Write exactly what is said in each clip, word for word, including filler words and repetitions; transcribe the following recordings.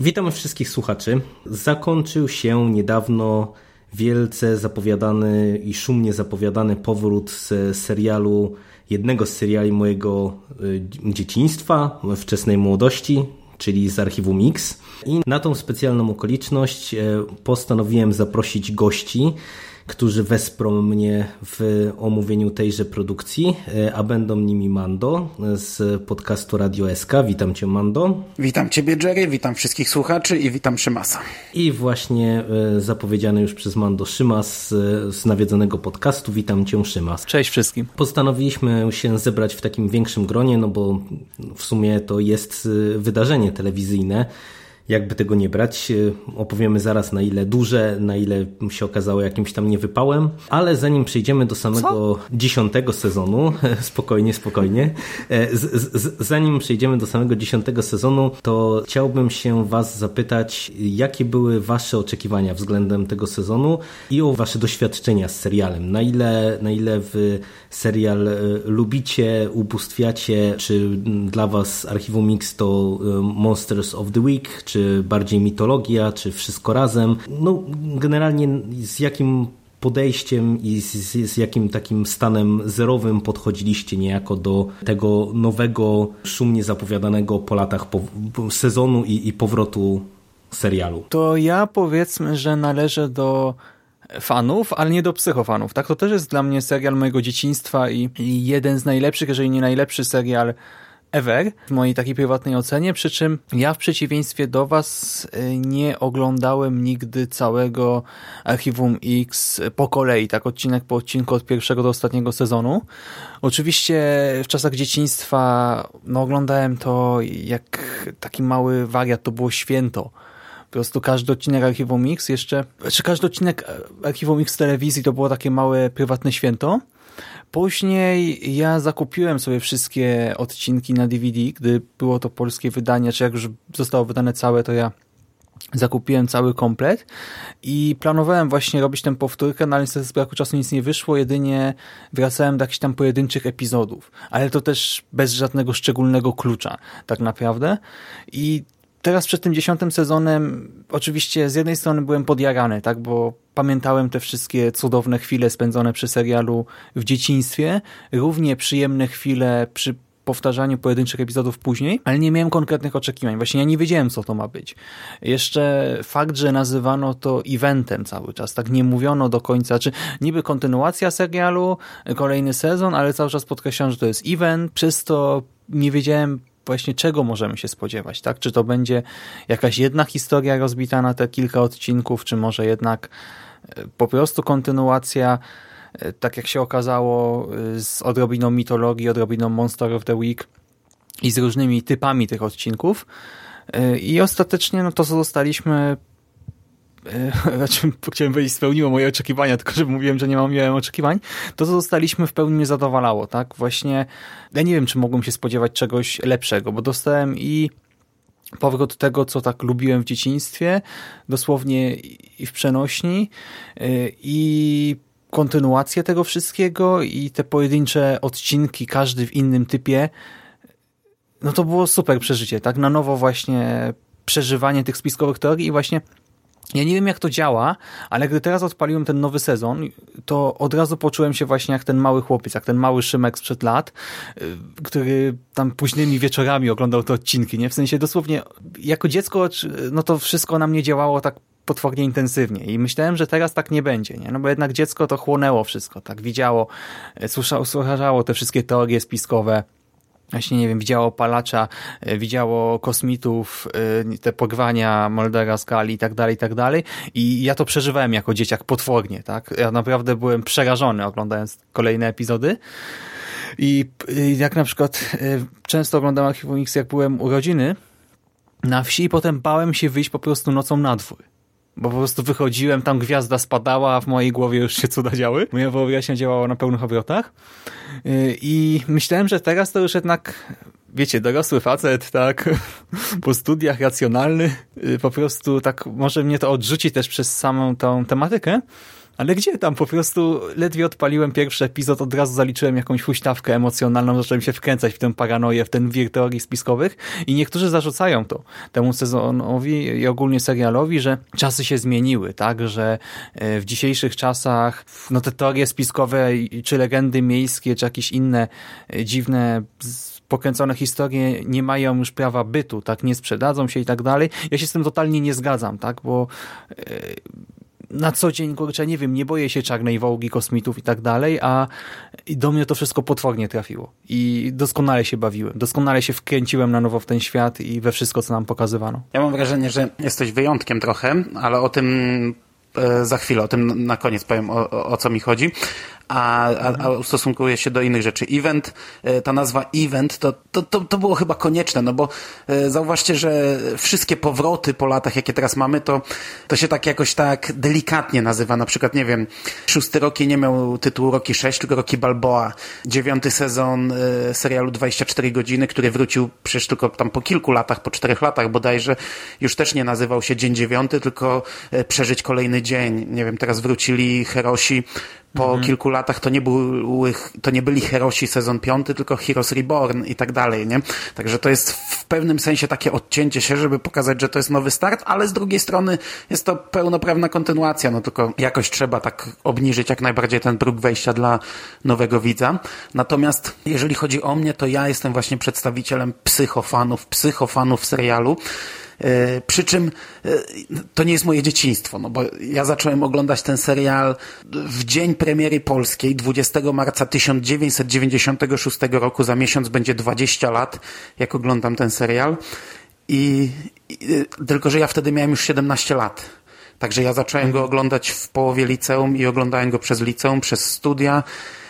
Witamy wszystkich słuchaczy. Zakończył się niedawno wielce zapowiadany i szumnie zapowiadany powrót z serialu, jednego z seriali mojego dzieciństwa, wczesnej młodości, czyli z Archiwum X. I na tą specjalną okoliczność postanowiłem zaprosić gości, którzy wesprą mnie w omówieniu tejże produkcji, a będą nimi Mando z podcastu Radio S K. Witam Cię, Mando. Witam Ciebie, Jerry, witam wszystkich słuchaczy i witam Szymasa. I właśnie zapowiedziany już przez Mando Szymas z nawiedzonego podcastu. Witam Cię, Szymas. Cześć wszystkim. Postanowiliśmy się zebrać w takim większym gronie, no bo w sumie to jest wydarzenie telewizyjne. Jakby tego nie brać, opowiemy zaraz, na ile duże, na ile się okazało jakimś tam niewypałem, ale zanim przejdziemy do samego Co? dziesiątego sezonu, spokojnie, spokojnie, z, z, zanim przejdziemy do samego dziesiątego sezonu, to chciałbym się Was zapytać, jakie były Wasze oczekiwania względem tego sezonu i o Wasze doświadczenia z serialem. Na ile, na ile Wy serial lubicie, ubóstwiacie, czy dla Was Archiwum X to Monsters of the Week, czy bardziej mitologia, czy wszystko razem. No generalnie z jakim podejściem i z, z jakim takim stanem zerowym podchodziliście niejako do tego nowego, szumnie zapowiadanego po latach po, sezonu i, i powrotu serialu? To ja powiedzmy, że należę do fanów, ale nie do psychofanów. Tak, to też jest dla mnie serial mojego dzieciństwa i, i jeden z najlepszych, jeżeli nie najlepszy serial ever, w mojej takiej prywatnej ocenie, przy czym ja w przeciwieństwie do Was nie oglądałem nigdy całego Archiwum X po kolei, tak odcinek po odcinku od pierwszego do ostatniego sezonu. Oczywiście w czasach dzieciństwa no, oglądałem to jak taki mały wariat, to było święto. Po prostu każdy odcinek Archiwum X jeszcze, czy każdy odcinek Archiwum X telewizji to było takie małe prywatne święto. Później ja zakupiłem sobie wszystkie odcinki na D V D, gdy było to polskie wydanie, czy jak już zostało wydane całe, to ja zakupiłem cały komplet i planowałem właśnie robić tę powtórkę, no ale niestety z braku czasu nic nie wyszło, jedynie wracałem do jakichś tam pojedynczych epizodów, ale to też bez żadnego szczególnego klucza tak naprawdę. I teraz przed tym dziesiątym sezonem oczywiście z jednej strony byłem podjarany, tak, bo pamiętałem te wszystkie cudowne chwile spędzone przy serialu w dzieciństwie, równie przyjemne chwile przy powtarzaniu pojedynczych epizodów później, ale nie miałem konkretnych oczekiwań. Właśnie ja nie wiedziałem, co to ma być. Jeszcze fakt, że nazywano to eventem cały czas, tak nie mówiono do końca, czy niby kontynuacja serialu, kolejny sezon, ale cały czas podkreślano, że to jest event, przez to nie wiedziałem właśnie czego możemy się spodziewać, tak? Czy to będzie jakaś jedna historia rozbita na te kilka odcinków, czy może jednak po prostu kontynuacja, tak jak się okazało, z odrobiną mitologii, odrobiną Monster of the Week i z różnymi typami tych odcinków. I ostatecznie no to, co dostaliśmy, znaczy chciałem powiedzieć, spełniło moje oczekiwania, tylko że mówiłem, że nie mam, miałem oczekiwań, to co dostaliśmy w pełni mnie zadowalało, tak? Właśnie ja nie wiem, czy mogłem się spodziewać czegoś lepszego, bo dostałem i powrót tego, co tak lubiłem w dzieciństwie, dosłownie i w przenośni, i kontynuację tego wszystkiego i te pojedyncze odcinki, każdy w innym typie, no to było super przeżycie, tak? Na nowo właśnie przeżywanie tych spiskowych teorii i właśnie ja nie wiem, jak to działa, ale gdy teraz odpaliłem ten nowy sezon, to od razu poczułem się właśnie jak ten mały chłopiec, jak ten mały Szymek sprzed lat, który tam późnymi wieczorami oglądał te odcinki, nie? W sensie dosłownie, jako dziecko, no to wszystko na mnie działało tak potwornie intensywnie i myślałem, że teraz tak nie będzie, nie? No bo jednak dziecko to chłonęło wszystko, tak? Widziało, słyszało, słyszało te wszystkie teorie spiskowe, właśnie, nie wiem, widziało Palacza, widziało kosmitów, te porwania Muldera, Scully i tak dalej, i tak dalej. I ja to przeżywałem jako dzieciak potwornie, tak? Ja naprawdę byłem przerażony oglądając kolejne epizody. I jak na przykład często oglądałem Archiwum X, jak byłem u rodziny na wsi i potem bałem się wyjść po prostu nocą na dwór. Bo po prostu wychodziłem, tam gwiazda spadała, a w mojej głowie już się cuda działy. Moja wyobraźnia działała na pełnych obrotach. I myślałem, że teraz to już jednak, wiecie, dorosły facet, tak, po studiach, racjonalny, po prostu tak może mnie to odrzuci też przez samą tą tematykę, Ale gdzie tam? Po prostu ledwie odpaliłem pierwszy epizod, od razu zaliczyłem jakąś huśtawkę emocjonalną, zacząłem się wkręcać w tę paranoję, w ten wir teorii spiskowych i niektórzy zarzucają to temu sezonowi i ogólnie serialowi, że czasy się zmieniły, tak, że w dzisiejszych czasach no te teorie spiskowe czy legendy miejskie, czy jakieś inne dziwne pokręcone historie nie mają już prawa bytu, tak, nie sprzedadzą się i tak dalej. Ja się z tym totalnie nie zgadzam, tak, bo na co dzień, kurczę, nie wiem, nie boję się czarnej wołgi, kosmitów i tak dalej, a do mnie to wszystko potwornie trafiło. I doskonale się bawiłem. Doskonale się wkręciłem na nowo w ten świat i we wszystko, co nam pokazywano. Ja mam wrażenie, że jesteś wyjątkiem trochę, ale o tym e, za chwilę, o tym na koniec powiem, o, o, o co mi chodzi. A, a, a ustosunkuje się do innych rzeczy. Event, ta nazwa event, to, to, to, to było chyba konieczne, no bo e, zauważcie, że wszystkie powroty po latach, jakie teraz mamy, to, to się tak jakoś tak delikatnie nazywa. Na przykład, nie wiem, szósty Rocky nie miał tytułu Rocky sześć, tylko Rocky Balboa. Dziewiąty sezon e, serialu dwadzieścia cztery godziny, który wrócił przecież tylko tam po kilku latach, po czterech latach bodajże, już też nie nazywał się Dzień Dziewiąty, tylko e, Przeżyć kolejny dzień. Nie wiem, teraz wrócili Herosi. Po mhm. kilku latach to nie były, to nie byli Herosi sezon piąty, tylko Heroes Reborn i tak dalej, nie? Także to jest w pewnym sensie takie odcięcie się, żeby pokazać, że to jest nowy start, ale z drugiej strony jest to pełnoprawna kontynuacja, no tylko jakoś trzeba tak obniżyć jak najbardziej ten próg wejścia dla nowego widza. Natomiast jeżeli chodzi o mnie, to ja jestem właśnie przedstawicielem psychofanów, psychofanów serialu. Przy czym to nie jest moje dzieciństwo, no bo ja zacząłem oglądać ten serial w dzień premiery polskiej, dwudziestego marca tysiąc dziewięćset dziewięćdziesiątego szóstego roku, za miesiąc będzie dwadzieścia lat, jak oglądam ten serial. I, i tylko, że ja wtedy miałem już siedemnaście lat. Także ja zacząłem go oglądać w połowie liceum i oglądałem go przez liceum, przez studia.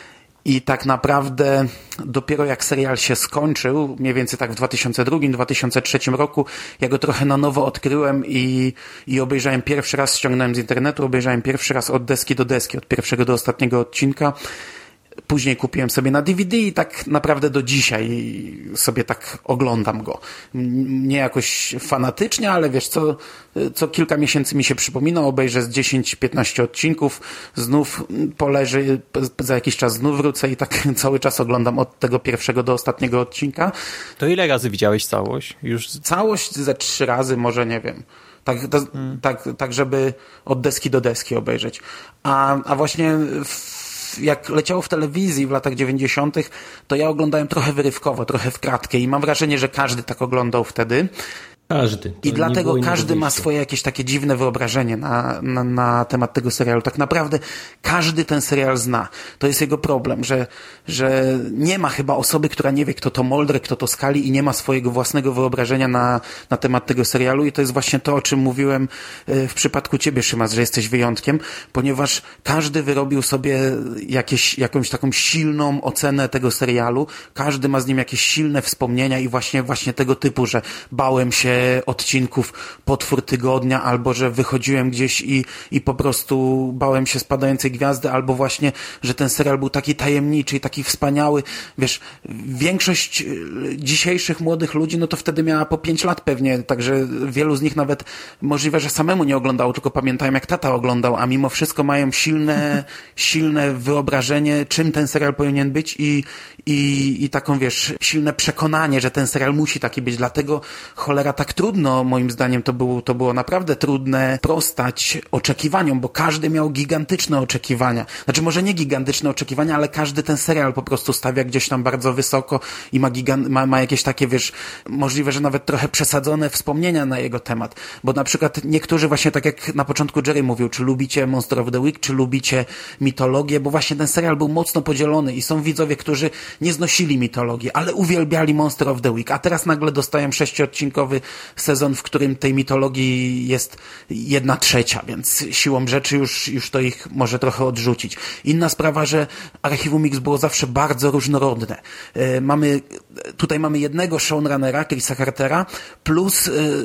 I tak naprawdę dopiero jak serial się skończył, mniej więcej tak w dwa tysiące drugim, dwa tysiące trzecim roku, ja go trochę na nowo odkryłem i, i obejrzałem pierwszy raz, ściągnąłem z internetu, obejrzałem pierwszy raz od deski do deski, od pierwszego do ostatniego odcinka. Później kupiłem sobie na D V D i tak naprawdę do dzisiaj sobie tak oglądam go. Nie jakoś fanatycznie, ale wiesz, co, co kilka miesięcy mi się przypomina, obejrzę z dziesięć piętnaście odcinków, znów poleży, za jakiś czas znów wrócę i tak cały czas oglądam od tego pierwszego do ostatniego odcinka. To ile razy widziałeś całość? Już... Całość ze trzy razy, może nie wiem. Tak, to, hmm. tak, tak, żeby od deski do deski obejrzeć. A, a właśnie w jak leciało w telewizji w latach dziewięćdziesiątych, to ja oglądałem trochę wyrywkowo, trochę w kratkę i mam wrażenie, że każdy tak oglądał wtedy. Każdy. I dlatego każdy ma swoje jakieś takie dziwne wyobrażenie na, na, na temat tego serialu. Tak naprawdę każdy ten serial zna. To jest jego problem, że, że nie ma chyba osoby, która nie wie, kto to Mulder, kto to Scully i nie ma swojego własnego wyobrażenia na, na temat tego serialu i to jest właśnie to, o czym mówiłem w przypadku ciebie, Szymas, że jesteś wyjątkiem, ponieważ każdy wyrobił sobie jakieś, jakąś taką silną ocenę tego serialu. Każdy ma z nim jakieś silne wspomnienia i właśnie, właśnie tego typu, że bałem się odcinków Potwór Tygodnia, albo że wychodziłem gdzieś i, i po prostu bałem się spadającej gwiazdy, albo właśnie, że ten serial był taki tajemniczy i taki wspaniały. Wiesz, większość dzisiejszych młodych ludzi, no to wtedy miała po pięć lat pewnie, także wielu z nich nawet możliwe, że samemu nie oglądało, tylko pamiętają jak tata oglądał, a mimo wszystko mają silne, silne wyobrażenie, czym ten serial powinien być i, i, i taką, wiesz, silne przekonanie, że ten serial musi taki być. Dlatego cholera tak trudno, moim zdaniem to było, to było naprawdę trudne sprostać oczekiwaniom, bo każdy miał gigantyczne oczekiwania. Znaczy może nie gigantyczne oczekiwania, ale każdy ten serial po prostu stawia gdzieś tam bardzo wysoko i ma, gigant, ma, ma jakieś takie, wiesz, możliwe, że nawet trochę przesadzone wspomnienia na jego temat. Bo na przykład niektórzy właśnie, tak jak na początku Jerry mówił, czy lubicie Monster of the Week, czy lubicie mitologię, bo właśnie ten serial był mocno podzielony i są widzowie, którzy nie znosili mitologii, ale uwielbiali Monster of the Week, a teraz nagle dostają sześciodcinkowy sezon, w którym tej mitologii jest jedna trzecia, więc siłą rzeczy już, już to ich może trochę odrzucić. Inna sprawa, że Archiwum X było zawsze bardzo różnorodne. Yy, mamy, tutaj mamy jednego showrunnera, Chrisa Cartera, plus yy,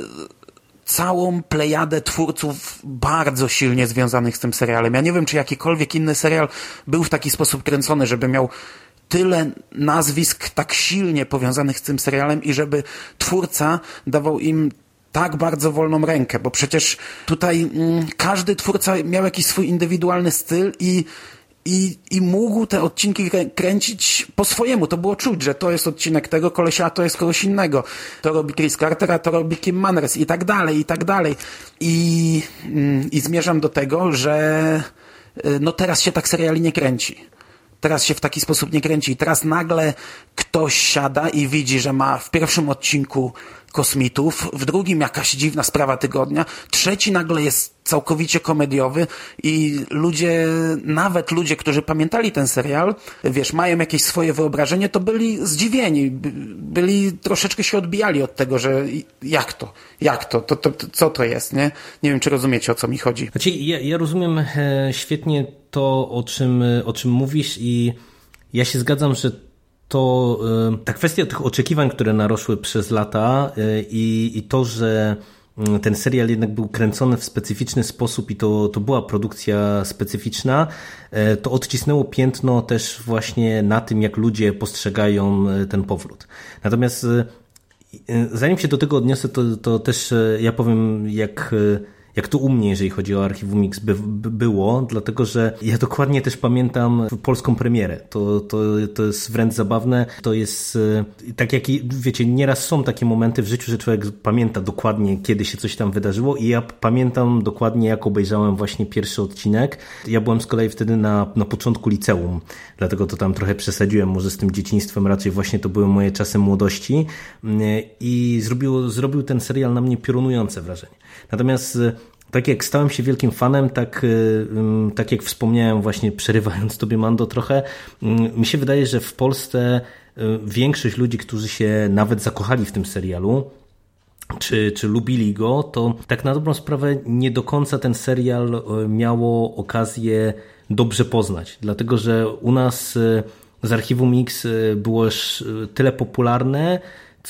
całą plejadę twórców bardzo silnie związanych z tym serialem. Ja nie wiem, czy jakikolwiek inny serial był w taki sposób kręcony, żeby miał tyle nazwisk tak silnie powiązanych z tym serialem i żeby twórca dawał im tak bardzo wolną rękę, bo przecież tutaj mm, każdy twórca miał jakiś swój indywidualny styl i I, I mógł te odcinki kręcić po swojemu. To było czuć, że to jest odcinek tego kolesia, a to jest kogoś innego. To robi Chris Carter, a to robi Kim Manners i tak dalej, i tak dalej. I, i zmierzam do tego, że no teraz się tak seriali nie kręci. Teraz się w taki sposób nie kręci. I teraz nagle ktoś siada i widzi, że ma w pierwszym odcinku kosmitów, w drugim jakaś dziwna sprawa tygodnia, trzeci nagle jest całkowicie komediowy i ludzie, nawet ludzie, którzy pamiętali ten serial, wiesz, mają jakieś swoje wyobrażenie, to byli zdziwieni, byli, troszeczkę się odbijali od tego, że jak to, jak to, to, to, to co to jest, nie? Nie wiem, czy rozumiecie, o co mi chodzi. Znaczy, ja, ja rozumiem e, świetnie to, o czym, o czym mówisz i ja się zgadzam, że to ta kwestia tych oczekiwań, które narosły przez lata i, i to, że ten serial jednak był kręcony w specyficzny sposób i to, to była produkcja specyficzna, to odcisnęło piętno też właśnie na tym, jak ludzie postrzegają ten powrót. Natomiast zanim się do tego odniosę, to, to też ja powiem, jak... jak to u mnie, jeżeli chodzi o Archiwum X by, by było, dlatego że ja dokładnie też pamiętam polską premierę. To, to, to jest wręcz zabawne. To jest tak jak, wiecie, nieraz są takie momenty w życiu, że człowiek pamięta dokładnie, kiedy się coś tam wydarzyło i ja pamiętam dokładnie, jak obejrzałem właśnie pierwszy odcinek. Ja byłem z kolei wtedy na, na początku liceum, dlatego to tam trochę przesadziłem może z tym dzieciństwem, raczej właśnie to były moje czasy młodości i zrobił, zrobił ten serial na mnie piorunujące wrażenie. Natomiast tak jak stałem się wielkim fanem, tak, tak jak wspomniałem właśnie przerywając tobie, Mando, trochę, mi się wydaje, że w Polsce większość ludzi, którzy się nawet zakochali w tym serialu, czy, czy lubili go, to tak na dobrą sprawę nie do końca ten serial miało okazję dobrze poznać, dlatego że u nas z Archiwum X było już tyle popularne,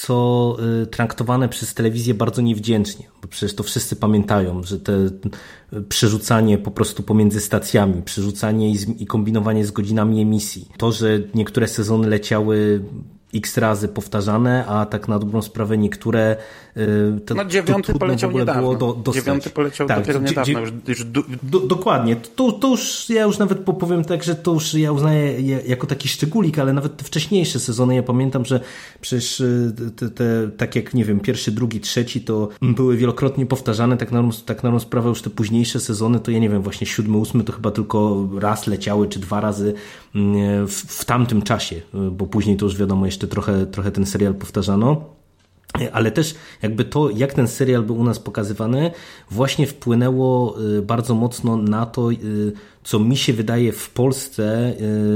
co traktowane przez telewizję bardzo niewdzięcznie, bo przecież to wszyscy pamiętają, że te przerzucanie po prostu pomiędzy stacjami, przerzucanie i, z, i kombinowanie z godzinami emisji, to, że niektóre sezony leciały x razy powtarzane, a tak na dobrą sprawę niektóre to, no dziewiąty to poleciał niedawno. Do, dostać. Dziewiąty poleciał tak, dopiero niedawno. Już, już do... Do, dokładnie. To, to już ja już nawet powiem tak, że to już ja uznaję jako taki szczególik, ale nawet te wcześniejsze sezony, ja pamiętam, że przecież te, te, tak jak, nie wiem, pierwszy, drugi, trzeci to były wielokrotnie powtarzane, tak na, tak na sprawę już te późniejsze sezony, to ja nie wiem, właśnie siódmy, ósmy to chyba tylko raz leciały, czy dwa razy w, w tamtym czasie, bo później to już wiadomo, jeszcze trochę, trochę ten serial powtarzano. Ale też jakby to, jak ten serial był u nas pokazywany, właśnie wpłynęło bardzo mocno na to, co mi się wydaje w Polsce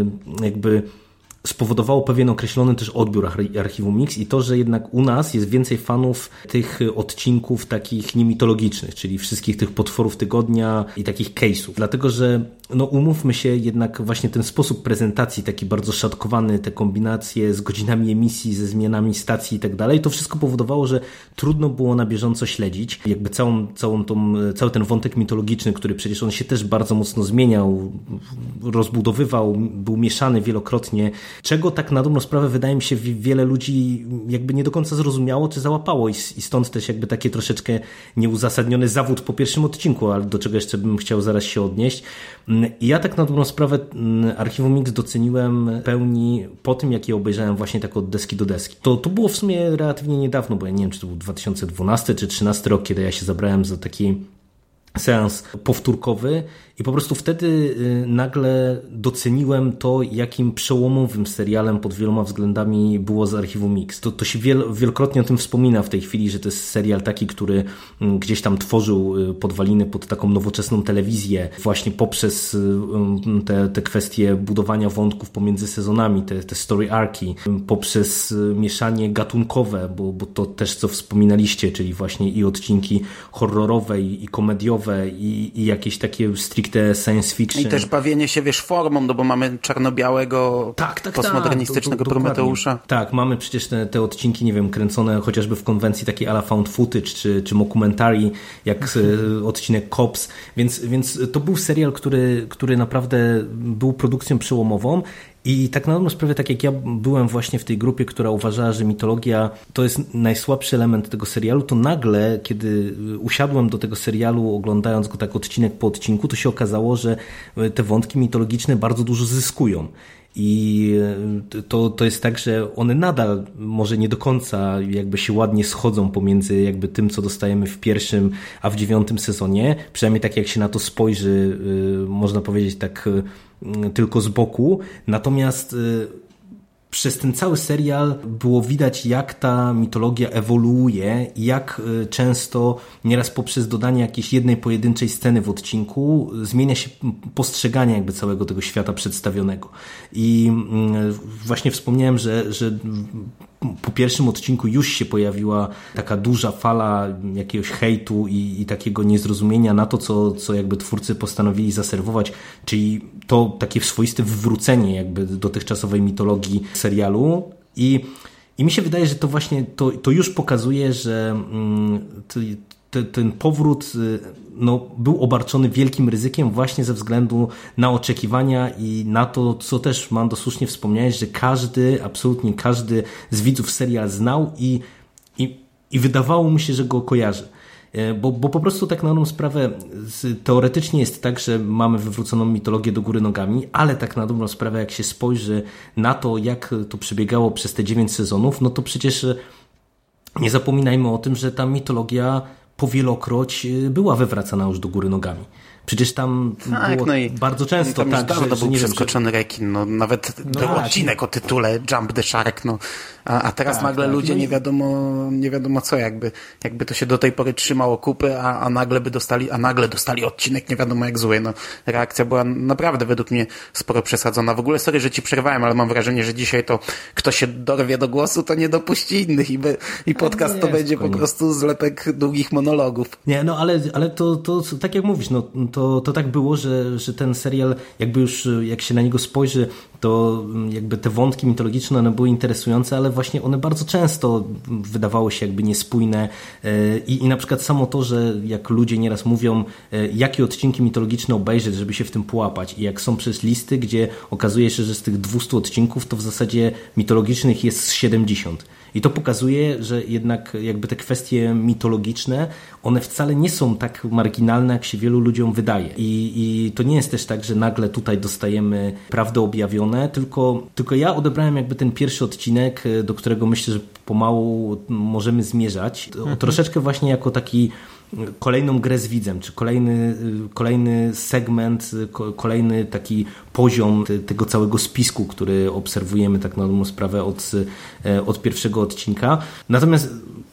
jakby spowodowało pewien określony też odbiór Archiwum X i to, że jednak u nas jest więcej fanów tych odcinków takich niemitologicznych, czyli wszystkich tych potworów tygodnia i takich case'ów. Dlatego, że no umówmy się, jednak właśnie ten sposób prezentacji taki bardzo szatkowany, te kombinacje z godzinami emisji, ze zmianami stacji i tak dalej, to wszystko powodowało, że trudno było na bieżąco śledzić. Jakby całą, całą tą, cały ten wątek mitologiczny, który przecież on się też bardzo mocno zmieniał, rozbudowywał, był mieszany wielokrotnie, czego tak na dobrą sprawę wydaje mi się wiele ludzi jakby nie do końca zrozumiało czy załapało i, i stąd też jakby takie troszeczkę nieuzasadniony zawód po pierwszym odcinku, ale do czego jeszcze bym chciał zaraz się odnieść. I ja tak na dobrą sprawę Archiwum X doceniłem w pełni po tym, jak je obejrzałem właśnie tak od deski do deski. To, to było w sumie relatywnie niedawno, bo ja nie wiem, czy to był dwa tysiące dwunasty czy trzynasty rok, kiedy ja się zabrałem za taki seans powtórkowy i po prostu wtedy nagle doceniłem to, jakim przełomowym serialem pod wieloma względami było z Archiwum X. To, to się wiel, wielokrotnie o tym wspomina w tej chwili, że to jest serial taki, który gdzieś tam tworzył podwaliny pod taką nowoczesną telewizję właśnie poprzez te, te kwestie budowania wątków pomiędzy sezonami, te, te story arki, poprzez mieszanie gatunkowe, bo, bo to też co wspominaliście, czyli właśnie i odcinki horrorowe i, i komediowe i, i jakieś takie stricte science fiction. I też bawienie się, wiesz, formą, no bo mamy czarno-białego, tak, tak, postmodernistycznego tak, Prometeusza. Tak, mamy przecież te, te odcinki, nie wiem, kręcone chociażby w konwencji takiej a la found footage, czy, czy mockumentary, jak odcinek Cops, więc, więc to był serial, który, który naprawdę był produkcją przełomową I tak na dobrą sprawę, tak jak ja byłem właśnie w tej grupie, która uważała, że mitologia to jest najsłabszy element tego serialu, to nagle, kiedy usiadłem do tego serialu, oglądając go tak odcinek po odcinku, to się okazało, że te wątki mitologiczne bardzo dużo zyskują. I to, to jest tak, że one nadal może nie do końca jakby się ładnie schodzą pomiędzy jakby tym, co dostajemy w pierwszym, a w dziewiątym sezonie. Przynajmniej tak jak się na to spojrzy, można powiedzieć tak tylko z boku. Natomiast przez ten cały serial było widać, jak ta mitologia ewoluuje i jak często nieraz poprzez dodanie jakiejś jednej pojedynczej sceny w odcinku zmienia się postrzeganie jakby całego tego świata przedstawionego. I właśnie wspomniałem, że, że po pierwszym odcinku już się pojawiła taka duża fala jakiegoś hejtu i, i takiego niezrozumienia na to, co, co jakby twórcy postanowili zaserwować, czyli to takie swoiste wywrócenie jakby dotychczasowej mitologii serialu. I, i mi się wydaje, że to właśnie to, to już pokazuje, że mm, to, to, ten powrót no, był obarczony wielkim ryzykiem właśnie ze względu na oczekiwania i na to, co też Mando słusznie wspomniałeś, że każdy, absolutnie każdy z widzów serial znał i, i, i wydawało mu się, że go kojarzy. Bo, bo po prostu tak na dobrą sprawę teoretycznie jest tak, że mamy wywróconą mitologię do góry nogami, ale tak na dobrą sprawę jak się spojrzy na to, jak to przebiegało przez te dziewięć sezonów, no to przecież nie zapominajmy o tym, że ta mitologia powielokroć była wywracana już do góry nogami. Przecież tam tak, było no i, był często no tak, że, że, że był przeskoczony że... rekin, no nawet no był tak, odcinek o tytule Jump the Shark, no a, a teraz tak, nagle tak, ludzie no i... nie wiadomo nie wiadomo co, jakby, jakby to się do tej pory trzymało kupy, a, a nagle by dostali, a nagle dostali odcinek nie wiadomo jak zły, no reakcja była naprawdę według mnie sporo przesadzona. W ogóle sorry, że ci przerwałem, ale mam wrażenie, że dzisiaj to kto się dorwie do głosu, to nie dopuści innych i, by, i podcast nie, to będzie spokojnie. Po prostu zlepek długich monologów. Nie, no ale, ale to, to tak jak mówisz, no to, to tak było, że, że ten serial jakby już jak się na niego spojrzy, to jakby te wątki mitologiczne one były interesujące, ale właśnie one bardzo często wydawały się jakby niespójne i, i na przykład samo to, że jak ludzie nieraz mówią, jakie odcinki mitologiczne obejrzeć, żeby się w tym połapać i jak są przez listy, gdzie okazuje się, że z tych dwustu odcinków to w zasadzie mitologicznych jest siedemdziesiąt. I to pokazuje, że jednak jakby te kwestie mitologiczne, one wcale nie są tak marginalne, jak się wielu ludziom wydaje. I, i to nie jest też tak, że nagle tutaj dostajemy prawdę objawione, tylko, tylko ja odebrałem jakby ten pierwszy odcinek, do którego myślę, że pomału możemy zmierzać. Mhm. Troszeczkę właśnie jako taki kolejną grę z widzem, czy kolejny, kolejny segment, kolejny taki poziom tego całego spisku, który obserwujemy tak na dobrą sprawę od, od pierwszego odcinka. Natomiast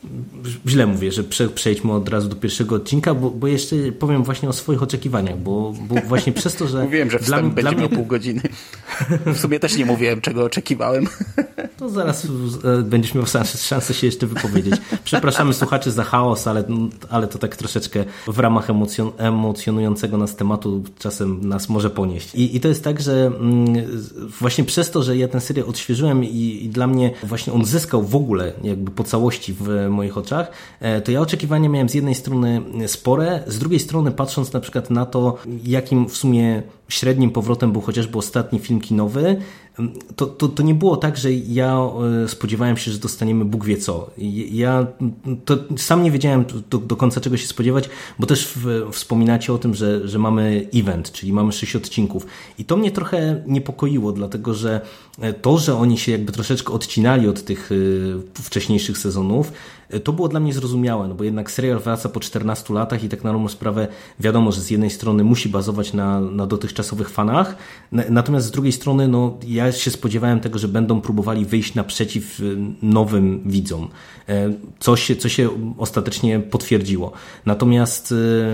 źle mówię, że przejdźmy od razu do pierwszego odcinka, bo, bo jeszcze powiem właśnie o swoich oczekiwaniach, bo, bo właśnie przez to, że... Mówiłem, że wstęp będzie miał pół godziny. W sumie też nie mówiłem, czego oczekiwałem. To zaraz będziesz miał szansę się jeszcze wypowiedzieć. Przepraszamy słuchaczy za chaos, ale, ale to tak troszeczkę w ramach emocjon, emocjonującego nas tematu czasem nas może ponieść. I, i to jest tak, że właśnie przez to, że ja ten serial odświeżyłem i, i dla mnie właśnie on zyskał w ogóle jakby po całości w moich oczach, to ja oczekiwania miałem z jednej strony spore, z drugiej strony patrząc na przykład na to, jakim w sumie średnim powrotem był chociażby ostatni film kinowy, to, to, to nie było tak, że ja spodziewałem się, że dostaniemy Bóg wie co. Ja to sam nie wiedziałem do, do końca czego się spodziewać, bo też w, wspominacie o tym, że, że mamy event, czyli mamy sześć odcinków. I to mnie trochę niepokoiło, dlatego że to, że oni się jakby troszeczkę odcinali od tych wcześniejszych sezonów, to było dla mnie zrozumiałe, no bo jednak serial wraca po czternastu latach i tak na dobrą sprawę wiadomo, że z jednej strony musi bazować na, na dotychczasowych fanach, natomiast z drugiej strony no, ja się spodziewałem tego, że będą próbowali wyjść naprzeciw nowym widzom, co się, co się ostatecznie potwierdziło. Natomiast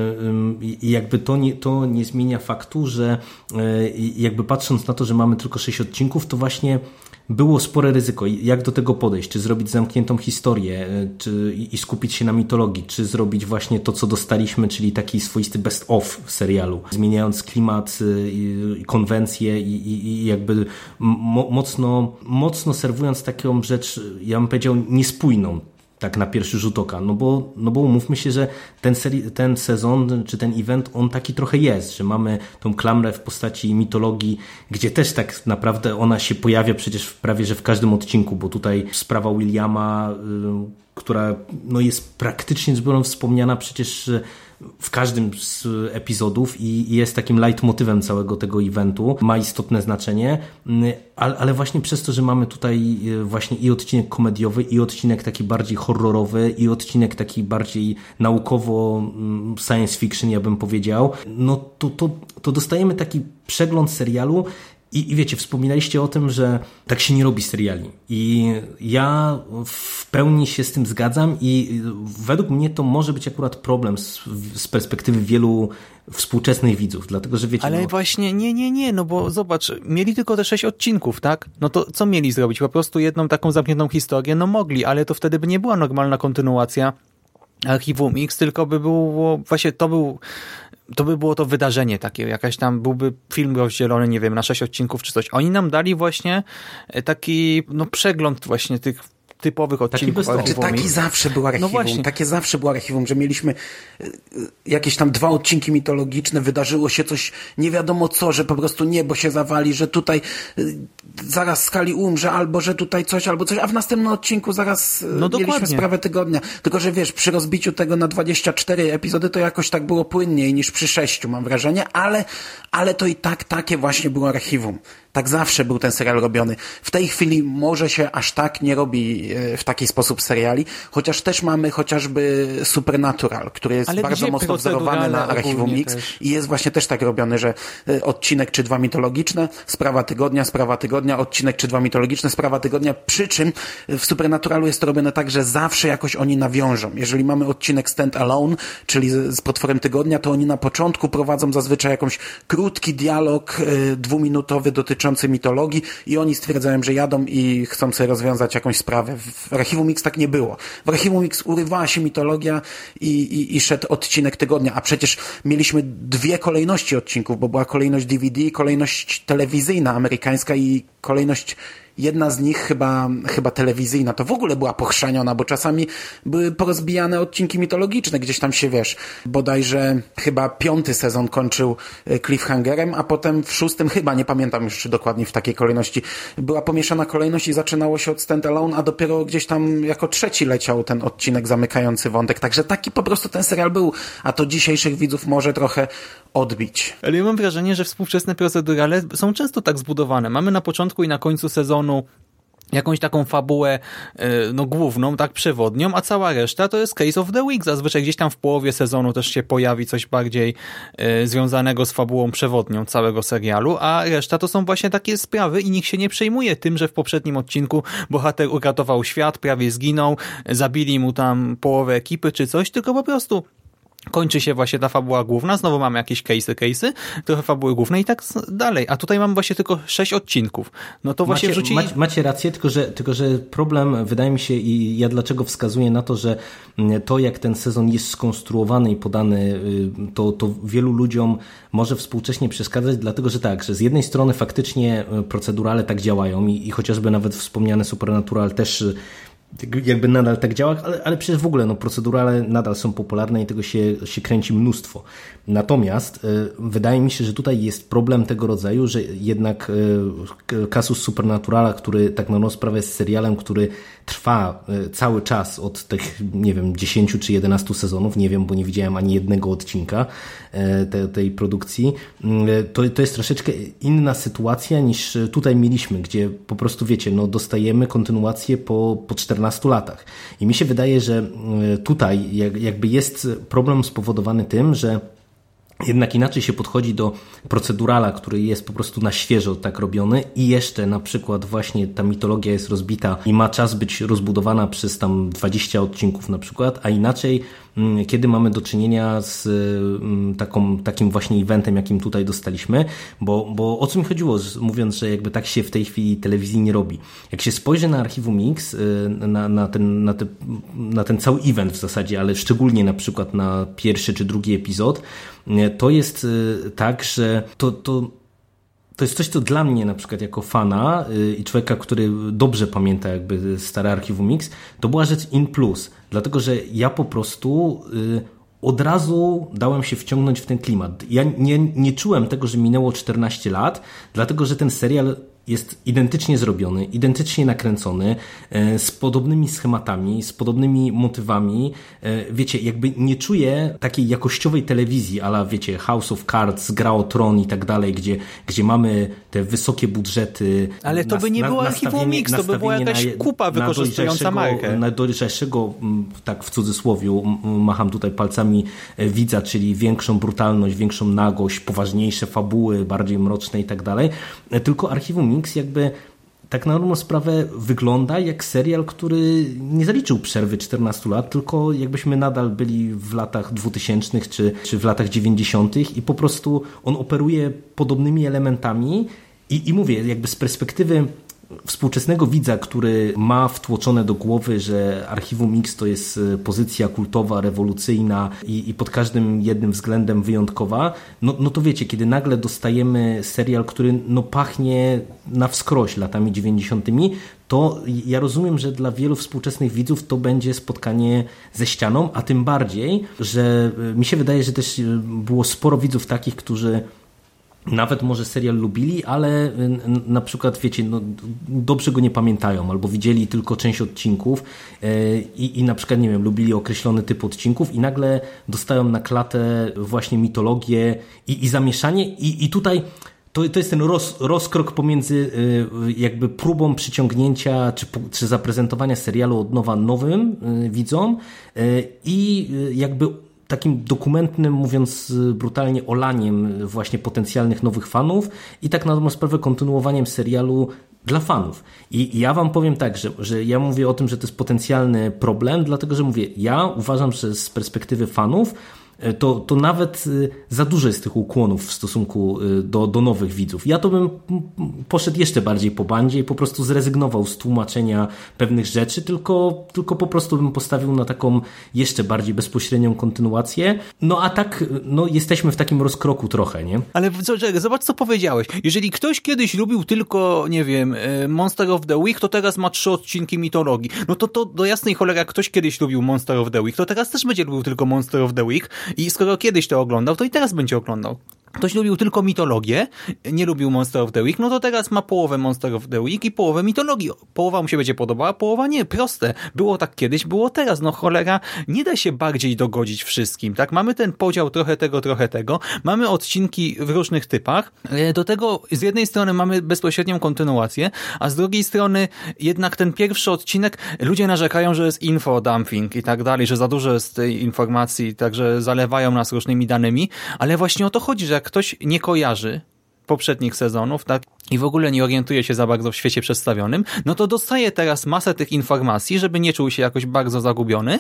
jakby to nie, to nie zmienia faktu, że jakby patrząc na to, że mamy tylko sześć odcinków, to właśnie było spore ryzyko. Jak do tego podejść? Czy zrobić zamkniętą historię czy, i skupić się na mitologii? Czy zrobić właśnie to, co dostaliśmy, czyli taki swoisty best of serialu, zmieniając klimat, konwencje i, i, i jakby mo, mocno, mocno serwując taką rzecz, ja bym powiedział, niespójną. tak na pierwszy rzut oka, no bo, no bo umówmy się, że ten, seri- ten sezon, czy ten event, on taki trochę jest, że mamy tą klamrę w postaci mitologii, gdzie też tak naprawdę ona się pojawia przecież prawie, że w każdym odcinku, bo tutaj sprawa Williama, y- która no jest praktycznie rzecz biorąc wspomniana przecież w każdym z epizodów i jest takim leitmotywem całego tego eventu, ma istotne znaczenie, ale właśnie przez to, że mamy tutaj właśnie i odcinek komediowy, i odcinek taki bardziej horrorowy, i odcinek taki bardziej naukowo science fiction, ja bym powiedział, no to, to, to dostajemy taki przegląd serialu. I, I wiecie, wspominaliście o tym, że tak się nie robi seriali. I ja w pełni się z tym zgadzam i według mnie to może być akurat problem z, z perspektywy wielu współczesnych widzów, dlatego że wiecie... Ale no... właśnie nie, nie, nie, no bo zobacz, mieli tylko te sześć odcinków, tak? No to co mieli zrobić? Po prostu jedną taką zamkniętą historię? No mogli, ale to wtedy by nie była normalna kontynuacja Archiwum X, tylko by było, właśnie to był... to by było to wydarzenie takie, jakaś tam byłby film rozdzielony, nie wiem, na sześć odcinków czy coś. Oni nam dali właśnie taki no przegląd właśnie tych typowych odcinków Archiwum. Taki zawsze był Archiwum, no takie zawsze było Archiwum, że mieliśmy jakieś tam dwa odcinki mitologiczne, wydarzyło się coś nie wiadomo co, że po prostu niebo się zawali, że tutaj zaraz Scully umrze, albo że tutaj coś, albo coś, a w następnym odcinku zaraz no mieliśmy dokładnie. sprawę tygodnia. Tylko, że wiesz, przy rozbiciu tego na dwadzieścia cztery epizody to jakoś tak było płynniej niż przy sześciu, mam wrażenie, ale, ale to i tak takie właśnie było Archiwum. Tak zawsze był ten serial robiony. W tej chwili może się aż tak nie robi w taki sposób seriali, chociaż też mamy chociażby Supernatural, który jest ale bardzo mocno wzorowany na Archiwum X też. I jest właśnie też tak robiony, że odcinek czy dwa mitologiczne, sprawa tygodnia, sprawa tygodnia, odcinek czy dwa mitologiczne, sprawa tygodnia, przy czym w Supernaturalu jest to robione tak, że zawsze jakoś oni nawiążą. Jeżeli mamy odcinek Stand Alone, czyli z, z potworem tygodnia, to oni na początku prowadzą zazwyczaj jakąś krótki dialog y, dwuminutowy dotyczący mitologii i oni stwierdzają, że jadą i chcą sobie rozwiązać jakąś sprawę. W Archiwum X tak nie było. W Archiwum X urywała się mitologia i, i, i szedł odcinek tygodnia, a przecież mieliśmy dwie kolejności odcinków, bo była kolejność D V D, kolejność telewizyjna amerykańska i kolejność jedna z nich chyba, chyba telewizyjna, to w ogóle była pochrzaniona, bo czasami były porozbijane odcinki mitologiczne, gdzieś tam się, wiesz, bodajże chyba piąty sezon kończył cliffhangerem, a potem w szóstym chyba, nie pamiętam już czy dokładnie w takiej kolejności, była pomieszana kolejność i zaczynało się od Stand Alone, a dopiero gdzieś tam jako trzeci leciał ten odcinek zamykający wątek, także taki po prostu ten serial był, a to dzisiejszych widzów może trochę odbić. Ale ja mam wrażenie, że współczesne procedurale są często tak zbudowane. Mamy na początku i na końcu sezonu jakąś taką fabułę no główną, tak przewodnią, a cała reszta to jest case of the week. Zazwyczaj gdzieś tam w połowie sezonu też się pojawi coś bardziej y, związanego z fabułą przewodnią całego serialu, a reszta to są właśnie takie sprawy i nikt się nie przejmuje tym, że w poprzednim odcinku bohater uratował świat, prawie zginął, zabili mu tam połowę ekipy czy coś, tylko po prostu kończy się właśnie ta fabuła główna, znowu mamy jakieś case'y, case'y, trochę fabuły głównej i tak dalej. A tutaj mamy właśnie tylko sześć odcinków. No to właśnie macie, wrzucili... macie, macie rację, tylko że, tylko że problem, wydaje mi się, i ja dlaczego wskazuję na to, że to jak ten sezon jest skonstruowany i podany, to, to wielu ludziom może współcześnie przeszkadzać, dlatego że tak, że z jednej strony faktycznie procedurale tak działają i, i chociażby nawet wspomniany Supernatural też jakby nadal tak działa, ale, ale przecież w ogóle no, procedurale nadal są popularne i tego się, się kręci mnóstwo. Natomiast y, wydaje mi się, że tutaj jest problem tego rodzaju, że jednak y, kasus Supernaturala, który tak na dobrą sprawę jest serialem, który trwa y, cały czas od tych, nie wiem, dziesięciu czy jedenastu sezonów, nie wiem, bo nie widziałem ani jednego odcinka y, te, tej produkcji, y, to, to jest troszeczkę inna sytuacja niż tutaj mieliśmy, gdzie po prostu wiecie, no dostajemy kontynuację po, po czternastu latach. I mi się wydaje, że tutaj jakby jest problem spowodowany tym, że jednak inaczej się podchodzi do procedurala, który jest po prostu na świeżo tak robiony i jeszcze na przykład właśnie ta mitologia jest rozbita i ma czas być rozbudowana przez tam dwadzieścia odcinków na przykład, a inaczej kiedy mamy do czynienia z taką, takim właśnie eventem, jakim tutaj dostaliśmy, bo, bo o co mi chodziło, mówiąc, że jakby tak się w tej chwili telewizji nie robi. Jak się spojrzy na Archiwum X, na, na, ten, na, te, na ten cały event w zasadzie, ale szczególnie na przykład na pierwszy czy drugi epizod, to jest tak, że to, to to jest coś, co dla mnie na przykład jako fana yy, i człowieka, który dobrze pamięta jakby stare Archiwum X, to była rzecz in plus, dlatego że ja po prostu yy, od razu dałem się wciągnąć w ten klimat. Ja nie, nie czułem tego, że minęło czternaście lat, dlatego że ten serial jest identycznie zrobiony, identycznie nakręcony, z podobnymi schematami, z podobnymi motywami. Wiecie, jakby nie czuję takiej jakościowej telewizji, ala wiecie, House of Cards, Gra o Tron i tak dalej, gdzie, gdzie mamy te wysokie budżety. Ale to by nie było Archiwum Mix, to by była jakaś kupa wykorzystująca markę. Na dojrzalszego, tak w cudzysłowiu, macham tutaj palcami widza, czyli większą brutalność, większą nagość, poważniejsze fabuły, bardziej mroczne i tak dalej. Tylko Archiwum Mix jakby tak na dobrą sprawę wygląda jak serial, który nie zaliczył przerwy czternastu lat, tylko jakbyśmy nadal byli w latach dwutysięcznych czy, czy w latach dziewięćdziesiątych i po prostu on operuje podobnymi elementami i, i mówię, jakby z perspektywy współczesnego widza, który ma wtłoczone do głowy, że Archiwum X to jest pozycja kultowa, rewolucyjna i, i pod każdym jednym względem wyjątkowa, no, no to wiecie, kiedy nagle dostajemy serial, który no pachnie na wskroś latami dziewięćdziesiątymi, to ja rozumiem, że dla wielu współczesnych widzów to będzie spotkanie ze ścianą, a tym bardziej, że mi się wydaje, że też było sporo widzów takich, którzy nawet może serial lubili, ale na przykład, wiecie, no, dobrze go nie pamiętają, albo widzieli tylko część odcinków i, i na przykład, nie wiem, lubili określony typ odcinków i nagle dostają na klatę właśnie mitologię i, i zamieszanie i, i tutaj to, to jest ten roz, rozkrok pomiędzy jakby próbą przyciągnięcia czy, czy zaprezentowania serialu od nowa nowym widzom i jakby takim dokumentnym, mówiąc brutalnie, olaniem właśnie potencjalnych nowych fanów i tak na dobrą sprawę kontynuowaniem serialu dla fanów. I ja wam powiem tak, że, że ja mówię o tym, że to jest potencjalny problem, dlatego że mówię, ja uważam, że z perspektywy fanów to, to nawet za dużo jest tych ukłonów w stosunku do, do nowych widzów. Ja to bym poszedł jeszcze bardziej po bandzie i po prostu zrezygnował z tłumaczenia pewnych rzeczy, tylko, tylko po prostu bym postawił na taką jeszcze bardziej bezpośrednią kontynuację. No a tak, no jesteśmy w takim rozkroku trochę, nie? Ale zobacz, co powiedziałeś. Jeżeli ktoś kiedyś lubił tylko, nie wiem, Monster of the Week, to teraz ma trzy odcinki mitologii. No to, to do jasnej cholery, jak ktoś kiedyś lubił Monster of the Week, to teraz też będzie lubił tylko Monster of the Week. I skoro kiedyś to oglądał, to i teraz będzie oglądał. Ktoś lubił tylko mitologię, nie lubił Monster of the Week, no to teraz ma połowę Monster of the Week i połowę mitologii. Połowa mu się będzie podobała, połowa nie. Proste. Było tak kiedyś, było teraz. No cholera, nie da się bardziej dogodzić wszystkim, tak? Mamy ten podział trochę tego, trochę tego. Mamy odcinki w różnych typach. Do tego z jednej strony mamy bezpośrednią kontynuację, a z drugiej strony jednak ten pierwszy odcinek, ludzie narzekają, że jest infodumping i tak dalej, że za dużo jest tej informacji, także zalewają nas różnymi danymi, ale właśnie o to chodzi, że jak ktoś nie kojarzy poprzednich sezonów, tak, i w ogóle nie orientuje się za bardzo w świecie przedstawionym, no to dostaje teraz masę tych informacji, żeby nie czuł się jakoś bardzo zagubiony,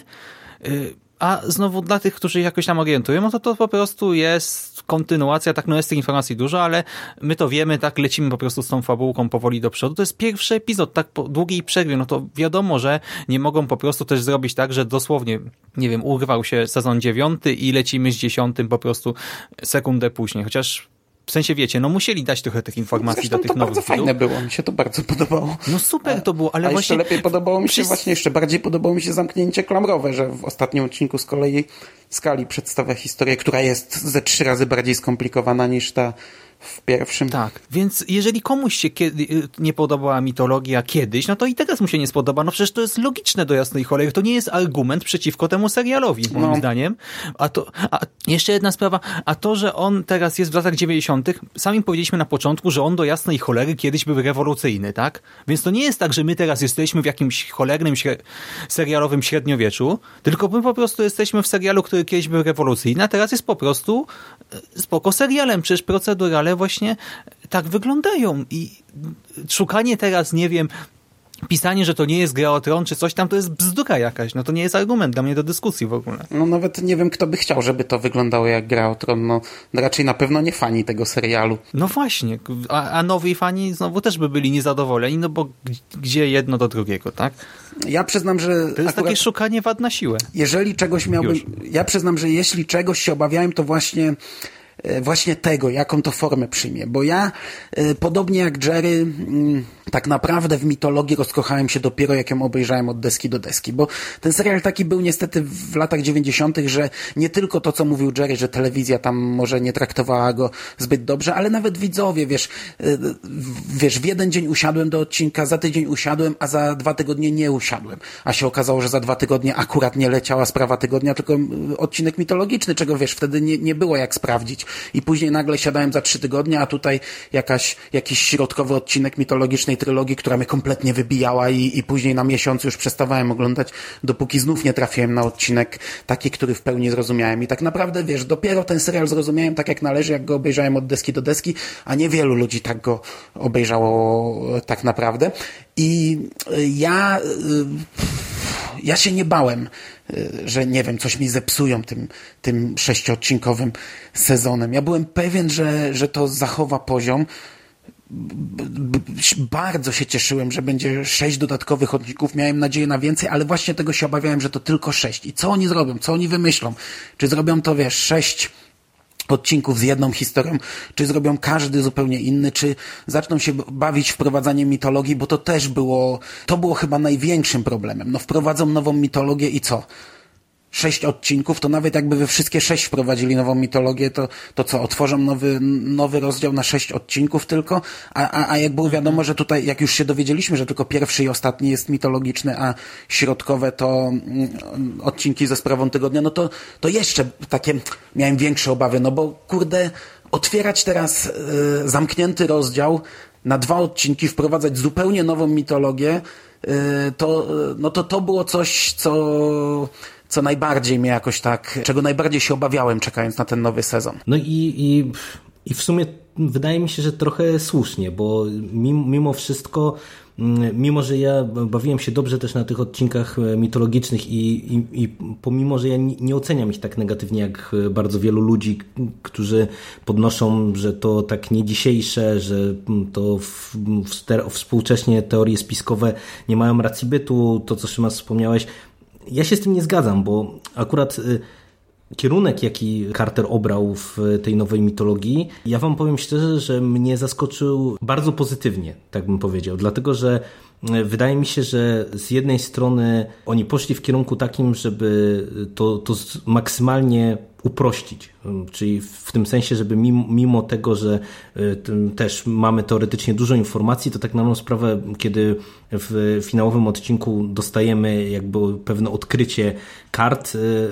a znowu dla tych, którzy jakoś tam orientują, no to to po prostu jest kontynuacja, tak, no jest tych informacji dużo, ale my to wiemy, tak, lecimy po prostu z tą fabułką powoli do przodu. To jest pierwszy epizod, tak, po długiej przerwie, no to wiadomo, że nie mogą po prostu też zrobić tak, że dosłownie, nie wiem, urwał się sezon dziewiąty i lecimy z dziesiątym po prostu sekundę później, chociaż w sensie, wiecie, no musieli dać trochę tych informacji Zresztą do tych to nowych bardzo fajne było, mi się to bardzo podobało. No super to było, ale a właśnie... jeszcze lepiej podobało mi się, Przez... właśnie jeszcze bardziej podobało mi się zamknięcie klamrowe, że w ostatnim odcinku z kolei Scully przedstawia historię, która jest ze trzy razy bardziej skomplikowana niż ta w pierwszym. Tak, więc jeżeli komuś się kiedy, nie podobała mitologia kiedyś, no to i teraz mu się nie spodoba. No przecież to jest logiczne do jasnej cholery. To nie jest argument przeciwko temu serialowi, moim no. zdaniem. A to, a jeszcze jedna sprawa, a to, że on teraz jest w latach dziewięćdziesiątych, sami powiedzieliśmy na początku, że on do jasnej cholery kiedyś był rewolucyjny, tak? Więc to nie jest tak, że my teraz jesteśmy w jakimś cholernym śre- serialowym średniowieczu, tylko my po prostu jesteśmy w serialu, który kiedyś był rewolucyjny, a teraz jest po prostu spoko serialem. Przecież procedurale właśnie tak wyglądają i szukanie teraz, nie wiem, pisanie, że to nie jest Gra o Tron czy coś tam, to jest bzdura jakaś. No to nie jest argument dla mnie do dyskusji w ogóle. No nawet nie wiem, kto by chciał, żeby to wyglądało jak Gra o Tron. No raczej na pewno nie fani tego serialu. No właśnie. A, a nowi fani znowu też by byli niezadowoleni, no bo gdzie jedno do drugiego, tak? Ja przyznam, że... To jest takie szukanie wad na siłę. Jeżeli czegoś miałbym... Już. Ja przyznam, że jeśli czegoś się obawiałem, to właśnie właśnie tego, jaką to formę przyjmie, bo ja podobnie jak Jerry tak naprawdę w mitologii rozkochałem się dopiero jak ją obejrzałem od deski do deski, bo ten serial taki był niestety w latach dziewięćdziesiątych, że nie tylko to, co mówił Jerry, że telewizja tam może nie traktowała go zbyt dobrze, ale nawet widzowie, wiesz, wiesz, w jeden dzień usiadłem do odcinka, za tydzień usiadłem, a za dwa tygodnie nie usiadłem, a się okazało, że za dwa tygodnie akurat nie leciała sprawa tygodnia, tylko odcinek mitologiczny, czego wiesz, wtedy nie, nie było jak sprawdzić i później nagle siadałem za trzy tygodnie, a tutaj jakaś, jakiś środkowy odcinek mitologicznej trylogii, która mnie kompletnie wybijała i, i później na miesiąc już przestawałem oglądać, dopóki znów nie trafiłem na odcinek taki, który w pełni zrozumiałem. I tak naprawdę, wiesz, dopiero ten serial zrozumiałem tak jak należy, jak go obejrzałem od deski do deski, a niewielu ludzi tak go obejrzało tak naprawdę. I ja, ja się nie bałem, że nie wiem, coś mi zepsują tym, tym sześciodcinkowym sezonem. Ja byłem pewien, że, że to zachowa poziom. Bardzo się cieszyłem, że będzie sześć dodatkowych odcinków, miałem nadzieję na więcej, ale właśnie tego się obawiałem, że to tylko sześć. I co oni zrobią? Co oni wymyślą? Czy zrobią to, wiesz, sześć odcinków z jedną historią, czy zrobią każdy zupełnie inny, czy zaczną się bawić wprowadzaniem mitologii, bo to też było, to było chyba największym problemem. No wprowadzą nową mitologię i co? Sześć odcinków, to nawet jakby we wszystkie sześć wprowadzili nową mitologię, to, to co, otworzą nowy, nowy rozdział na sześć odcinków tylko, a, a, a jak było wiadomo, że tutaj, jak już się dowiedzieliśmy, że tylko pierwszy i ostatni jest mitologiczny, a środkowe to mm, odcinki ze sprawą tygodnia, no to, to jeszcze takie miałem większe obawy, no bo kurde, otwierać teraz y, zamknięty rozdział na dwa odcinki, wprowadzać zupełnie nową mitologię, y, to, no to to było coś, co co najbardziej mnie jakoś tak, czego najbardziej się obawiałem, czekając na ten nowy sezon. No i, i, i w sumie wydaje mi się, że trochę słusznie, bo mimo, mimo wszystko, mimo że ja bawiłem się dobrze też na tych odcinkach mitologicznych i, i, i pomimo, że ja nie oceniam ich tak negatywnie jak bardzo wielu ludzi, którzy podnoszą, że to tak nie dzisiejsze, że to w, w, współcześnie teorie spiskowe nie mają racji bytu, to co Szymas wspomniałeś, ja się z tym nie zgadzam, bo akurat kierunek, jaki Carter obrał w tej nowej mitologii, ja wam powiem szczerze, że mnie zaskoczył bardzo pozytywnie, tak bym powiedział, dlatego że wydaje mi się, że z jednej strony oni poszli w kierunku takim, żeby to, to maksymalnie uprościć, czyli w tym sensie, żeby mimo, mimo tego, że też mamy teoretycznie dużo informacji, to tak na dobrą sprawę, kiedy w finałowym odcinku dostajemy jakby pewne odkrycie kart,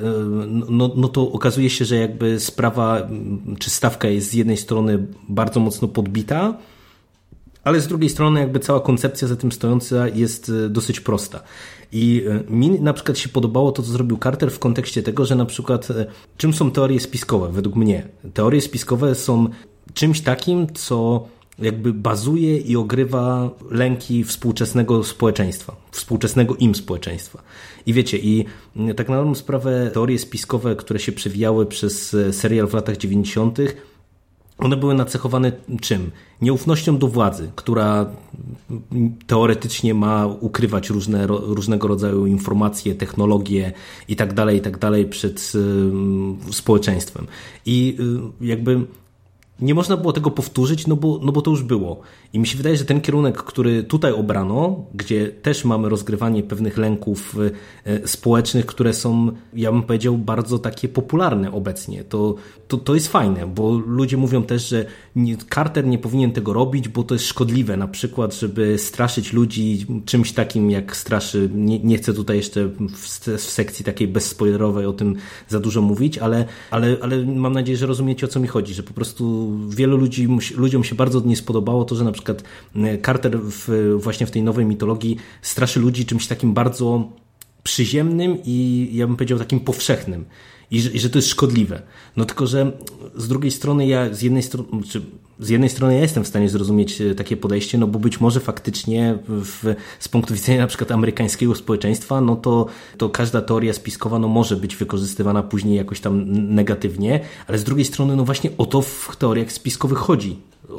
no, no to okazuje się, że jakby sprawa czy stawka jest z jednej strony bardzo mocno podbita, ale z drugiej strony jakby cała koncepcja za tym stojąca jest dosyć prosta. I mi na przykład się podobało to, co zrobił Carter w kontekście tego, że na przykład czym są teorie spiskowe według mnie? Teorie spiskowe są czymś takim, co jakby bazuje i ogrywa lęki współczesnego społeczeństwa, współczesnego im społeczeństwa. I wiecie, i tak na dobrą sprawę teorie spiskowe, które się przewijały przez serial w latach dziewięćdziesiątych, one były nacechowane czym? Nieufnością do władzy, która teoretycznie ma ukrywać różne, różnego rodzaju informacje, technologie i tak dalej, i tak dalej przed y, społeczeństwem. I y, jakby nie można było tego powtórzyć, no bo, no bo to już było. I mi się wydaje, że ten kierunek, który tutaj obrano, gdzie też mamy rozgrywanie pewnych lęków e, społecznych, które są, ja bym powiedział, bardzo takie popularne obecnie, to, to, to jest fajne, bo ludzie mówią też, że nie, Carter nie powinien tego robić, bo to jest szkodliwe, na przykład, żeby straszyć ludzi czymś takim, jak straszy, nie, nie chcę tutaj jeszcze w, w sekcji takiej bezspoilerowej o tym za dużo mówić, ale, ale, ale mam nadzieję, że rozumiecie, o co mi chodzi, że po prostu wielu ludzi, ludziom się bardzo nie spodobało to, że na przykład Carter w, właśnie w tej nowej mitologii straszy ludzi czymś takim bardzo przyziemnym i ja bym powiedział takim powszechnym. I że, i że to jest szkodliwe. No tylko, że z drugiej strony ja z jednej strony, czy z jednej strony ja jestem w stanie zrozumieć takie podejście, no bo być może faktycznie w, z punktu widzenia na przykład amerykańskiego społeczeństwa, no to, to każda teoria spiskowa no może być wykorzystywana później jakoś tam negatywnie, ale z drugiej strony no właśnie o to w teoriach spiskowych chodzi.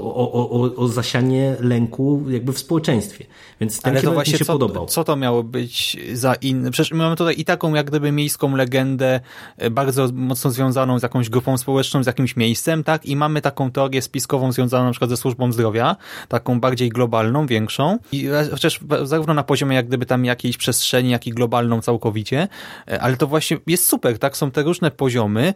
o, o, o zasianie lęku jakby w społeczeństwie. Więc ten Ale to właśnie mi się co, podobał. Co to miało być za inny? Przecież my mamy tutaj i taką jak gdyby miejską legendę bardzo mocno związaną z jakąś grupą społeczną, z jakimś miejscem, tak? I mamy taką teorię spiskową związaną na przykład ze służbą zdrowia, taką bardziej globalną, większą. I chociaż zarówno na poziomie jak gdyby tam jakiejś przestrzeni, jak i globalną całkowicie, ale to właśnie jest super, tak? Są te różne poziomy,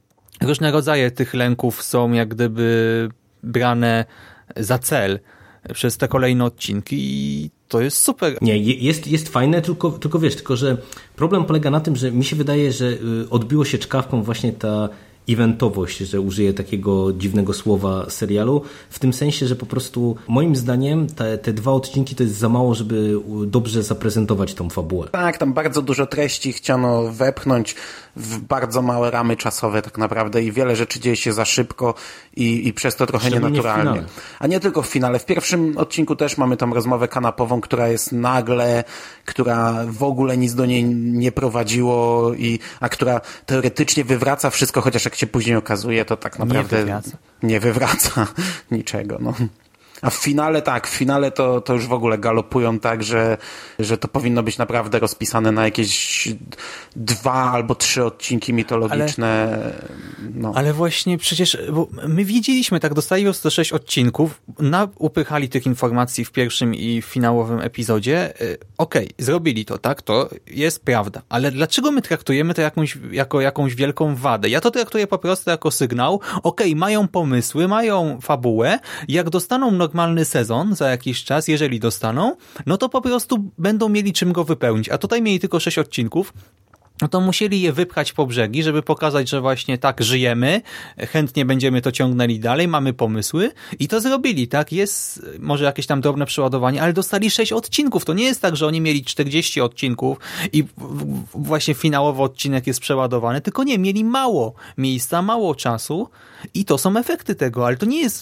różne rodzaje tych lęków są jak gdyby brane za cel przez te kolejne odcinki i to jest super. Nie, jest, jest fajne, tylko, tylko wiesz, tylko że problem polega na tym, że mi się wydaje, że odbiło się czkawką właśnie ta eventowość, że użyję takiego dziwnego słowa serialu, w tym sensie, że po prostu moim zdaniem te, te dwa odcinki to jest za mało, żeby dobrze zaprezentować tą fabułę. Tak, tam bardzo dużo treści chciano wepchnąć w bardzo małe ramy czasowe tak naprawdę i wiele rzeczy dzieje się za szybko i, i przez to trochę nienaturalnie. A nie tylko w finale. W pierwszym odcinku też mamy tą rozmowę kanapową, która jest nagle, która w ogóle nic do niej nie prowadziło, i, a która teoretycznie wywraca wszystko, chociaż jak się później okazuje, to tak naprawdę nie wywraca, nie wywraca niczego. No. A w finale tak, w finale to, to już w ogóle galopują tak, że, że to powinno być naprawdę rozpisane na jakieś dwa albo trzy odcinki mitologiczne. Ale, no. ale właśnie przecież bo my wiedzieliśmy, tak, dostali sto sześć odcinków, na, upychali tych informacji w pierwszym i finałowym epizodzie. Okej, okay, zrobili to, tak, to jest prawda. Ale dlaczego my traktujemy to jakąś, jako jakąś wielką wadę? Ja to traktuję po prostu jako sygnał. Okej, okay, mają pomysły, mają fabułę. Jak dostaną normalny sezon za jakiś czas, jeżeli dostaną, no to po prostu będą mieli czym go wypełnić. A tutaj mieli tylko sześć odcinków, no to musieli je wypchać po brzegi, żeby pokazać, że właśnie tak żyjemy, chętnie będziemy to ciągnęli dalej, mamy pomysły i to zrobili, tak? Jest może jakieś tam drobne przeładowanie, ale dostali sześć odcinków. To nie jest tak, że oni mieli czterdzieści odcinków i właśnie finałowy odcinek jest przeładowany, tylko nie, mieli mało miejsca, mało czasu i to są efekty tego, ale to nie jest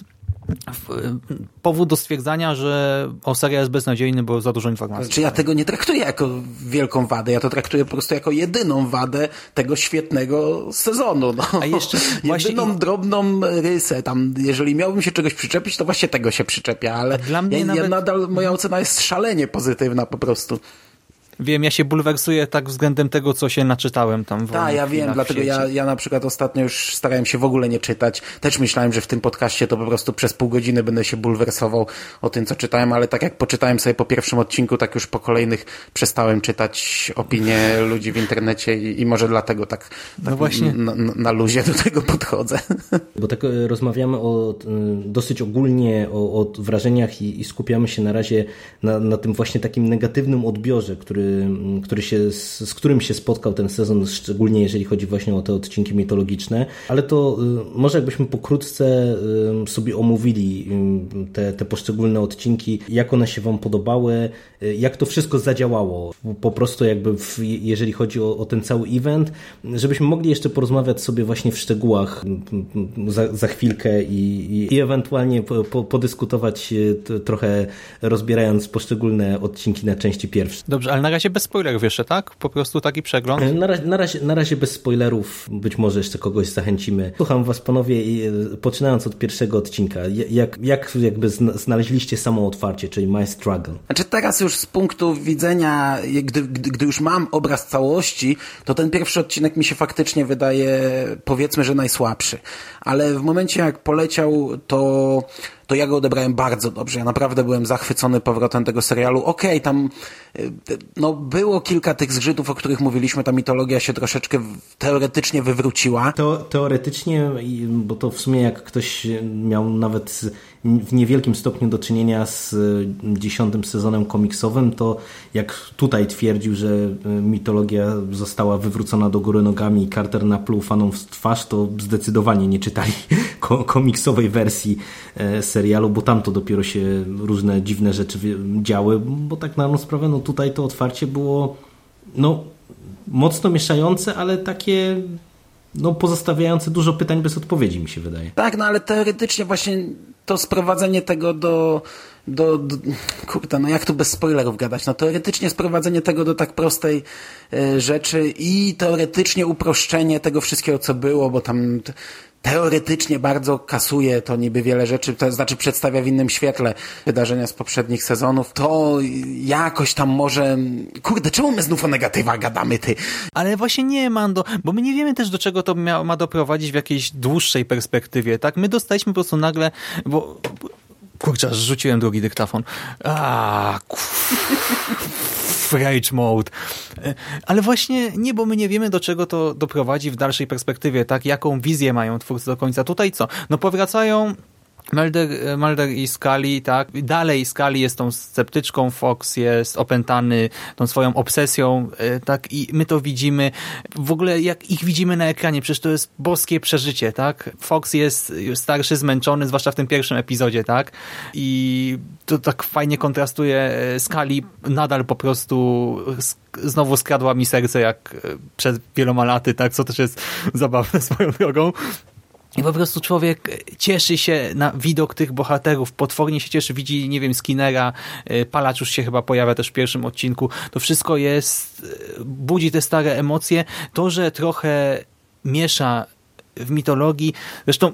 powód do stwierdzania, że o, serial jest beznadziejny, bo za dużo informacji. Znaczy ja tego nie traktuję jako wielką wadę, ja to traktuję po prostu jako jedyną wadę tego świetnego sezonu. No. A jeszcze jedyną właśnie... drobną rysę tam, jeżeli miałbym się czegoś przyczepić, to właśnie tego się przyczepia, ale dla mnie ja, nawet... ja nadal, moja ocena jest szalenie pozytywna po prostu. Wiem, ja się bulwersuję tak względem tego, co się naczytałem tam. Tak, ja wiem, dlatego ja, ja na przykład ostatnio już starałem się w ogóle nie czytać. Też myślałem, że w tym podcaście to po prostu przez pół godziny będę się bulwersował o tym, co czytałem, ale tak jak poczytałem sobie po pierwszym odcinku, tak już po kolejnych przestałem czytać opinie ludzi w internecie i, i może dlatego tak, tak no właśnie. Na, na luzie do tego podchodzę. Bo tak rozmawiamy o, dosyć ogólnie o, o wrażeniach i, i skupiamy się na razie na, na tym właśnie takim negatywnym odbiorze, który Który się, z którym się spotkał ten sezon, szczególnie jeżeli chodzi właśnie o te odcinki mitologiczne, ale to może jakbyśmy pokrótce sobie omówili te, te poszczególne odcinki, jak one się wam podobały, jak to wszystko zadziałało, po prostu jakby w, jeżeli chodzi o, o ten cały event, żebyśmy mogli jeszcze porozmawiać sobie właśnie w szczegółach za, za chwilkę i, i, i ewentualnie po, po, podyskutować trochę, rozbierając poszczególne odcinki na części pierwsze. Dobrze, ale na razie bez spoilerów jeszcze, tak? Po prostu taki przegląd? Na razie, na razie, na razie bez spoilerów, być może jeszcze kogoś zachęcimy. Słucham was, panowie, poczynając od pierwszego odcinka. Jak, jak jakby znaleźliście samo otwarcie, czyli My Struggle? Znaczy teraz już z punktu widzenia, gdy, gdy, gdy już mam obraz całości, to ten pierwszy odcinek mi się faktycznie wydaje, powiedzmy, że najsłabszy. Ale w momencie jak poleciał, to... to ja go odebrałem bardzo dobrze. Ja naprawdę byłem zachwycony powrotem tego serialu. Okej, okay, tam no, było kilka tych zgrzytów, o których mówiliśmy. Ta mitologia się troszeczkę teoretycznie wywróciła. To, teoretycznie, bo to w sumie jak ktoś miał nawet w niewielkim stopniu do czynienia z dziesiątym sezonem komiksowym, to jak tutaj twierdził, że mitologia została wywrócona do góry nogami i Carter napluł fanom w twarz, to zdecydowanie nie czytali komiksowej wersji serialu, bo tam to dopiero się różne dziwne rzeczy działy, bo tak na dobrą sprawę, no tutaj to otwarcie było no mocno mieszające, ale takie no pozostawiające dużo pytań bez odpowiedzi, mi się wydaje. Tak, no ale teoretycznie właśnie to sprowadzenie tego do do, do kurde, no jak tu bez spoilerów gadać? No teoretycznie sprowadzenie tego do tak prostej y, rzeczy i teoretycznie uproszczenie tego wszystkiego, co było, bo tam t- teoretycznie bardzo kasuje to niby wiele rzeczy, to znaczy przedstawia w innym świetle wydarzenia z poprzednich sezonów, to jakoś tam może... Kurde, czemu my znów o negatywach gadamy, ty? Ale właśnie nie, Mando, bo my nie wiemy też, do czego to mia- ma doprowadzić w jakiejś dłuższej perspektywie, tak? My dostaliśmy po prostu nagle, bo... Kurczę, aż rzuciłem drugi dyktafon. Aaa, rage mode. Ale właśnie nie, bo my nie wiemy, do czego to doprowadzi w dalszej perspektywie, tak? Jaką wizję mają twórcy do końca. Tutaj co? No powracają Mulder, Mulder i Scully, tak? Dalej Scully jest tą sceptyczką, Fox jest opętany tą swoją obsesją, tak? I my to widzimy. W ogóle jak ich widzimy na ekranie, przecież to jest boskie przeżycie, tak? Fox jest starszy, zmęczony, zwłaszcza w tym pierwszym epizodzie, tak? I to tak fajnie kontrastuje. Scully nadal po prostu znowu skradła mi serce jak przed wieloma laty, tak? Co też jest zabawne swoją drogą. I po prostu człowiek cieszy się na widok tych bohaterów, potwornie się cieszy, widzi, nie wiem, Skinnera, Palacz już się chyba pojawia też w pierwszym odcinku. To wszystko jest, budzi te stare emocje. To, że trochę miesza w mitologii, zresztą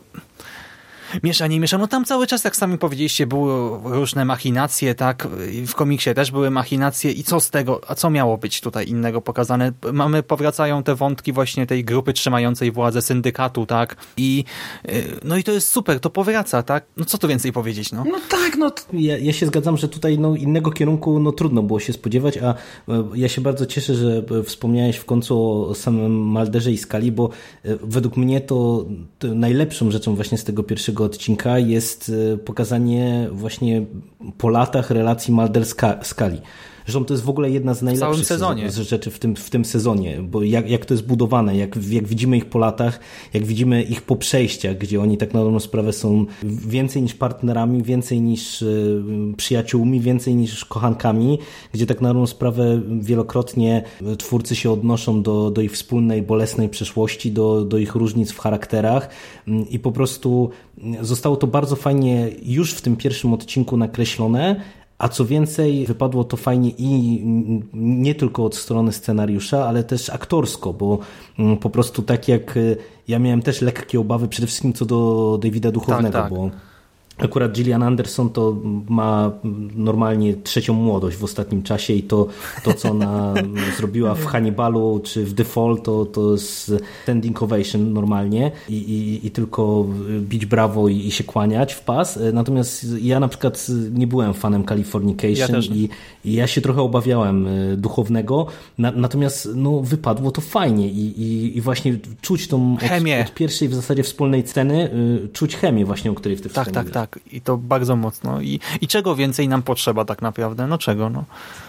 miesza, nie miesza, no tam cały czas, jak sami powiedzieliście, były różne machinacje, tak, w komiksie też były machinacje i co z tego, a co miało być tutaj innego pokazane? Mamy, powracają te wątki właśnie tej grupy trzymającej władzę, syndykatu, tak, i no i to jest super, to powraca, tak, no co tu więcej powiedzieć, no? No tak, no. Ja, ja się zgadzam, że tutaj no, innego kierunku no trudno było się spodziewać, a ja się bardzo cieszę, że wspomniałeś w końcu o samym Mulderze i Scully, bo według mnie to, to najlepszą rzeczą właśnie z tego pierwszego odcinka jest pokazanie właśnie po latach relacji Mulder-Scully. Zresztą to jest w ogóle jedna z najlepszych rzeczy w tym, w tym sezonie, bo jak, jak to jest budowane, jak, jak widzimy ich po latach, jak widzimy ich po przejściach, gdzie oni tak na dobrą sprawę są więcej niż partnerami, więcej niż przyjaciółmi, więcej niż kochankami, gdzie tak na dobrą sprawę wielokrotnie twórcy się odnoszą do, do ich wspólnej, bolesnej przeszłości, do, do ich różnic w charakterach i po prostu zostało to bardzo fajnie już w tym pierwszym odcinku nakreślone. A co więcej, wypadło to fajnie i nie tylko od strony scenariusza, ale też aktorsko, bo po prostu tak jak ja miałem też lekkie obawy przede wszystkim co do Davida Duchovnego, tak, tak. bo akurat Gillian Anderson to ma normalnie trzecią młodość w ostatnim czasie i to, to co ona zrobiła w Hannibalu czy w The Fall, to, to jest standing ovation normalnie i, i, i tylko bić brawo i, i się kłaniać w pas. Natomiast ja na przykład nie byłem fanem Californication ja i, i ja się trochę obawiałem Duchownego, na, natomiast no, wypadło to fajnie i, i, i właśnie czuć tą od, od pierwszej w zasadzie wspólnej sceny, czuć chemię właśnie, o której w tej tak, tak, tak. Tak, i to bardzo mocno. I, i czego więcej nam potrzeba tak naprawdę? No czego, no?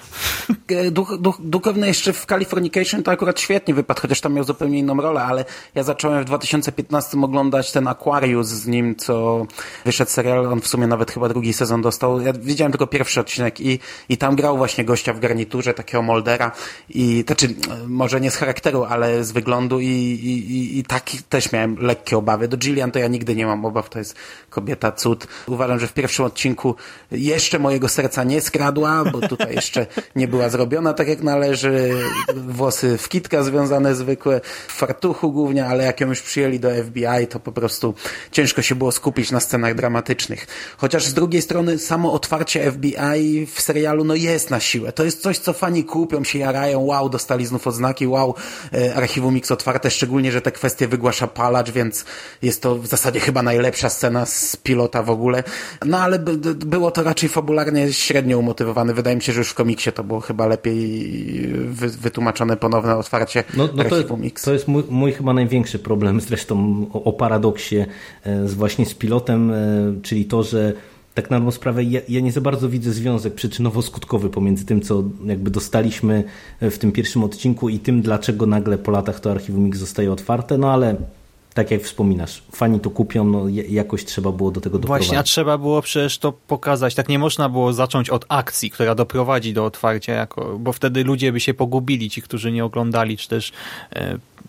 Duch, duch, Duchowny jeszcze w Californication to akurat świetnie wypadł, chociaż tam miał zupełnie inną rolę, ale ja zacząłem w dwa tysiące piętnastym oglądać ten Aquarius z nim, co wyszedł serial, on w sumie nawet chyba drugi sezon dostał. Ja widziałem tylko pierwszy odcinek i, i tam grał właśnie gościa w garniturze, takiego Muldera i to znaczy, może nie z charakteru, ale z wyglądu i, i, i, i tak też miałem lekkie obawy. Do Gillian to ja nigdy nie mam obaw, to jest kobieta cud. Uważam, że w pierwszym odcinku jeszcze mojego serca nie skradła, bo tutaj jeszcze nie była zrobiona tak jak należy, włosy w kitka związane zwykłe, w fartuchu głównie, ale jak ją już przyjęli do F B I, to po prostu ciężko się było skupić na scenach dramatycznych. Chociaż z drugiej strony samo otwarcie F B I w serialu no jest na siłę. To jest coś, co fani kupią, się jarają, wow, dostali znów odznaki, wow, Archiwum Mix otwarte, szczególnie, że te kwestie wygłasza Palacz, więc jest to w zasadzie chyba najlepsza scena z pilota w ogóle. No ale by, było to raczej fabularnie średnio umotywowane. Wydaje mi się, że już w komiksie to było chyba lepiej wy, wytłumaczone ponowne otwarcie no, no Archiwum Mix. To jest mój, mój chyba największy problem zresztą o, o paradoksie z, właśnie z pilotem, czyli to, że tak na dobrą sprawę ja, ja nie za bardzo widzę związek przyczynowo-skutkowy pomiędzy tym, co jakby dostaliśmy w tym pierwszym odcinku i tym, dlaczego nagle po latach to Archiwum Mix zostaje otwarte, no ale tak jak wspominasz, fani to kupią, no jakoś trzeba było do tego doprowadzić. Właśnie, a trzeba było przecież to pokazać. Tak nie można było zacząć od akcji, która doprowadzi do otwarcia, jako, bo wtedy ludzie by się pogubili, ci, którzy nie oglądali, czy też e,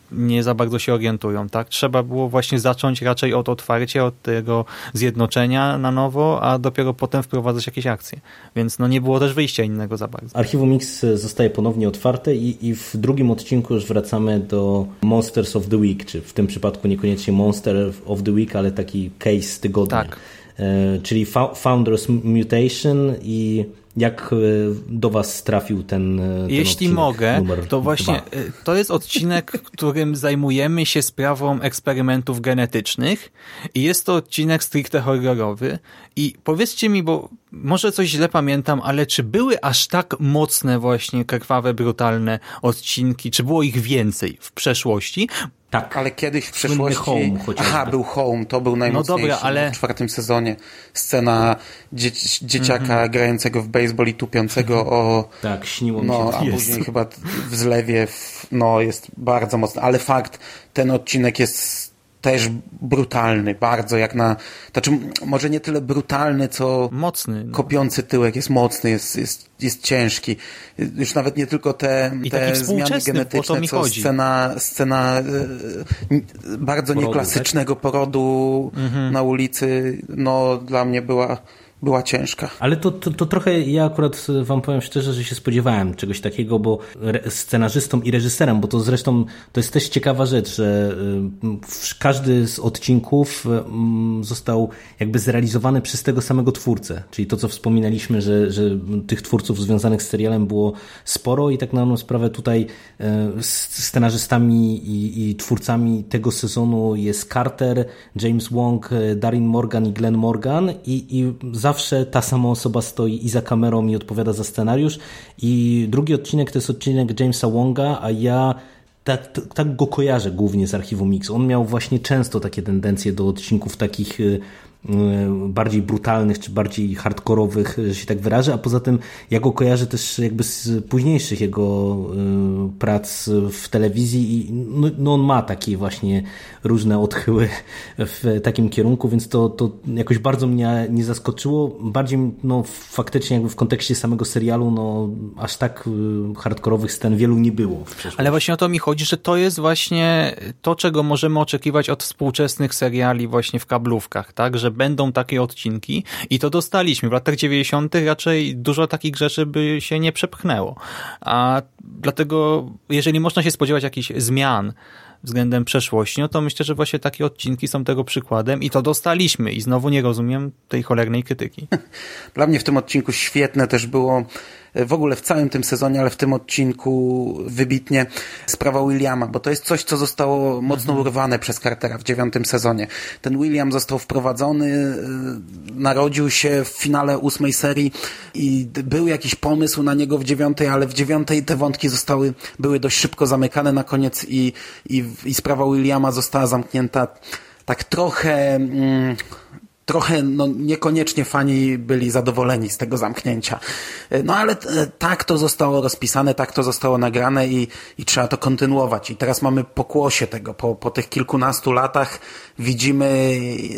nie za bardzo się orientują, tak? Trzeba było właśnie zacząć raczej od otwarcia, od tego zjednoczenia na nowo, a dopiero potem wprowadzać jakieś akcje. Więc no nie było też wyjścia innego za bardzo. Archiwum X zostaje ponownie otwarte i, i w drugim odcinku już wracamy do Monsters of the Week, czy w tym przypadku niekoniecznie Monster of the Week, ale taki case tygodnia. Tak. E, czyli Founders Mutation i jak do was trafił ten, ten Jeśli mogę, to właśnie dwa. To jest odcinek, którym zajmujemy się sprawą eksperymentów genetycznych i jest to odcinek stricte horrorowy i powiedzcie mi, bo może coś źle pamiętam, ale czy były aż tak mocne właśnie krwawe, brutalne odcinki, czy było ich więcej w przeszłości? Tak. Ale kiedyś w przeszłości... Home, Aha, był Home, to był najmocniejszy no dobra, ale... w czwartym sezonie. Scena dzie dzieciaka mm-hmm. grającego w baseball i tupiącego o... Tak, śniło mi no, się. A jest. Później chyba w zlewie, w, no jest bardzo mocny. Ale fakt, ten odcinek jest też brutalny, bardzo jak na... Znaczy, może nie tyle brutalny, co... Mocny. No. Kopiący tyłek, jest mocny, jest, jest, jest ciężki. Już nawet nie tylko te, te zmiany genetyczne, co chodzi. scena, scena yy, bardzo porodu, nieklasycznego tak? porodu mhm. na ulicy, no dla mnie była... była ciężka. Ale to, to, to trochę, ja akurat wam powiem szczerze, że się spodziewałem czegoś takiego, bo scenarzystą i reżyserem, bo to zresztą to jest też ciekawa rzecz, że każdy z odcinków został jakby zrealizowany przez tego samego twórcę, czyli to, co wspominaliśmy, że, że tych twórców związanych z serialem było sporo i tak na dobrą sprawę tutaj scenarzystami i, i twórcami tego sezonu jest Carter, James Wong, Darin Morgan i Glenn Morgan i, i zawsze ta sama osoba stoi i za kamerą i odpowiada za scenariusz. I drugi odcinek to jest odcinek Jamesa Wonga, a ja tak, tak go kojarzę głównie z Archiwum X. On miał właśnie często takie tendencje do odcinków takich bardziej brutalnych, czy bardziej hardkorowych, że się tak wyrażę, a poza tym ja go kojarzę też jakby z późniejszych jego prac w telewizji i no, no on ma takie właśnie różne odchyły w takim kierunku, więc to, to jakoś bardzo mnie nie zaskoczyło. Bardziej no faktycznie jakby w kontekście samego serialu no aż tak hardkorowych scen wielu nie było. Ale właśnie o to mi chodzi, że to jest właśnie to, czego możemy oczekiwać od współczesnych seriali właśnie w kablówkach, tak, że będą takie odcinki i to dostaliśmy. W latach dziewięćdziesiątych raczej dużo takich rzeczy by się nie przepchnęło. A dlatego, jeżeli można się spodziewać jakichś zmian względem przeszłości, no to myślę, że właśnie takie odcinki są tego przykładem i to dostaliśmy i znowu nie rozumiem tej cholernej krytyki. Dla mnie w tym odcinku świetne też było w ogóle w całym tym sezonie, ale w tym odcinku wybitnie sprawa Williama, bo to jest coś, co zostało mocno urwane przez Cartera w dziewiątym sezonie. Ten William został wprowadzony, narodził się w finale ósmej serii i był jakiś pomysł na niego w dziewiątej, ale w dziewiątej te wątki zostały, były dość szybko zamykane na koniec i, i, i sprawa Williama została zamknięta tak trochę... Mm, Trochę no, niekoniecznie fani byli zadowoleni z tego zamknięcia. No ale tak to zostało rozpisane, tak to zostało nagrane i, i trzeba to kontynuować. I teraz mamy pokłosie tego. Po, po tych kilkunastu latach widzimy,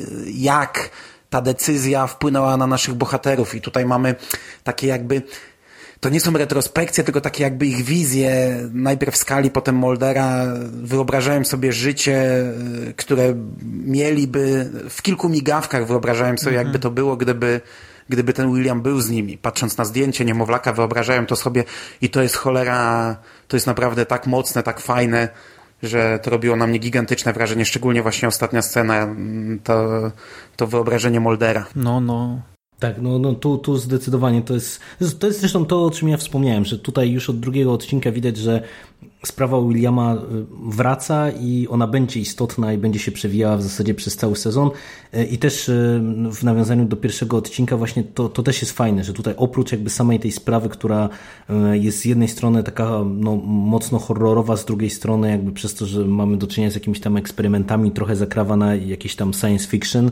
jak ta decyzja wpłynęła na naszych bohaterów. I tutaj mamy takie jakby... To nie są retrospekcje, tylko takie jakby ich wizje, najpierw Scully, potem Muldera. Wyobrażałem sobie życie, które mieliby w kilku migawkach, wyobrażałem sobie, jakby to było, gdyby, gdyby ten William był z nimi. Patrząc na zdjęcie niemowlaka, wyobrażałem to sobie i to jest cholera, to jest naprawdę tak mocne, tak fajne, że to robiło na mnie gigantyczne wrażenie, szczególnie właśnie ostatnia scena, to, to wyobrażenie Muldera. No, no. Tak, no, no tu, tu zdecydowanie to jest, to jest zresztą to, o czym ja wspomniałem, że tutaj już od drugiego odcinka widać, że sprawa Williama wraca i ona będzie istotna i będzie się przewijała w zasadzie przez cały sezon i też w nawiązaniu do pierwszego odcinka właśnie to, to też jest fajne, że tutaj oprócz jakby samej tej sprawy, która jest z jednej strony taka no, mocno horrorowa, z drugiej strony jakby przez to, że mamy do czynienia z jakimiś tam eksperymentami, trochę zakrawa na jakieś tam science fiction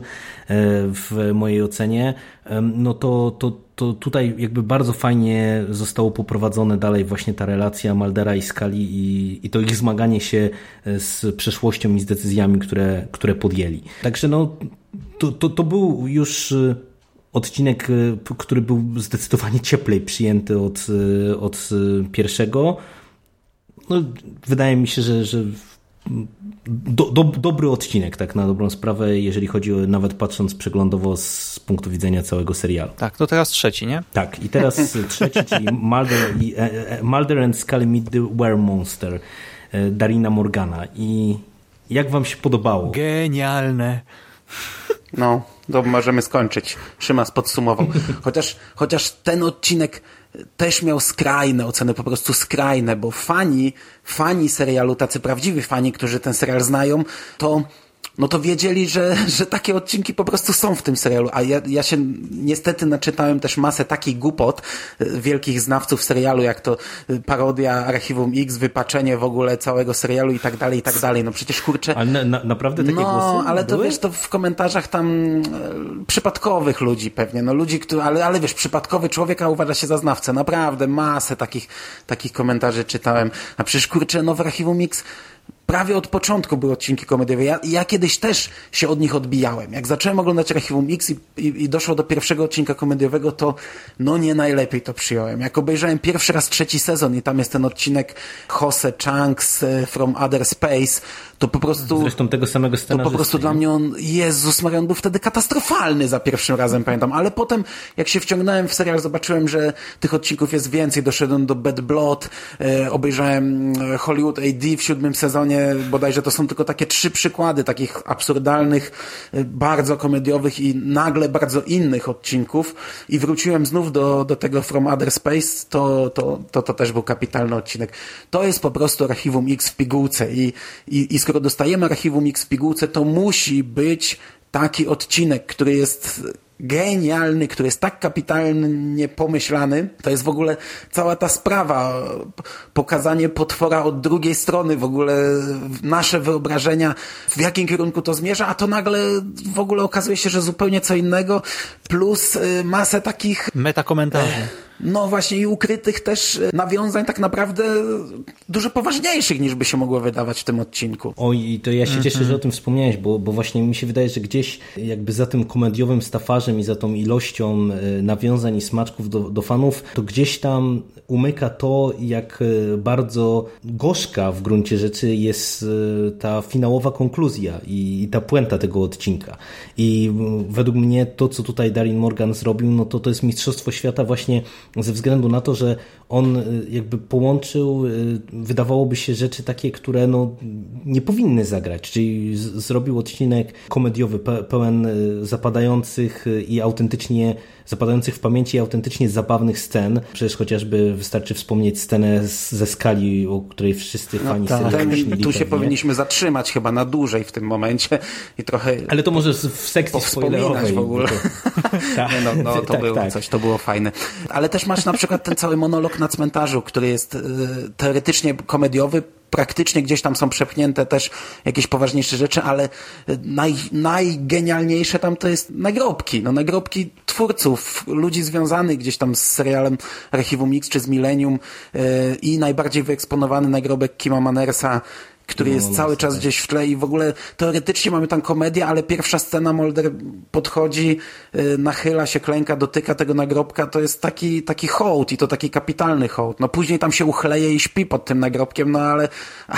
w mojej ocenie, no to, to to tutaj jakby bardzo fajnie zostało poprowadzone dalej właśnie ta relacja Muldera i Scully i, i to ich zmaganie się z przeszłością i z decyzjami, które, które podjęli. Także no, to, to, to był już odcinek, który był zdecydowanie cieplej przyjęty od, od pierwszego. No, wydaje mi się, że, że do, do, dobry odcinek, tak na dobrą sprawę, jeżeli chodzi o, nawet patrząc przeglądowo z punktu widzenia całego serialu. Tak, to teraz trzeci, nie? Tak, i teraz trzeci, czyli Mulder, i, e, Mulder and Scully Meet the Weremonster e, Darina Morgana. I jak wam się podobało? Genialne. No, to możemy skończyć. Szymas podsumował. Chociaż, chociaż ten odcinek też miał skrajne oceny, po prostu skrajne, bo fani, fani serialu, tacy prawdziwi fani, którzy ten serial znają, to no to wiedzieli, że, że takie odcinki po prostu są w tym serialu, a ja, ja się niestety naczytałem też masę takich głupot wielkich znawców serialu, jak to parodia Archiwum X, wypaczenie w ogóle całego serialu i tak dalej, i tak dalej. No przecież kurczę... Ale na, na, naprawdę takie no, głosy No, ale to były? wiesz, to w komentarzach tam e, przypadkowych ludzi pewnie, no ludzi, którzy, ale, ale wiesz, przypadkowy człowiek, a uważa się za znawcę. Naprawdę masę takich, takich komentarzy czytałem. A przecież kurczę, no w Archiwum X prawie od początku były odcinki komediowe. Ja, ja kiedyś też się od nich odbijałem. Jak zacząłem oglądać Archiwum X i, i, i doszło do pierwszego odcinka komediowego, to no nie najlepiej to przyjąłem. Jak obejrzałem pierwszy raz trzeci sezon i tam jest ten odcinek Jose Chunks from Other Space, to po prostu... Zresztą tego samego scenarzysty. To po prostu dla mnie on, Jezus Maria, on był wtedy katastrofalny za pierwszym razem, pamiętam. Ale potem, jak się wciągnąłem w serial, zobaczyłem, że tych odcinków jest więcej. Doszedłem do Bad Blood, e, obejrzałem Hollywood A D w siódmym sezonie, bodajże to są tylko takie trzy przykłady takich absurdalnych, bardzo komediowych i nagle bardzo innych odcinków i wróciłem znów do, do tego From Other Space, to, to, to, to też był kapitalny odcinek. To jest po prostu Archiwum X w pigułce i, i, i skoro dostajemy Archiwum X w pigułce, to musi być taki odcinek, który jest genialny, który jest tak kapitalnie pomyślany. To jest w ogóle cała ta sprawa, pokazanie potwora od drugiej strony, w ogóle nasze wyobrażenia, w jakim kierunku to zmierza, a to nagle w ogóle okazuje się, że zupełnie co innego, plus masę takich metakomentarzy. No właśnie i ukrytych też nawiązań tak naprawdę dużo poważniejszych niż by się mogło wydawać w tym odcinku. Oj, to ja się cieszę, mm-hmm. że o tym wspomniałeś, bo, bo właśnie mi się wydaje, że gdzieś jakby za tym komediowym stafarzem i za tą ilością nawiązań i smaczków do, do fanów, to gdzieś tam umyka to, jak bardzo gorzka w gruncie rzeczy jest ta finałowa konkluzja i, i ta puenta tego odcinka. I według mnie to, co tutaj Darin Morgan zrobił, no to to jest mistrzostwo świata właśnie ze względu na to, że on jakby połączył, wydawałoby się, rzeczy takie, które no nie powinny zagrać, czyli z- zrobił odcinek komediowy pe- pełen zapadających i autentycznie zapadających w pamięci i autentycznie zabawnych scen. Przecież chociażby wystarczy wspomnieć scenę z, ze Skali, o której wszyscy no fani tak. serialu śnili. Tu się pewnie. powinniśmy zatrzymać chyba na dłużej w tym momencie i trochę... Ale to może w sekcji spoilerowej. w ogóle. To... tak. No, no to tak, było tak. coś, to było fajne. Ale też masz na przykład ten cały monolog na cmentarzu, który jest y, teoretycznie komediowy, praktycznie gdzieś tam są przepchnięte też jakieś poważniejsze rzeczy, ale naj, najgenialniejsze tam to jest nagrobki. No nagrobki twórców, ludzi związanych gdzieś tam z serialem Archiwum X czy z Millennium yy, i najbardziej wyeksponowany nagrobek Kima Mannersa, który no, jest no, cały czas tak. gdzieś w tle i w ogóle teoretycznie mamy tam komedię, ale pierwsza scena Mulder podchodzi, yy, nachyla się, klęka, dotyka tego nagrobka, to jest taki, taki hołd i to taki kapitalny hołd. No później tam się uchleje i śpi pod tym nagrobkiem, no ale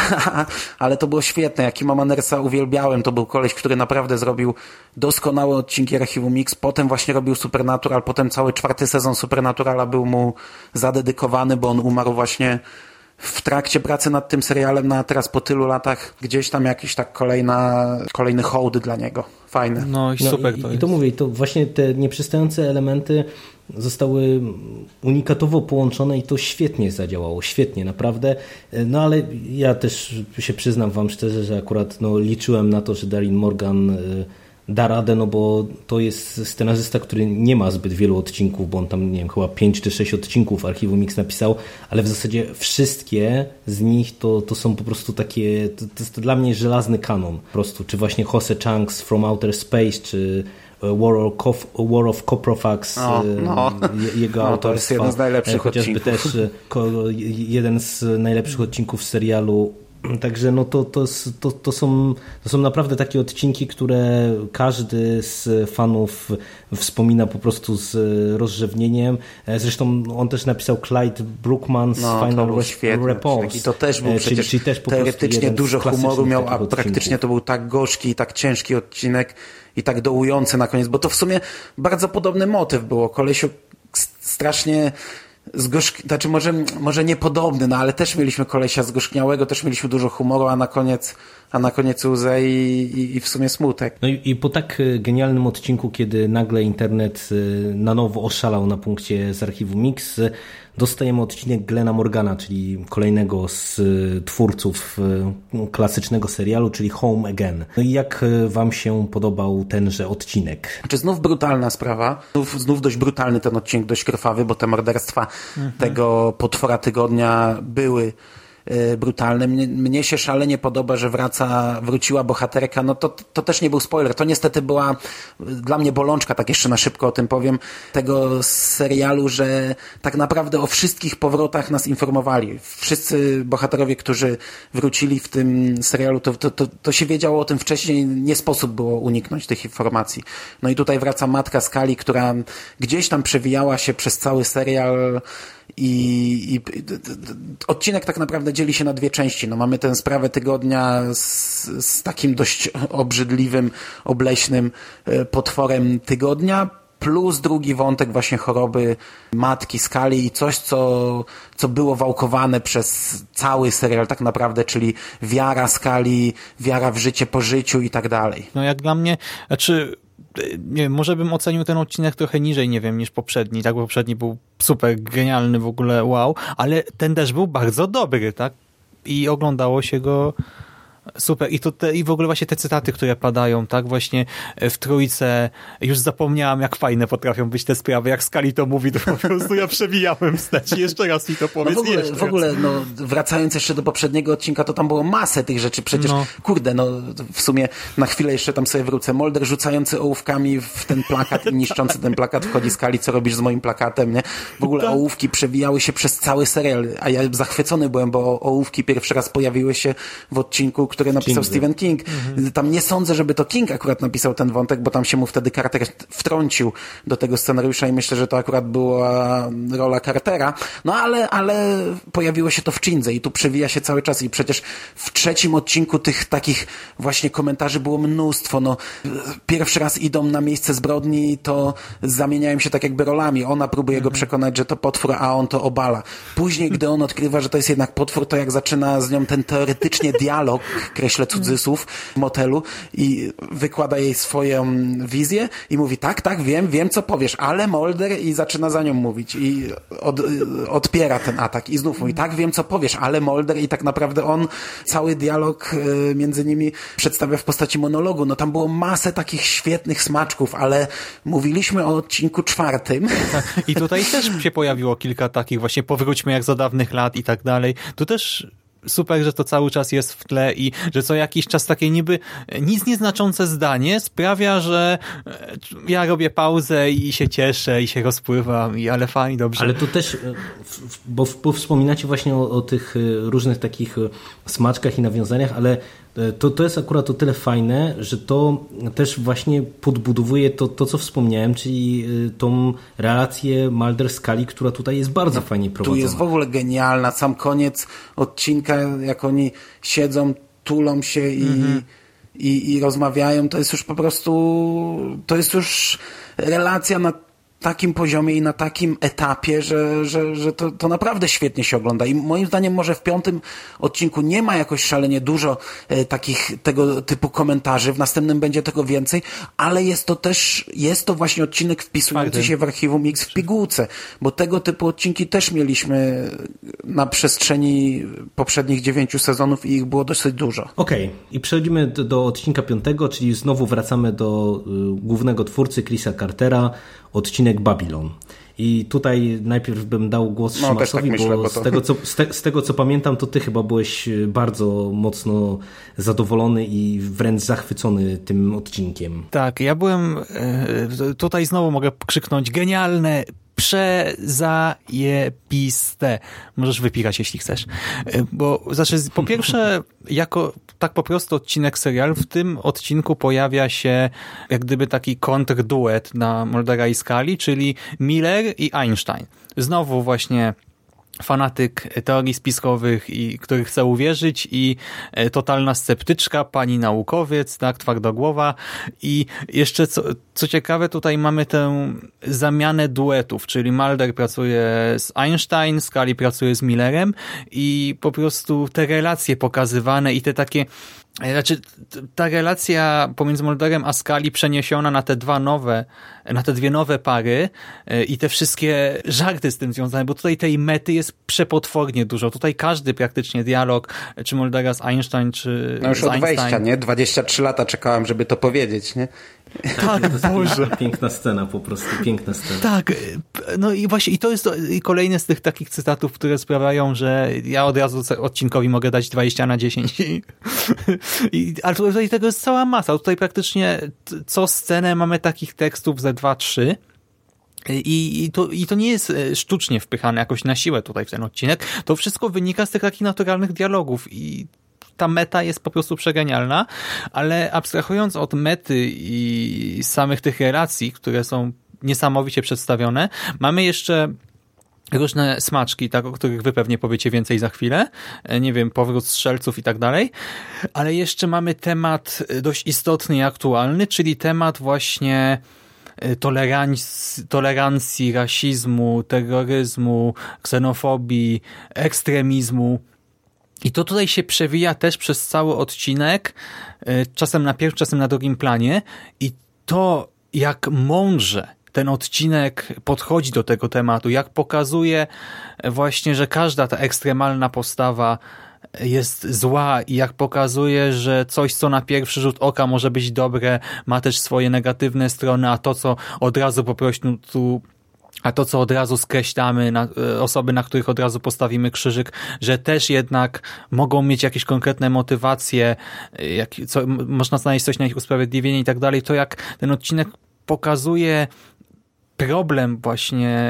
ale to było świetne. Ja Kima Mannersa uwielbiałem, to był koleś, który naprawdę zrobił doskonałe odcinki Archiwum X, potem właśnie robił Supernatural, potem cały czwarty sezon Supernaturala był mu zadedykowany, bo on umarł właśnie w trakcie pracy nad tym serialem, no a teraz po tylu latach gdzieś tam jakiś tak kolejna, kolejny hołd dla niego. Fajne. No i super no, to i, jest. I to mówię, to właśnie te nieprzystające elementy zostały unikatowo połączone i to świetnie zadziałało, świetnie, naprawdę. No ale ja też się przyznam wam szczerze, że akurat no, liczyłem na to, że Darin Morgan da radę, no bo to jest scenarzysta, który nie ma zbyt wielu odcinków, bo on tam, nie wiem, chyba pięć czy sześć odcinków Archiwum X napisał, ale w zasadzie wszystkie z nich to, to są po prostu takie, to, to jest dla mnie żelazny kanon po prostu, czy właśnie Jose Chunks from Outer Space, czy War of, Cof, War of Coprofax, no, no. jego no, autorstwa. To jest jeden z najlepszych chociażby odcinków. też jeden z najlepszych odcinków serialu Także no to, to, to, to, są, to są naprawdę takie odcinki, które każdy z fanów wspomina po prostu z rozrzewnieniem. Zresztą on też napisał Clyde Brookman z no, Final Repose. I to też był przecież czyli, czyli też teoretycznie dużo humoru miał, a praktycznie to był tak gorzki i tak ciężki odcinek i tak dołujący na koniec, bo to w sumie bardzo podobny motyw było. Kolesiu strasznie zgorzk... znaczy może, może niepodobny, no ale też mieliśmy kolesia zgorzkniałego, też mieliśmy dużo humoru, a na koniec a na koniec łzę i, i, i w sumie smutek. No i, i po tak genialnym odcinku, kiedy nagle internet na nowo oszalał na punkcie z archiwum Mix, dostajemy odcinek Glena Morgana, czyli kolejnego z twórców klasycznego serialu, czyli Home Again. No i jak wam się podobał tenże odcinek? Znaczy znów brutalna sprawa, znów, znów dość brutalny ten odcinek, dość krwawy, bo te morderstwa mhm. tego potwora tygodnia były brutalne. Mnie, mnie się szalenie podoba, że wraca, wróciła bohaterka. No to, to też nie był spoiler. To niestety była dla mnie bolączka, tak jeszcze na szybko o tym powiem, tego serialu, że tak naprawdę o wszystkich powrotach nas informowali. Wszyscy bohaterowie, którzy wrócili w tym serialu, to, to, to, to się wiedziało o tym wcześniej. Nie sposób było uniknąć tych informacji. No i tutaj wraca matka Scully, która gdzieś tam przewijała się przez cały serial. I, i odcinek tak naprawdę dzieli się na dwie części. No mamy tę sprawę tygodnia z, z takim dość obrzydliwym, obleśnym potworem tygodnia, plus drugi wątek właśnie choroby matki Scully i coś, co, co było wałkowane przez cały serial tak naprawdę, czyli wiara Scully, wiara w życie po życiu i tak dalej. No jak dla mnie, znaczy nie wiem, może bym ocenił ten odcinek trochę niżej, nie wiem, niż poprzedni, tak, bo poprzedni był super genialny w ogóle, wow, ale ten też był bardzo dobry, tak, i oglądało się go super. I to te, i w ogóle właśnie te cytaty, które padają, tak, właśnie w trójce, już zapomniałam, jak fajne potrafią być te sprawy, jak Scully to mówi, to po prostu ja przewijałem wstecz. Jeszcze raz mi to powiedz. No w ogóle, jeszcze w ogóle no, wracając jeszcze do poprzedniego odcinka, to tam było masę tych rzeczy. Przecież, no. kurde, no w sumie na chwilę jeszcze tam sobie wrócę. Mulder rzucający ołówkami w ten plakat i niszczący ten plakat, wchodzi Scully, co robisz z moim plakatem, nie? W ogóle to... ołówki przewijały się przez cały serial, a ja zachwycony byłem, bo ołówki pierwszy raz pojawiły się w odcinku, który napisał King. Stephen King. Mhm. Tam nie sądzę, żeby to King akurat napisał ten wątek, bo tam się mu wtedy Carter wtrącił do tego scenariusza i myślę, że to akurat była rola Cartera. No ale, ale pojawiło się to w Kindze i tu przewija się cały czas i przecież w trzecim odcinku tych takich właśnie komentarzy było mnóstwo. No, pierwszy raz idą na miejsce zbrodni, to zamieniają się tak jakby rolami. Ona próbuje mhm. go przekonać, że to potwór, a on to obala. Później, gdy on odkrywa, że to jest jednak potwór, to jak zaczyna z nią ten teoretycznie dialog, kreślę cudzysłów, w motelu i wykłada jej swoją wizję i mówi, tak, tak, wiem, wiem, co powiesz, ale Mulder i zaczyna za nią mówić i od, odpiera ten atak i znów mówi, tak, wiem, co powiesz, ale Mulder i tak naprawdę on cały dialog między nimi przedstawia w postaci monologu. No tam było masę takich świetnych smaczków, ale mówiliśmy o odcinku czwartym. Tak. I tutaj też się pojawiło kilka takich właśnie powróćmy jak za dawnych lat i tak dalej. Tu też super, że to cały czas jest w tle i że co jakiś czas takie niby nic nieznaczące zdanie sprawia, że ja robię pauzę i się cieszę i się rozpływam, i ale fajnie, dobrze. Ale tu też, bo, bo wspominacie właśnie o, o tych różnych takich smaczkach i nawiązaniach, ale to, to jest akurat o tyle fajne, że to też właśnie podbudowuje to, to co wspomniałem, czyli tą relację Mulder-Scully, która tutaj jest bardzo no, fajnie prowadzona. Tu jest w ogóle genialna. Sam koniec odcinka, jak oni siedzą, tulą się i, mm-hmm. i, i rozmawiają, to jest już po prostu, to jest już relacja na takim poziomie i na takim etapie, że, że, że to, to naprawdę świetnie się ogląda i moim zdaniem może w piątym odcinku nie ma jakoś szalenie dużo e, takich tego typu komentarzy, w następnym będzie tego więcej, ale jest to też, jest to właśnie odcinek wpisujący się w archiwum Mix w pigułce, bo tego typu odcinki też mieliśmy na przestrzeni poprzednich dziewięciu sezonów i ich było dosyć dużo. Okej, okay. I przechodzimy do, do odcinka piątego, czyli znowu wracamy do y, głównego twórcy Chrisa Cartera, odcinek Babylon. I tutaj najpierw bym dał głos no, Szymasowi, tak bo, myślę, bo to... z, tego, co, z, te, z tego co pamiętam, to ty chyba byłeś bardzo mocno zadowolony i wręcz zachwycony tym odcinkiem. Tak, ja byłem, tutaj znowu mogę krzyknąć, genialne, przezajebiste. Możesz wypikać, jeśli chcesz. Bo znaczy, po pierwsze, jako tak po prostu odcinek serial, w tym odcinku pojawia się jak gdyby taki kontrduet na Muldera i Scully, czyli Miller i Einstein. Znowu właśnie fanatyk teorii spiskowych, i który chce uwierzyć, i totalna sceptyczka, pani naukowiec, tak, twardogłowa. I jeszcze co, co ciekawe, tutaj mamy tę zamianę duetów, czyli Mulder pracuje z Einstein, Scully pracuje z Millerem i po prostu te relacje pokazywane i te takie, znaczy ta relacja pomiędzy Mulderem a Scully przeniesiona na te dwa nowe, na te dwie nowe pary i te wszystkie żarty z tym związane, bo tutaj tej mety jest przepotwornie dużo. Tutaj każdy praktycznie dialog, czy Muldera z Einstein, czy no już z od Einstein. wejścia, nie? dwadzieścia trzy lata czekałem, żeby to powiedzieć, nie? Tak, Boże. Piękna scena, po prostu piękna scena. Tak, no i właśnie i to jest kolejny z tych takich cytatów, które sprawiają, że ja od razu odcinkowi mogę dać dwadzieścia na dziesięć. I, i, ale tutaj tego jest cała masa. Tutaj praktycznie co scenę mamy takich tekstów ze dwa trzy. I, i, to, I to nie jest sztucznie wpychane jakoś na siłę tutaj w ten odcinek. To wszystko wynika z tych takich naturalnych dialogów i ta meta jest po prostu przegenialna, ale abstrahując od mety i samych tych relacji, które są niesamowicie przedstawione, mamy jeszcze różne smaczki, tak, o których wy pewnie powiecie więcej za chwilę. Nie wiem, powrót strzelców i tak dalej. Ale jeszcze mamy temat dość istotny i aktualny, czyli temat właśnie tolerancji, tolerancji, rasizmu, terroryzmu, ksenofobii, ekstremizmu. I to tutaj się przewija też przez cały odcinek, czasem na pierwszym, czasem na drugim planie. I to, jak mądrze ten odcinek podchodzi do tego tematu, jak pokazuje właśnie, że każda ta ekstremalna postawa jest zła i jak pokazuje, że coś, co na pierwszy rzut oka może być dobre, ma też swoje negatywne strony, a to, co od razu po prostu tu A to, co od razu skreślamy, na, osoby, na których od razu postawimy krzyżyk, że też jednak mogą mieć jakieś konkretne motywacje, jak, co, można znaleźć coś na ich usprawiedliwienie i tak dalej, to jak ten odcinek pokazuje problem właśnie,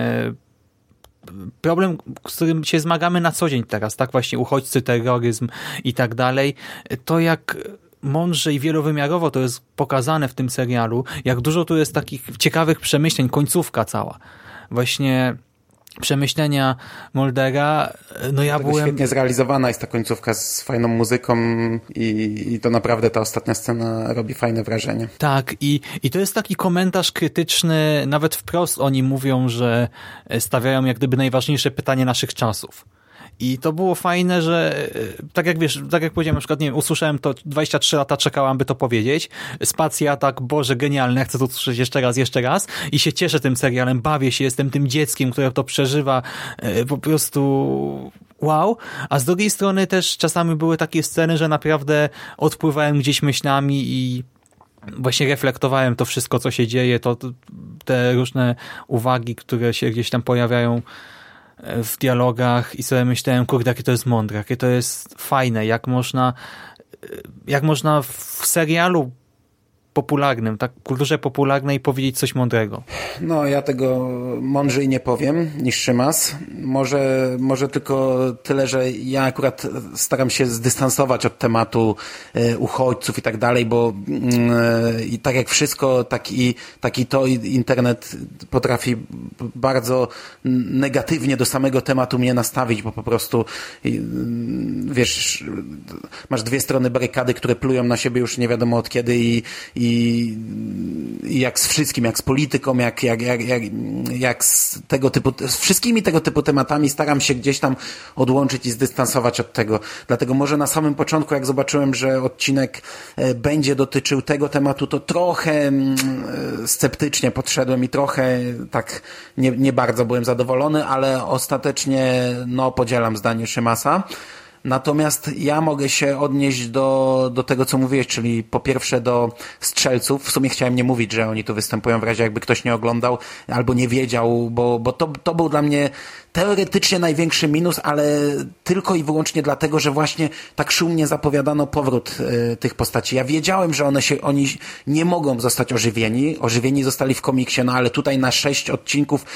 problem, z którym się zmagamy na co dzień teraz, tak właśnie uchodźcy, terroryzm i tak dalej, to jak mądrze i wielowymiarowo to jest pokazane w tym serialu, jak dużo tu jest takich ciekawych przemyśleń, końcówka cała. Właśnie przemyślenia Muldera, no ja Tego byłem... Świetnie zrealizowana jest ta końcówka z fajną muzyką i, i to naprawdę ta ostatnia scena robi fajne wrażenie. Tak, i, i to jest taki komentarz krytyczny, nawet wprost oni mówią, że stawiają jak gdyby najważniejsze pytanie naszych czasów. I to było fajne, że tak jak wiesz, tak jak powiedziałem, na przykład, nie wiem, usłyszałem to, dwadzieścia trzy lata czekałam, by to powiedzieć. Spacja, tak, Boże, genialne, chcę to usłyszeć jeszcze raz, jeszcze raz i się cieszę tym serialem, bawię się, jestem tym dzieckiem, które to przeżywa, po prostu wow. A z drugiej strony też czasami były takie sceny, że naprawdę odpływałem gdzieś myślami i właśnie reflektowałem to wszystko, co się dzieje, to te różne uwagi, które się gdzieś tam pojawiają w dialogach i sobie myślałem, kurde, jakie to jest mądre, jakie to jest fajne, jak można jak można w serialu popularnym, tak, kulturze popularnej powiedzieć coś mądrego. No, ja tego mądrzej nie powiem niż Szymas. Może, może tylko tyle, że ja akurat staram się zdystansować od tematu e, uchodźców i tak dalej, bo e, i tak jak wszystko, tak i, tak i to internet potrafi bardzo negatywnie do samego tematu mnie nastawić, bo po prostu i, wiesz, masz dwie strony barykady, które plują na siebie już nie wiadomo od kiedy i, i I, i jak z wszystkim, jak z polityką, jak, jak, jak, jak, jak z tego typu, z wszystkimi tego typu tematami staram się gdzieś tam odłączyć i zdystansować od tego. Dlatego może na samym początku, jak zobaczyłem, że odcinek będzie dotyczył tego tematu, to trochę sceptycznie podszedłem i trochę tak nie, nie bardzo byłem zadowolony, ale ostatecznie no podzielam zdanie Szymasa. Natomiast ja mogę się odnieść do, do tego, co mówiłeś, czyli po pierwsze do strzelców. W sumie chciałem nie mówić, że oni tu występują w razie jakby ktoś nie oglądał albo nie wiedział, bo, bo to, to był dla mnie teoretycznie największy minus, ale tylko i wyłącznie dlatego, że właśnie tak szumnie zapowiadano powrót y, tych postaci. Ja wiedziałem, że one się, oni nie mogą zostać ożywieni. Ożywieni zostali w komiksie, no ale tutaj na sześć odcinków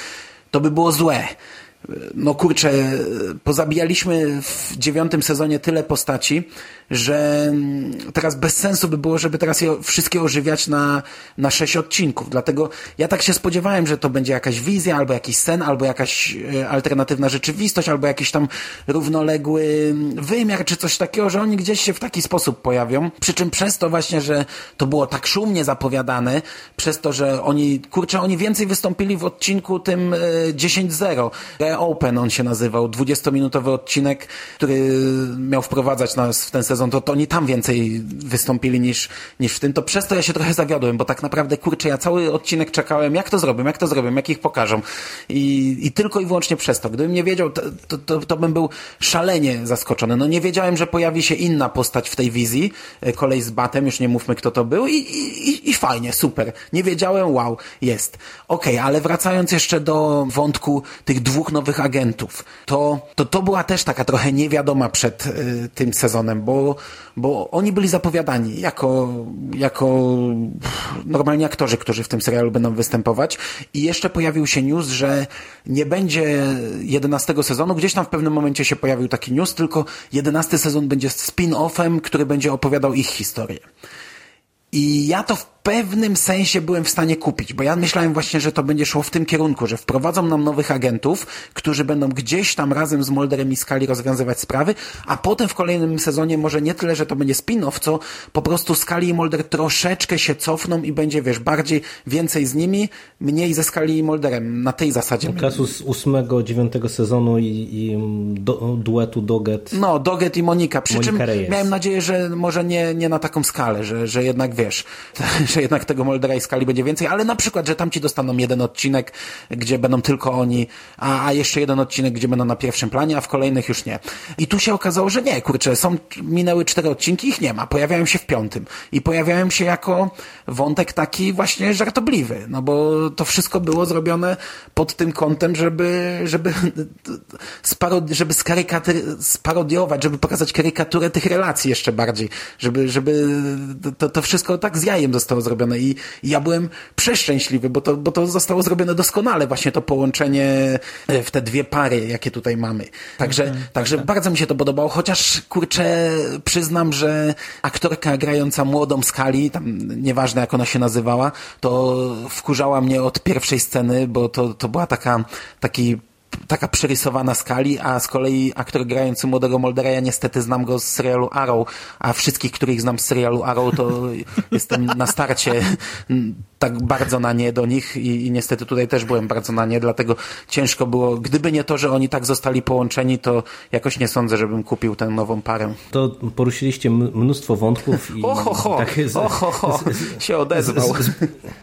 to by było złe. No kurczę, pozabijaliśmy w dziewiątym sezonie tyle postaci, że teraz bez sensu by było, żeby teraz je wszystkie ożywiać na, na sześć odcinków. Dlatego ja tak się spodziewałem, że to będzie jakaś wizja, albo jakiś sen, albo jakaś alternatywna rzeczywistość, albo jakiś tam równoległy wymiar, czy coś takiego, że oni gdzieś się w taki sposób pojawią. Przy czym przez to właśnie, że to było tak szumnie zapowiadane, przez to, że oni, kurczę, oni więcej wystąpili w odcinku tym dziesięć zero. Open on się nazywał, dwudziestominutowy odcinek, który miał wprowadzać nas w ten sezon, to, to oni tam więcej wystąpili niż, niż w tym, to przez to ja się trochę zawiodłem, bo tak naprawdę, kurczę, ja cały odcinek czekałem, jak to zrobią, jak to zrobią, jak ich pokażą i, i tylko i wyłącznie przez to. Gdybym nie wiedział, to, to, to, to bym był szalenie zaskoczony. No nie wiedziałem, że pojawi się inna postać w tej wizji, kolej z batem, już nie mówmy, kto to był i, i, i fajnie, super. Nie wiedziałem, wow, jest. Okej, okay, ale wracając jeszcze do wątku tych dwóch nowych agentów, to, to to była też taka trochę niewiadoma przed y, tym sezonem, bo, bo oni byli zapowiadani jako, jako normalni aktorzy, którzy w tym serialu będą występować i jeszcze pojawił się news, że nie będzie jedenastego sezonu, gdzieś tam w pewnym momencie się pojawił taki news, tylko jedenasty sezon będzie spin-offem, który będzie opowiadał ich historię. I ja to w pewnym sensie byłem w stanie kupić, bo ja myślałem właśnie, że to będzie szło w tym kierunku, że wprowadzą nam nowych agentów, którzy będą gdzieś tam razem z Mulderem i Scully rozwiązywać sprawy, a potem w kolejnym sezonie może nie tyle, że to będzie spin-off, co po prostu Scully i Mulder troszeczkę się cofną i będzie, wiesz, bardziej, więcej z nimi, mniej ze Scully i Mulderem, na tej zasadzie. Kasus ósmego, dziewiątego sezonu i, i do, duetu Doggett. No, Doggett i Monika, przy Monika czym Reyes. Miałem nadzieję, że może nie, nie na taką skalę, że, że jednak, wiesz, że jednak tego Muldera i Scully będzie więcej, ale na przykład, że tamci dostaną jeden odcinek, gdzie będą tylko oni, a, a jeszcze jeden odcinek, gdzie będą na pierwszym planie, a w kolejnych już nie. I tu się okazało, że nie, kurczę, są, minęły cztery odcinki, ich nie ma, pojawiają się w piątym i pojawiają się jako wątek taki właśnie żartobliwy, no bo to wszystko było zrobione pod tym kątem, żeby, żeby, sparodi- żeby skarykaty- sparodiować, żeby pokazać karykaturę tych relacji jeszcze bardziej, żeby, żeby to, to wszystko tak z jajem zostało zrobione i, i ja byłem przeszczęśliwy, bo to, bo to zostało zrobione doskonale, właśnie to połączenie w te dwie pary, jakie tutaj mamy. Także, mm, także tak. Bardzo mi się to podobało, chociaż kurczę, przyznam, że aktorka grająca młodą Scully, tam nieważne jak ona się nazywała, to wkurzała mnie od pierwszej sceny, bo to, to była taka, taki taka przerysowana Scully, a z kolei aktor grający młodego Muldera, ja niestety znam go z serialu Arrow, a wszystkich, których znam z serialu Arrow, to jestem na starcie tak bardzo na nie do nich i, i niestety tutaj też byłem bardzo na nie, dlatego ciężko było. Gdyby nie to, że oni tak zostali połączeni, to jakoś nie sądzę, żebym kupił tę nową parę. To poruszyliście mnóstwo wątków i ohoho, tak z, ohoho, z, się odezwał. Z,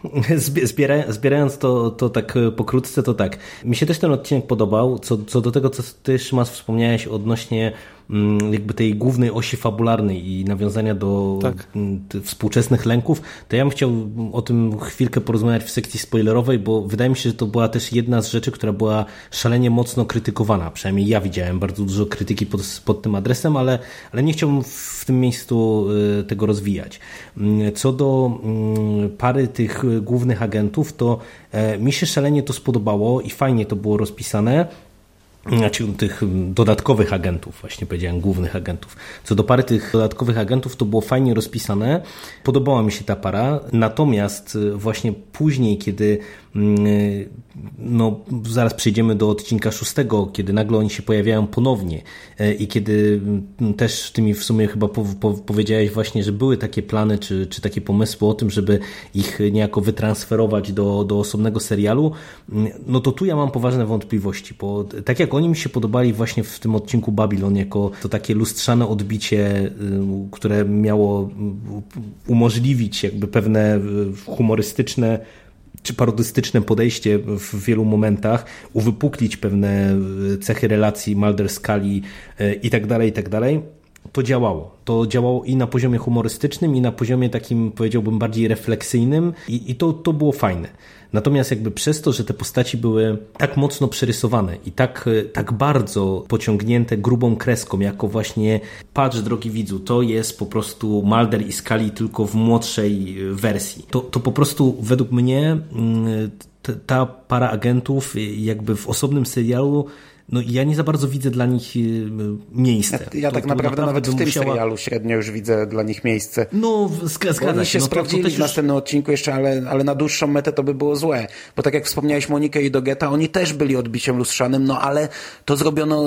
z, zbiera, zbierając to, to tak pokrótce, to tak. Mi się też ten odcinek podobał, co, co do tego, co ty, Szymas, wspomniałeś odnośnie jakby tej głównej osi fabularnej i nawiązania do tak. współczesnych lęków, to ja bym chciał o tym chwilkę porozmawiać w sekcji spoilerowej, bo wydaje mi się, że to była też jedna z rzeczy, która była szalenie mocno krytykowana. Przynajmniej ja widziałem bardzo dużo krytyki pod, pod tym adresem, ale, ale nie chciałbym w tym miejscu tego rozwijać. Co do pary tych głównych agentów, to mi się szalenie to spodobało i fajnie to było rozpisane. Znaczy tych dodatkowych agentów, właśnie powiedziałem głównych agentów. Co do pary tych dodatkowych agentów, to było fajnie rozpisane. Podobała mi się ta para, natomiast właśnie później, kiedy no zaraz przejdziemy do odcinka szóstego, kiedy nagle oni się pojawiają ponownie i kiedy też ty mi w sumie chyba po, po, powiedziałeś właśnie, że były takie plany, czy, czy takie pomysły o tym, żeby ich niejako wytransferować do, do osobnego serialu, no to tu ja mam poważne wątpliwości, bo tak jak oni mi się podobali właśnie w tym odcinku Babylon, jako to takie lustrzane odbicie, które miało umożliwić jakby pewne humorystyczne czy parodystyczne podejście w wielu momentach, uwypuklić pewne cechy relacji Mulder, Scully i tak dalej, i tak dalej, to działało. To działało i na poziomie humorystycznym, i na poziomie takim, powiedziałbym, bardziej refleksyjnym i, i to, to było fajne. Natomiast jakby przez to, że te postaci były tak mocno przerysowane i tak, tak bardzo pociągnięte grubą kreską, jako właśnie patrz, drogi widzu, to jest po prostu Mulder i Scully tylko w młodszej wersji. To, to po prostu według mnie ta para agentów jakby w osobnym serialu, no ja nie za bardzo widzę dla nich miejsce. Ja, ja to, tak to naprawdę, naprawdę nawet w tym musiała... serialu średnio już widzę dla nich miejsce. No, zgadza Oni się no, sprawdzili to, to w następnym już... odcinku jeszcze, ale, ale na dłuższą metę to by było złe. Bo tak jak wspomniałeś Monikę i Dogeta, oni też byli odbiciem lustrzanym, no ale to zrobiono...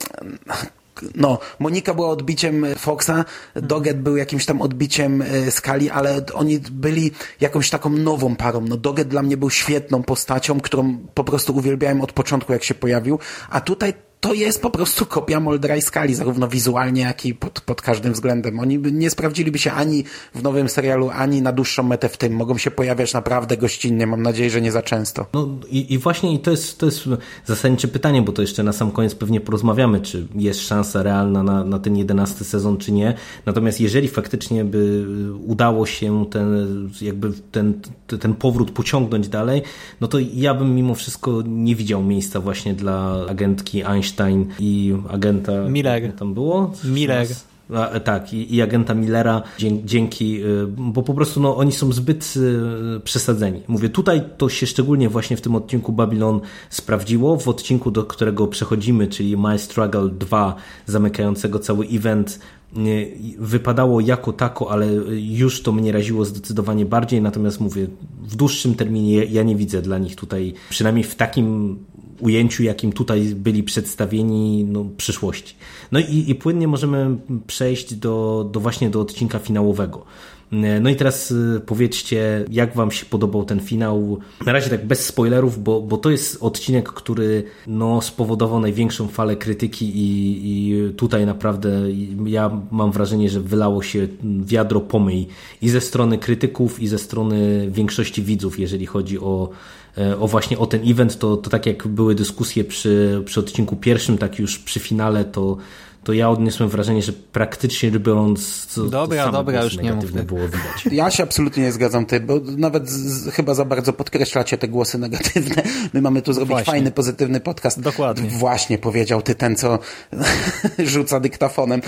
No, Monika była odbiciem Foxa, Doggett był jakimś tam odbiciem Scully, ale oni byli jakąś taką nową parą. No, Doggett dla mnie był świetną postacią, którą po prostu uwielbiałem od początku, jak się pojawił, a tutaj to jest po prostu kopia Muldera i Scully, zarówno wizualnie, jak i pod, pod każdym względem. Oni by nie sprawdziliby się ani w nowym serialu, ani na dłuższą metę w tym. Mogą się pojawiać naprawdę gościnnie. Mam nadzieję, że nie za często. No i, i właśnie i to jest, to jest zasadnicze pytanie, bo to jeszcze na sam koniec pewnie porozmawiamy, czy jest szansa realna na, na ten jedenasty sezon, czy nie. Natomiast jeżeli faktycznie by udało się ten, jakby ten, ten powrót pociągnąć dalej, no to ja bym mimo wszystko nie widział miejsca właśnie dla agentki Einstein i agenta Miller. Tam było? Miller. A, tak, i, i agenta Millera dzięki, bo po prostu no, oni są zbyt y, przesadzeni. Mówię, tutaj to się szczególnie właśnie w tym odcinku Babylon sprawdziło. W odcinku, do którego przechodzimy, czyli My Struggle dwa, zamykającego cały event, y, wypadało jako tako, ale już to mnie raziło zdecydowanie bardziej. Natomiast mówię, w dłuższym terminie ja nie widzę dla nich tutaj, przynajmniej w takim ujęciu, jakim tutaj byli przedstawieni, no, przyszłości. No i, i płynnie możemy przejść do, do właśnie do odcinka finałowego. No i teraz powiedzcie, jak wam się podobał ten finał. Na razie tak bez spoilerów, bo, bo to jest odcinek, który no, spowodował największą falę krytyki i, i tutaj naprawdę ja mam wrażenie, że wylało się wiadro pomyj i ze strony krytyków, i ze strony większości widzów, jeżeli chodzi o o właśnie o ten event, to, to tak jak były dyskusje przy, przy odcinku pierwszym, tak już przy finale, to, to ja odniosłem wrażenie, że praktycznie biorąc to, dobra, to dobra, już nie mów. było widać. Ja się absolutnie nie zgadzam, ty, bo nawet z, chyba za bardzo podkreślacie te głosy negatywne. My mamy tu zrobić Właśnie. fajny, pozytywny podcast. Dokładnie. Właśnie powiedział ty, ten co rzuca dyktafonem.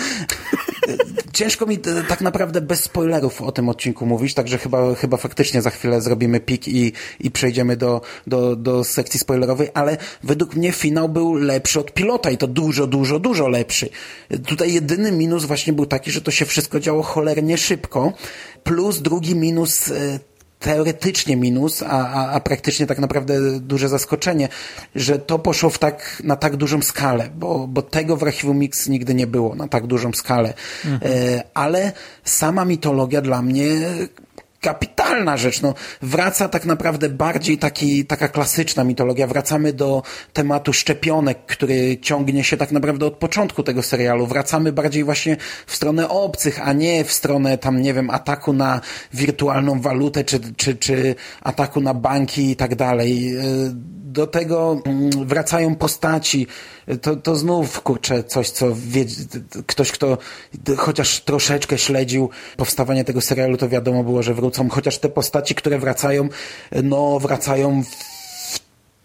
Ciężko mi tak naprawdę bez spoilerów o tym odcinku mówić, także chyba, chyba faktycznie za chwilę zrobimy pik i, i przejdziemy do, do, do sekcji spoilerowej, ale według mnie finał był lepszy od pilota i to dużo, dużo, dużo lepszy. Tutaj jedyny minus właśnie był taki, że to się wszystko działo cholernie szybko, plus drugi minus teoretycznie minus, a, a, a praktycznie tak naprawdę duże zaskoczenie, że to poszło w tak, na tak dużą skalę, bo, bo tego w Archiwum Mix nigdy nie było na tak dużą skalę. Mhm. E, ale sama mitologia dla mnie kapitalna rzecz. No, wraca tak naprawdę bardziej taki, taka klasyczna mitologia. Wracamy do tematu szczepionek, który ciągnie się tak naprawdę od początku tego serialu. Wracamy bardziej właśnie w stronę obcych, a nie w stronę tam, nie wiem, ataku na wirtualną walutę, czy, czy, czy ataku na banki i tak dalej. Do tego wracają postaci. To, to znów, kurczę, coś, co wie, ktoś, kto chociaż troszeczkę śledził powstawanie tego serialu, to wiadomo było, że wrócą. Chociaż te postaci, które wracają, no wracają w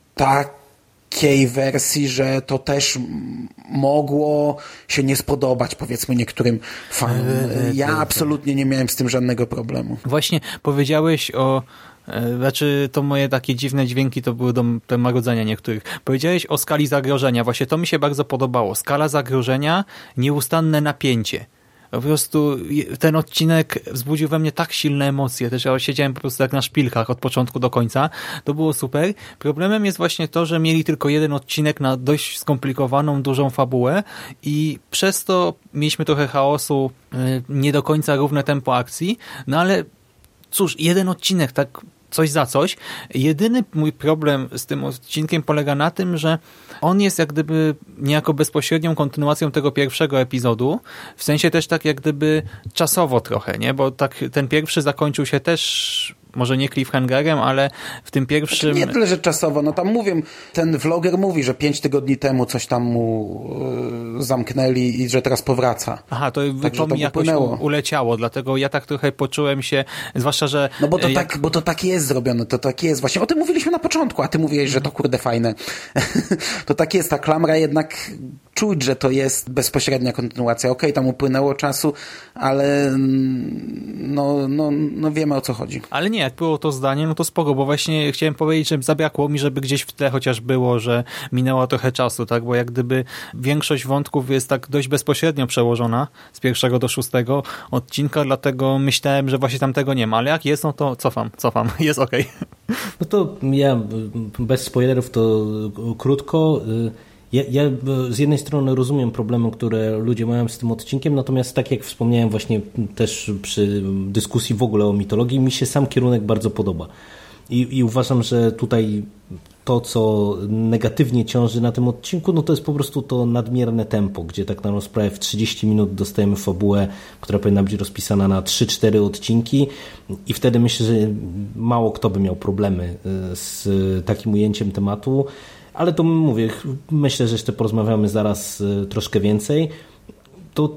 takiej wersji, że to też mogło się nie spodobać, powiedzmy, niektórym fanom. Ja absolutnie nie miałem z tym żadnego problemu. Właśnie powiedziałeś o Znaczy, to moje takie dziwne dźwięki to były do, do marudzenia niektórych. Powiedziałeś o skali zagrożenia. Właśnie to mi się bardzo podobało. Skala zagrożenia, nieustanne napięcie. Po prostu ten odcinek wzbudził we mnie tak silne emocje. Też ja siedziałem po prostu jak na szpilkach od początku do końca. To było super. Problemem jest właśnie to, że mieli tylko jeden odcinek na dość skomplikowaną, dużą fabułę i przez to mieliśmy trochę chaosu, nie do końca równe tempo akcji. No ale cóż, jeden odcinek, tak coś za coś. Jedyny mój problem z tym odcinkiem polega na tym, że on jest jak gdyby niejako bezpośrednią kontynuacją tego pierwszego epizodu, w sensie też tak jak gdyby czasowo trochę, nie? Bo tak ten pierwszy zakończył się też może nie cliffhangerem, ale w tym pierwszym... Znaczy nie tyle, że czasowo. No tam mówię, ten vloger mówi, że pięć tygodni temu coś tam mu yy, zamknęli i że teraz powraca. Aha, to, tak, to mi jakoś u, uleciało, dlatego ja tak trochę poczułem się, zwłaszcza, że... No bo to, jak... tak, bo to tak jest zrobione, to tak jest. Właśnie o tym mówiliśmy na początku, a ty mówiłeś, że to kurde fajne. To tak jest, ta klamra jednak czuć, że to jest bezpośrednia kontynuacja. Okej, okay, tam upłynęło czasu, ale no, no, no wiemy, o co chodzi. Ale nie, jak było to zdanie, no to spoko, bo właśnie chciałem powiedzieć, że zabrakło mi, żeby gdzieś w tle chociaż było, że minęło trochę czasu, tak, bo jak gdyby większość wątków jest tak dość bezpośrednio przełożona z pierwszego do szóstego odcinka, dlatego myślałem, że właśnie tam tego nie ma, ale jak jest, no to cofam, cofam, jest okej. Okay. No to ja bez spoilerów to krótko. Ja, ja z jednej strony rozumiem problemy, które ludzie mają z tym odcinkiem, natomiast tak jak wspomniałem właśnie też przy dyskusji w ogóle o mitologii, mi się sam kierunek bardzo podoba. I, i uważam, że tutaj to, co negatywnie ciąży na tym odcinku, no to jest po prostu to nadmierne tempo, gdzie tak na sprawę w trzydzieści minut dostajemy fabułę, która powinna być rozpisana na trzy cztery odcinki i wtedy myślę, że mało kto by miał problemy z takim ujęciem tematu. Ale to mówię, myślę, że jeszcze porozmawiamy zaraz troszkę więcej. To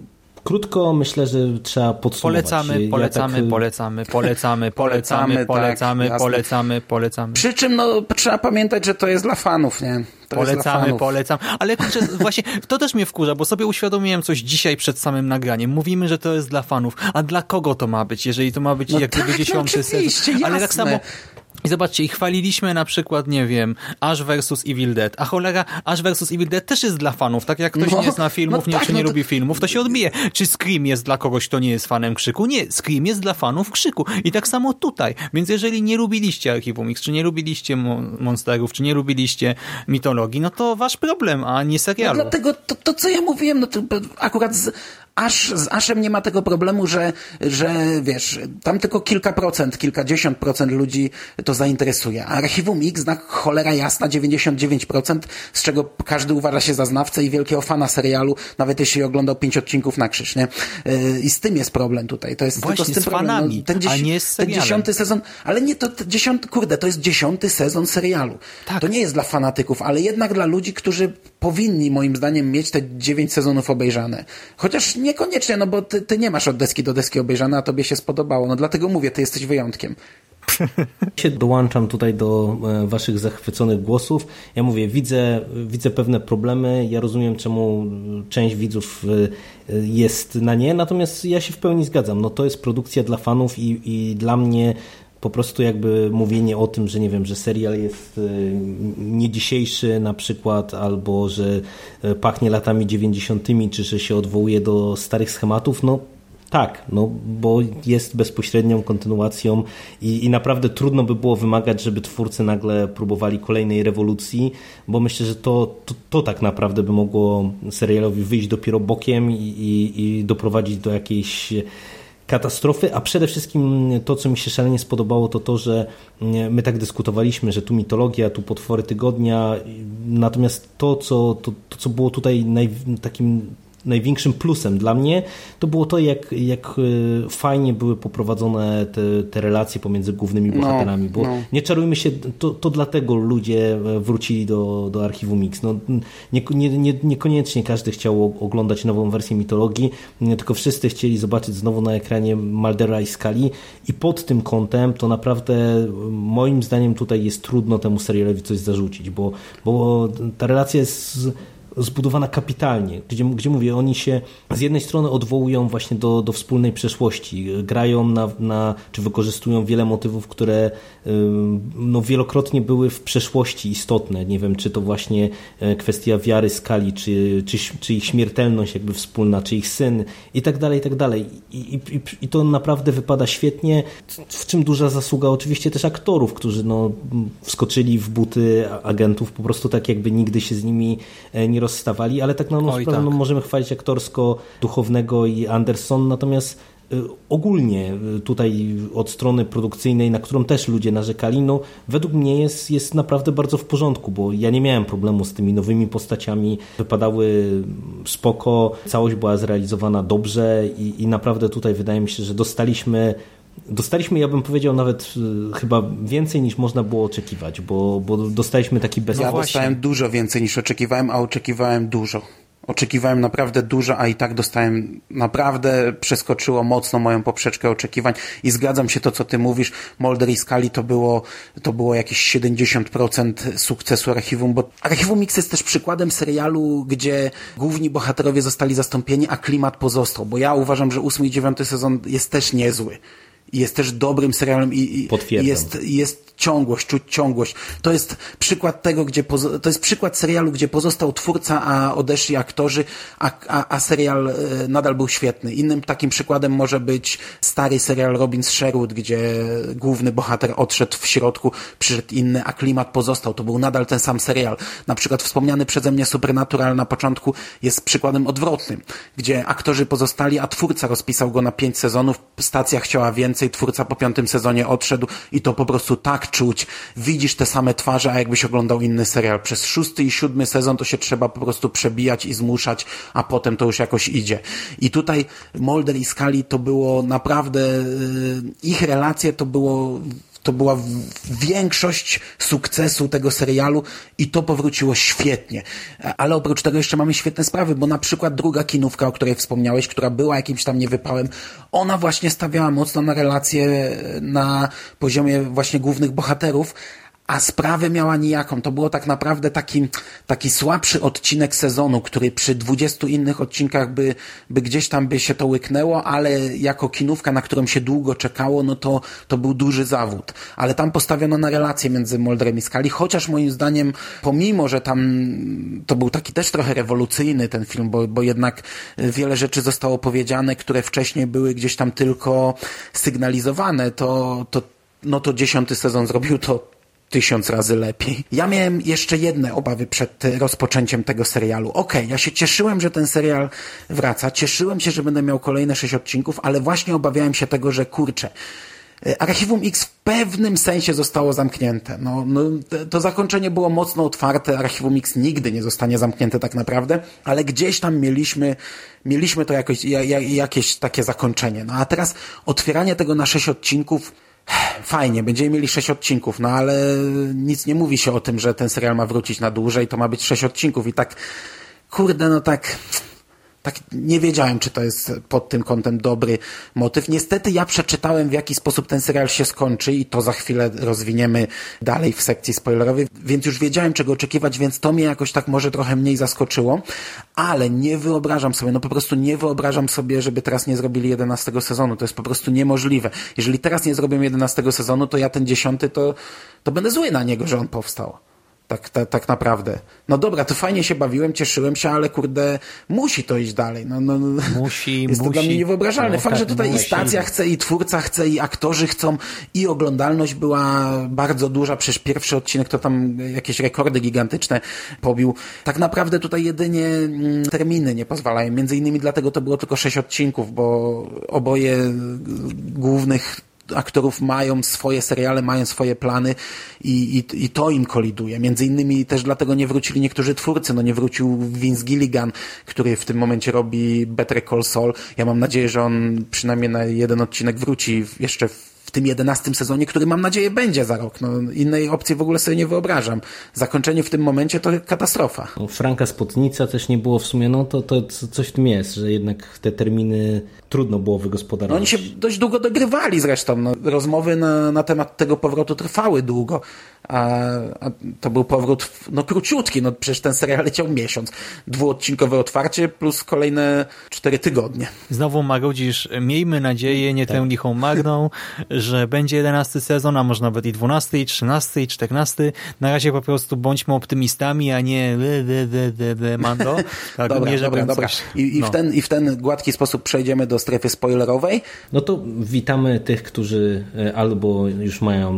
krótko myślę, że trzeba podsumować. Polecamy, polecamy, ja tak... polecamy, polecamy, polecamy, polecamy, tak, polecamy, polecamy. Przy czym no, trzeba pamiętać, że to jest dla fanów, nie? To polecamy, polecam. Ale kurczę, właśnie to też mnie wkurza, bo sobie uświadomiłem coś dzisiaj przed samym nagraniem. Mówimy, że to jest dla fanów. A dla kogo to ma być, jeżeli to ma być no jak gdyby tak, dziesiąty no sezon? Ale tak samo... I zobaczcie, i chwaliliśmy na przykład, nie wiem, Ash versus. Evil Dead. A cholera, Ash versus. Evil Dead też jest dla fanów. Tak jak ktoś no, nie zna filmów, no nie, tak, czy nie no lubi to... filmów, to się odbije. Czy Scream jest dla kogoś, kto nie jest fanem Krzyku? Nie, Scream jest dla fanów Krzyku. I tak samo tutaj. Więc jeżeli nie lubiliście Archiwum X, czy nie lubiliście mon- monsterów, czy nie lubiliście mitologii, no to wasz problem, a nie serialu. No dlatego to, to co ja mówiłem, no to akurat z... Aż z Ashem nie ma tego problemu, że, że wiesz, tam tylko kilka procent, kilkadziesiąt procent ludzi to zainteresuje. A Archiwum X na cholera jasna dziewięćdziesiąt dziewięć procent, z czego każdy uważa się za znawcę i wielkiego fana serialu, nawet jeśli oglądał pięć odcinków na krzyż, nie? I z tym jest problem tutaj. To jest właśnie tylko z tym z fanami, problem. No, ten, dzies- a nie z serialem. ten dziesiąty sezon, ale nie, to, to dziesiąty, kurde, to jest dziesiąty sezon serialu. Tak. To nie jest dla fanatyków, ale jednak dla ludzi, którzy powinni moim zdaniem mieć te dziewięć sezonów obejrzane. Chociaż niekoniecznie, no bo ty, ty nie masz od deski do deski obejrzane, a tobie się spodobało. No dlatego mówię, ty jesteś wyjątkiem. się dołączam tutaj do waszych zachwyconych głosów. Ja mówię, widzę, widzę pewne problemy. Ja rozumiem, czemu część widzów jest na nie, natomiast ja się w pełni zgadzam. No to jest produkcja dla fanów i, i dla mnie po prostu jakby mówienie o tym, że nie wiem, że serial jest nie dzisiejszy na przykład, albo że pachnie latami dziewięćdziesiątymi, czy że się odwołuje do starych schematów, no tak, no bo jest bezpośrednią kontynuacją i, i naprawdę trudno by było wymagać, żeby twórcy nagle próbowali kolejnej rewolucji, bo myślę, że to, to, to tak naprawdę by mogło serialowi wyjść dopiero bokiem i, i, i doprowadzić do jakiejś katastrofy, a przede wszystkim to, co mi się szalenie spodobało, to to, że my tak dyskutowaliśmy, że tu mitologia, tu potwory tygodnia, natomiast to, co, to, to, co było tutaj naj, takim największym plusem dla mnie, to było to, jak, jak fajnie były poprowadzone te, te relacje pomiędzy głównymi bohaterami, bo no, no. nie czarujmy się, to, to dlatego ludzie wrócili do, do Archiwum X. No, nie, nie, niekoniecznie każdy chciał oglądać nową wersję mitologii, tylko wszyscy chcieli zobaczyć znowu na ekranie Maldera i Scully i pod tym kątem to naprawdę moim zdaniem tutaj jest trudno temu serialowi coś zarzucić, bo, bo ta relacja jest zbudowana kapitalnie, gdzie, gdzie mówię, oni się z jednej strony odwołują właśnie do, do wspólnej przeszłości, grają na, na, czy wykorzystują wiele motywów, które no, wielokrotnie były w przeszłości istotne, nie wiem, czy to właśnie kwestia wiary Scully, czy, czy, czy ich śmiertelność jakby wspólna, czy ich syn i tak dalej, i tak dalej. I, i, i to naprawdę wypada świetnie, w czym duża zasługa oczywiście też aktorów, którzy no, wskoczyli w buty agentów po prostu tak jakby nigdy się z nimi nie rozstawali, ale tak na no, sprawę tak. No, możemy chwalić aktorsko Duchownego i Anderson, natomiast y, ogólnie y, tutaj od strony produkcyjnej, na którą też ludzie narzekali, no według mnie jest, jest naprawdę bardzo w porządku, bo ja nie miałem problemu z tymi nowymi postaciami, wypadały spoko, całość była zrealizowana dobrze i, i naprawdę tutaj wydaje mi się, że dostaliśmy Dostaliśmy, ja bym powiedział, nawet y, chyba więcej niż można było oczekiwać, bo, bo dostaliśmy taki bez... Ja dostałem dużo więcej niż oczekiwałem, a oczekiwałem dużo. Oczekiwałem naprawdę dużo, a i tak dostałem, naprawdę przeskoczyło mocno moją poprzeczkę oczekiwań i zgadzam się to, co ty mówisz. Mulder i Scully to było, to było jakieś siedemdziesiąt procent sukcesu Archiwum, bo Archiwum X jest też przykładem serialu, gdzie główni bohaterowie zostali zastąpieni, a klimat pozostał, bo ja uważam, że ósmy i dziewiąty sezon jest też niezły. I jest też dobrym serialem i, i jest, jest ciągłość, czuć ciągłość. To jest przykład tego, gdzie pozo- to jest przykład serialu, gdzie pozostał twórca, a odeszli aktorzy, a, a, a serial e, nadal był świetny. Innym takim przykładem może być stary serial Robin z Sherwood, gdzie główny bohater odszedł w środku, przyszedł inny, a klimat pozostał. To był nadal ten sam serial. Na przykład wspomniany przeze mnie Supernatural na początku jest przykładem odwrotnym, gdzie aktorzy pozostali, a twórca rozpisał go na pięć sezonów, stacja chciała więcej, twórca po piątym sezonie odszedł i to po prostu tak czuć. Widzisz te same twarze, a jakbyś oglądał inny serial. Przez szósty i siódmy sezon to się trzeba po prostu przebijać i zmuszać, a potem to już jakoś idzie. I tutaj Mulder i Scully to było naprawdę, ich relacje to było To była większość sukcesu tego serialu i to powróciło świetnie. Ale oprócz tego jeszcze mamy świetne sprawy, bo na przykład druga kinówka, o której wspomniałeś, która była jakimś tam niewypałem, ona właśnie stawiała mocno na relacje na poziomie właśnie głównych bohaterów, a sprawę miała nijaką. To było tak naprawdę taki, taki słabszy odcinek sezonu, który przy dwudziestu innych odcinkach by, by gdzieś tam by się to łyknęło, ale jako kinówka, na którą się długo czekało, no to, to był duży zawód. Ale tam postawiono na relacje między Mulderem i Scully, chociaż moim zdaniem, pomimo, że tam to był taki też trochę rewolucyjny ten film, bo, bo jednak wiele rzeczy zostało powiedziane, które wcześniej były gdzieś tam tylko sygnalizowane, to, to, no to dziesiąty sezon zrobił to tysiąc razy lepiej. Ja miałem jeszcze jedne obawy przed rozpoczęciem tego serialu. Okej, okay, ja się cieszyłem, że ten serial wraca, cieszyłem się, że będę miał kolejne sześć odcinków, ale właśnie obawiałem się tego, że kurczę, Archiwum X w pewnym sensie zostało zamknięte. No, no, to zakończenie było mocno otwarte, Archiwum X nigdy nie zostanie zamknięte tak naprawdę, ale gdzieś tam mieliśmy, mieliśmy to jakoś, jakieś takie zakończenie. No a teraz otwieranie tego na sześć odcinków, fajnie, będziemy mieli sześć odcinków, no ale nic nie mówi się o tym, że ten serial ma wrócić na dłużej, to ma być sześć odcinków i tak, kurde, no tak, tak nie wiedziałem, czy to jest pod tym kątem dobry motyw. Niestety ja przeczytałem, w jaki sposób ten serial się skończy i to za chwilę rozwiniemy dalej w sekcji spoilerowej, więc już wiedziałem, czego oczekiwać, więc to mnie jakoś tak może trochę mniej zaskoczyło, ale nie wyobrażam sobie, no po prostu nie wyobrażam sobie, żeby teraz nie zrobili jedenastego sezonu. To jest po prostu niemożliwe. Jeżeli teraz nie zrobią jedenastego sezonu, to ja ten dziesiąty, to, to będę zły na niego, że on powstał. Tak, tak, tak naprawdę. No dobra, to fajnie się bawiłem, cieszyłem się, ale kurde, musi to iść dalej. No, no, musi, jest musi. to dla mnie niewyobrażalne. No, Fakt, tak, że tutaj musi. i stacja chce, i twórca chce, i aktorzy chcą, i oglądalność była bardzo duża. Przecież pierwszy odcinek to tam jakieś rekordy gigantyczne pobił. Tak naprawdę tutaj jedynie terminy nie pozwalają. Między innymi dlatego to było tylko sześć odcinków, bo oboje głównych aktorów mają swoje seriale, mają swoje plany i, i, i to im koliduje. Między innymi też dlatego nie wrócili niektórzy twórcy. No nie wrócił Vince Gilligan, który w tym momencie robi Better Call Saul. Ja mam nadzieję, że on przynajmniej na jeden odcinek wróci jeszcze w w tym jedenastym sezonie, który mam nadzieję będzie za rok. No, innej opcji w ogóle sobie nie wyobrażam. Zakończenie w tym momencie to katastrofa. No, Franka Spotnica też nie było w sumie, no to, to coś w tym jest, że jednak te terminy trudno było wygospodarować. No, oni się dość długo dogrywali zresztą. No, rozmowy na, na temat tego powrotu trwały długo, a, a to był powrót no króciutki, no przecież ten serial leciał miesiąc. Dwuodcinkowe otwarcie plus kolejne cztery tygodnie. Znowu marudzisz, miejmy nadzieję, nie tę tak. lichą marną, że będzie jedenasty sezon, a może nawet i dwunasty, i trzynasty, i czternasty. Na razie po prostu bądźmy optymistami, a nie le, le, le, le, le, mando. Tak, dobra, nie, dobra, dobra. Coś... I, i, no. w ten, I w ten gładki sposób przejdziemy do strefy spoilerowej. No to witamy tych, którzy albo już mają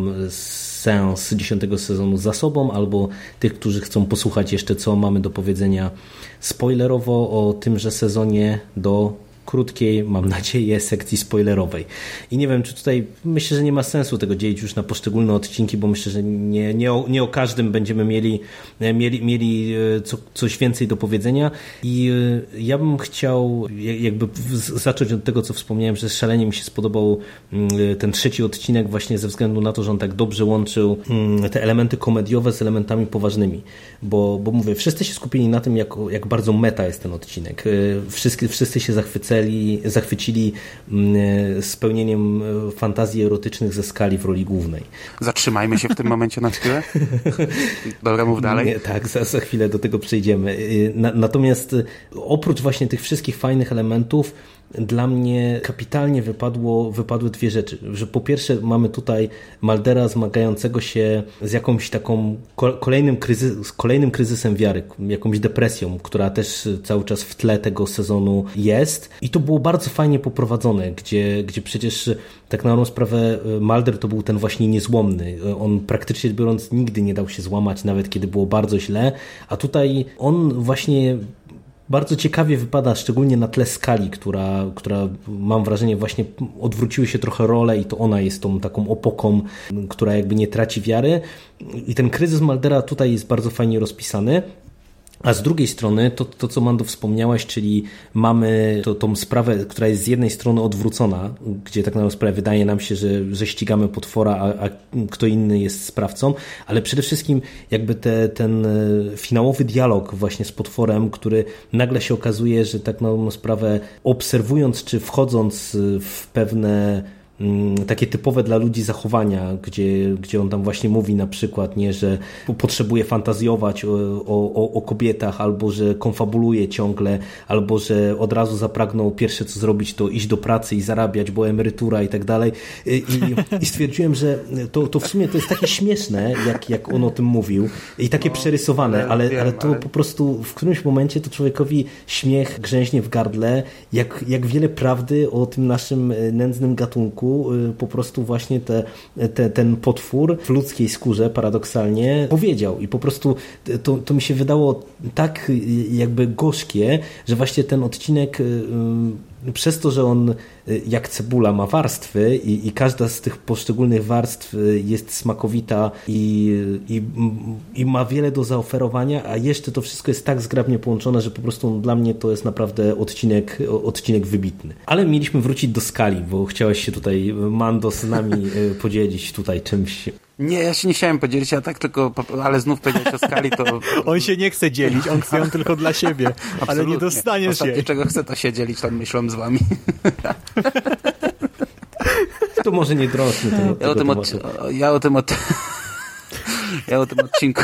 seans dziesiątego sezonu za sobą, albo tych, którzy chcą posłuchać jeszcze, co mamy do powiedzenia spoilerowo o tymże sezonie do krótkiej, mam nadzieję, sekcji spoilerowej. I nie wiem, czy tutaj, myślę, że nie ma sensu tego dzielić już na poszczególne odcinki, bo myślę, że nie, nie, o, nie o każdym będziemy mieli, mieli, mieli co, coś więcej do powiedzenia. I ja bym chciał jakby zacząć od tego, co wspomniałem, że szalenie mi się spodobał ten trzeci odcinek właśnie ze względu na to, że on tak dobrze łączył te elementy komediowe z elementami poważnymi. Bo, bo mówię, wszyscy się skupili na tym, jak, jak bardzo meta jest ten odcinek. Wszyscy, wszyscy się zachwycali, zachwycili spełnieniem fantazji erotycznych ze Skali w roli głównej. Zatrzymajmy się w tym momencie na chwilę. Dobra, mów dalej. Nie, tak, za, za chwilę do tego przejdziemy. Na, natomiast oprócz właśnie tych wszystkich fajnych elementów, dla mnie kapitalnie wypadło, wypadły dwie rzeczy. Że po pierwsze mamy tutaj Muldera zmagającego się z jakąś taką kolejnym, kryzys, kolejnym kryzysem wiary, jakąś depresją, która też cały czas w tle tego sezonu jest. I to było bardzo fajnie poprowadzone, gdzie, gdzie przecież tak na dobrą sprawę Mulder to był ten właśnie niezłomny. On praktycznie biorąc nigdy nie dał się złamać, nawet kiedy było bardzo źle. A tutaj on właśnie bardzo ciekawie wypada, szczególnie na tle Skali, która, która mam wrażenie właśnie odwróciły się trochę role i to ona jest tą taką opoką, która jakby nie traci wiary. I ten kryzys Muldera tutaj jest bardzo fajnie rozpisany. A z drugiej strony to, to co Mando wspomniałaś, czyli mamy to, tą sprawę, która jest z jednej strony odwrócona, gdzie tak naprawdę sprawę wydaje nam się, że, że ścigamy potwora, a, a kto inny jest sprawcą, ale przede wszystkim jakby te, ten finałowy dialog właśnie z potworem, który nagle się okazuje, że tak na sprawę obserwując czy wchodząc w pewne takie typowe dla ludzi zachowania, gdzie, gdzie on tam właśnie mówi na przykład, nie, że potrzebuje fantazjować o, o, o kobietach, albo że konfabuluje ciągle, albo że od razu zapragnął pierwsze co zrobić to iść do pracy i zarabiać, bo emerytura i tak dalej. I, i stwierdziłem, że to, to w sumie to jest takie śmieszne, jak, jak on o tym mówił i takie no, przerysowane, ale, wiem, ale to ale... po prostu w którymś momencie to człowiekowi śmiech grzęźnie w gardle, jak, jak wiele prawdy o tym naszym nędznym gatunku po prostu właśnie te, te, ten potwór w ludzkiej skórze paradoksalnie powiedział i po prostu to, to mi się wydało tak jakby gorzkie, że właśnie ten odcinek przez to, że on jak cebula ma warstwy i, i każda z tych poszczególnych warstw jest smakowita i, i, i ma wiele do zaoferowania, a jeszcze to wszystko jest tak zgrabnie połączone, że po prostu dla mnie to jest naprawdę odcinek, odcinek wybitny. Ale mieliśmy wrócić do Skali, bo chciałeś się tutaj, Mando, z nami podzielić tutaj czymś. Nie, ja się nie chciałem podzielić, a tak tylko, ale znów powiedziałeś o Skali, to... On się nie chce dzielić, on chce ją tylko dla siebie, ale nie dostaniesz Ostatnie, jej. czego chce, to się dzielić tą myślą z wami. To może nie drążmy tego, ja, o tym od... ja o tym od... ja o tym odcinku...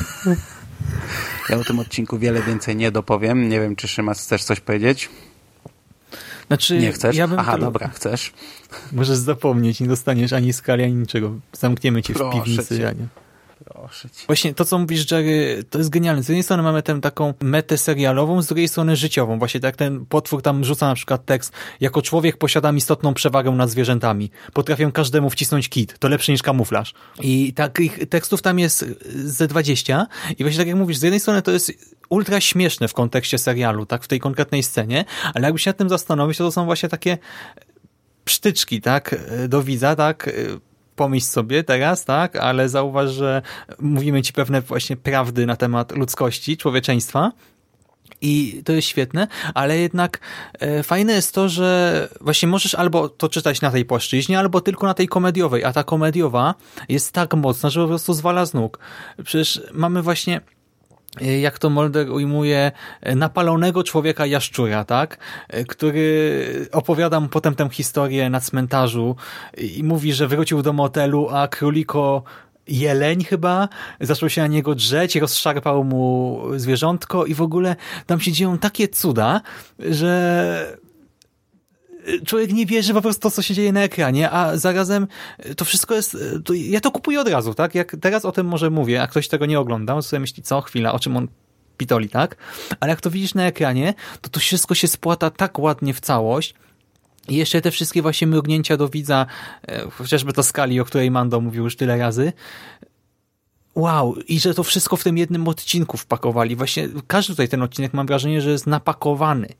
ja o tym odcinku wiele więcej nie dopowiem. Nie wiem, czy Szymas chcesz coś powiedzieć? Znaczy, nie chcesz? Ja bym Aha, to... dobra, chcesz. Możesz zapomnieć, nie dostaniesz ani Skali, ani niczego. Zamkniemy cię Proszę w piwnicy, cię. Janie. Proszę cię. Właśnie to, co mówisz, Jerry, to jest genialne. Z jednej strony mamy tę taką metę serialową, z drugiej strony życiową. Właśnie tak ten potwór tam rzuca na przykład tekst: jako człowiek posiadam istotną przewagę nad zwierzętami. Potrafię każdemu wcisnąć kit. To lepsze niż kamuflaż. I takich tekstów tam jest ze dwadzieścia. I właśnie tak jak mówisz, z jednej strony to jest ultra śmieszne w kontekście serialu, tak, w tej konkretnej scenie, ale jakby się nad tym zastanowić, to, to są właśnie takie psztyczki, tak, do widza, tak, pomyśl sobie teraz, tak, ale zauważ, że mówimy ci pewne właśnie prawdy na temat ludzkości, człowieczeństwa i to jest świetne, ale jednak e, fajne jest to, że właśnie możesz albo to czytać na tej płaszczyźnie, albo tylko na tej komediowej, a ta komediowa jest tak mocna, że po prostu zwala z nóg. Przecież mamy właśnie, jak to Mulder ujmuje, napalonego człowieka jaszczura, tak? Który opowiada mu potem tę historię na cmentarzu i mówi, że wrócił do motelu, a króliko jeleń chyba zaczął się na niego drzeć, rozszarpał mu zwierzątko i w ogóle tam się dzieją takie cuda, że człowiek nie wierzy po prostu to, co się dzieje na ekranie, a zarazem to wszystko jest, to ja to kupuję od razu, tak? Jak teraz o tym może mówię, a ktoś tego nie ogląda, on sobie myśli, co, chwila, o czym on pitoli, tak? Ale jak to widzisz na ekranie, to to wszystko się spłata tak ładnie w całość. I jeszcze te wszystkie właśnie mrugnięcia do widza, chociażby to Skali, o której Mando mówił już tyle razy. Wow, i że to wszystko w tym jednym odcinku wpakowali. Właśnie każdy tutaj ten odcinek, mam wrażenie, że jest napakowany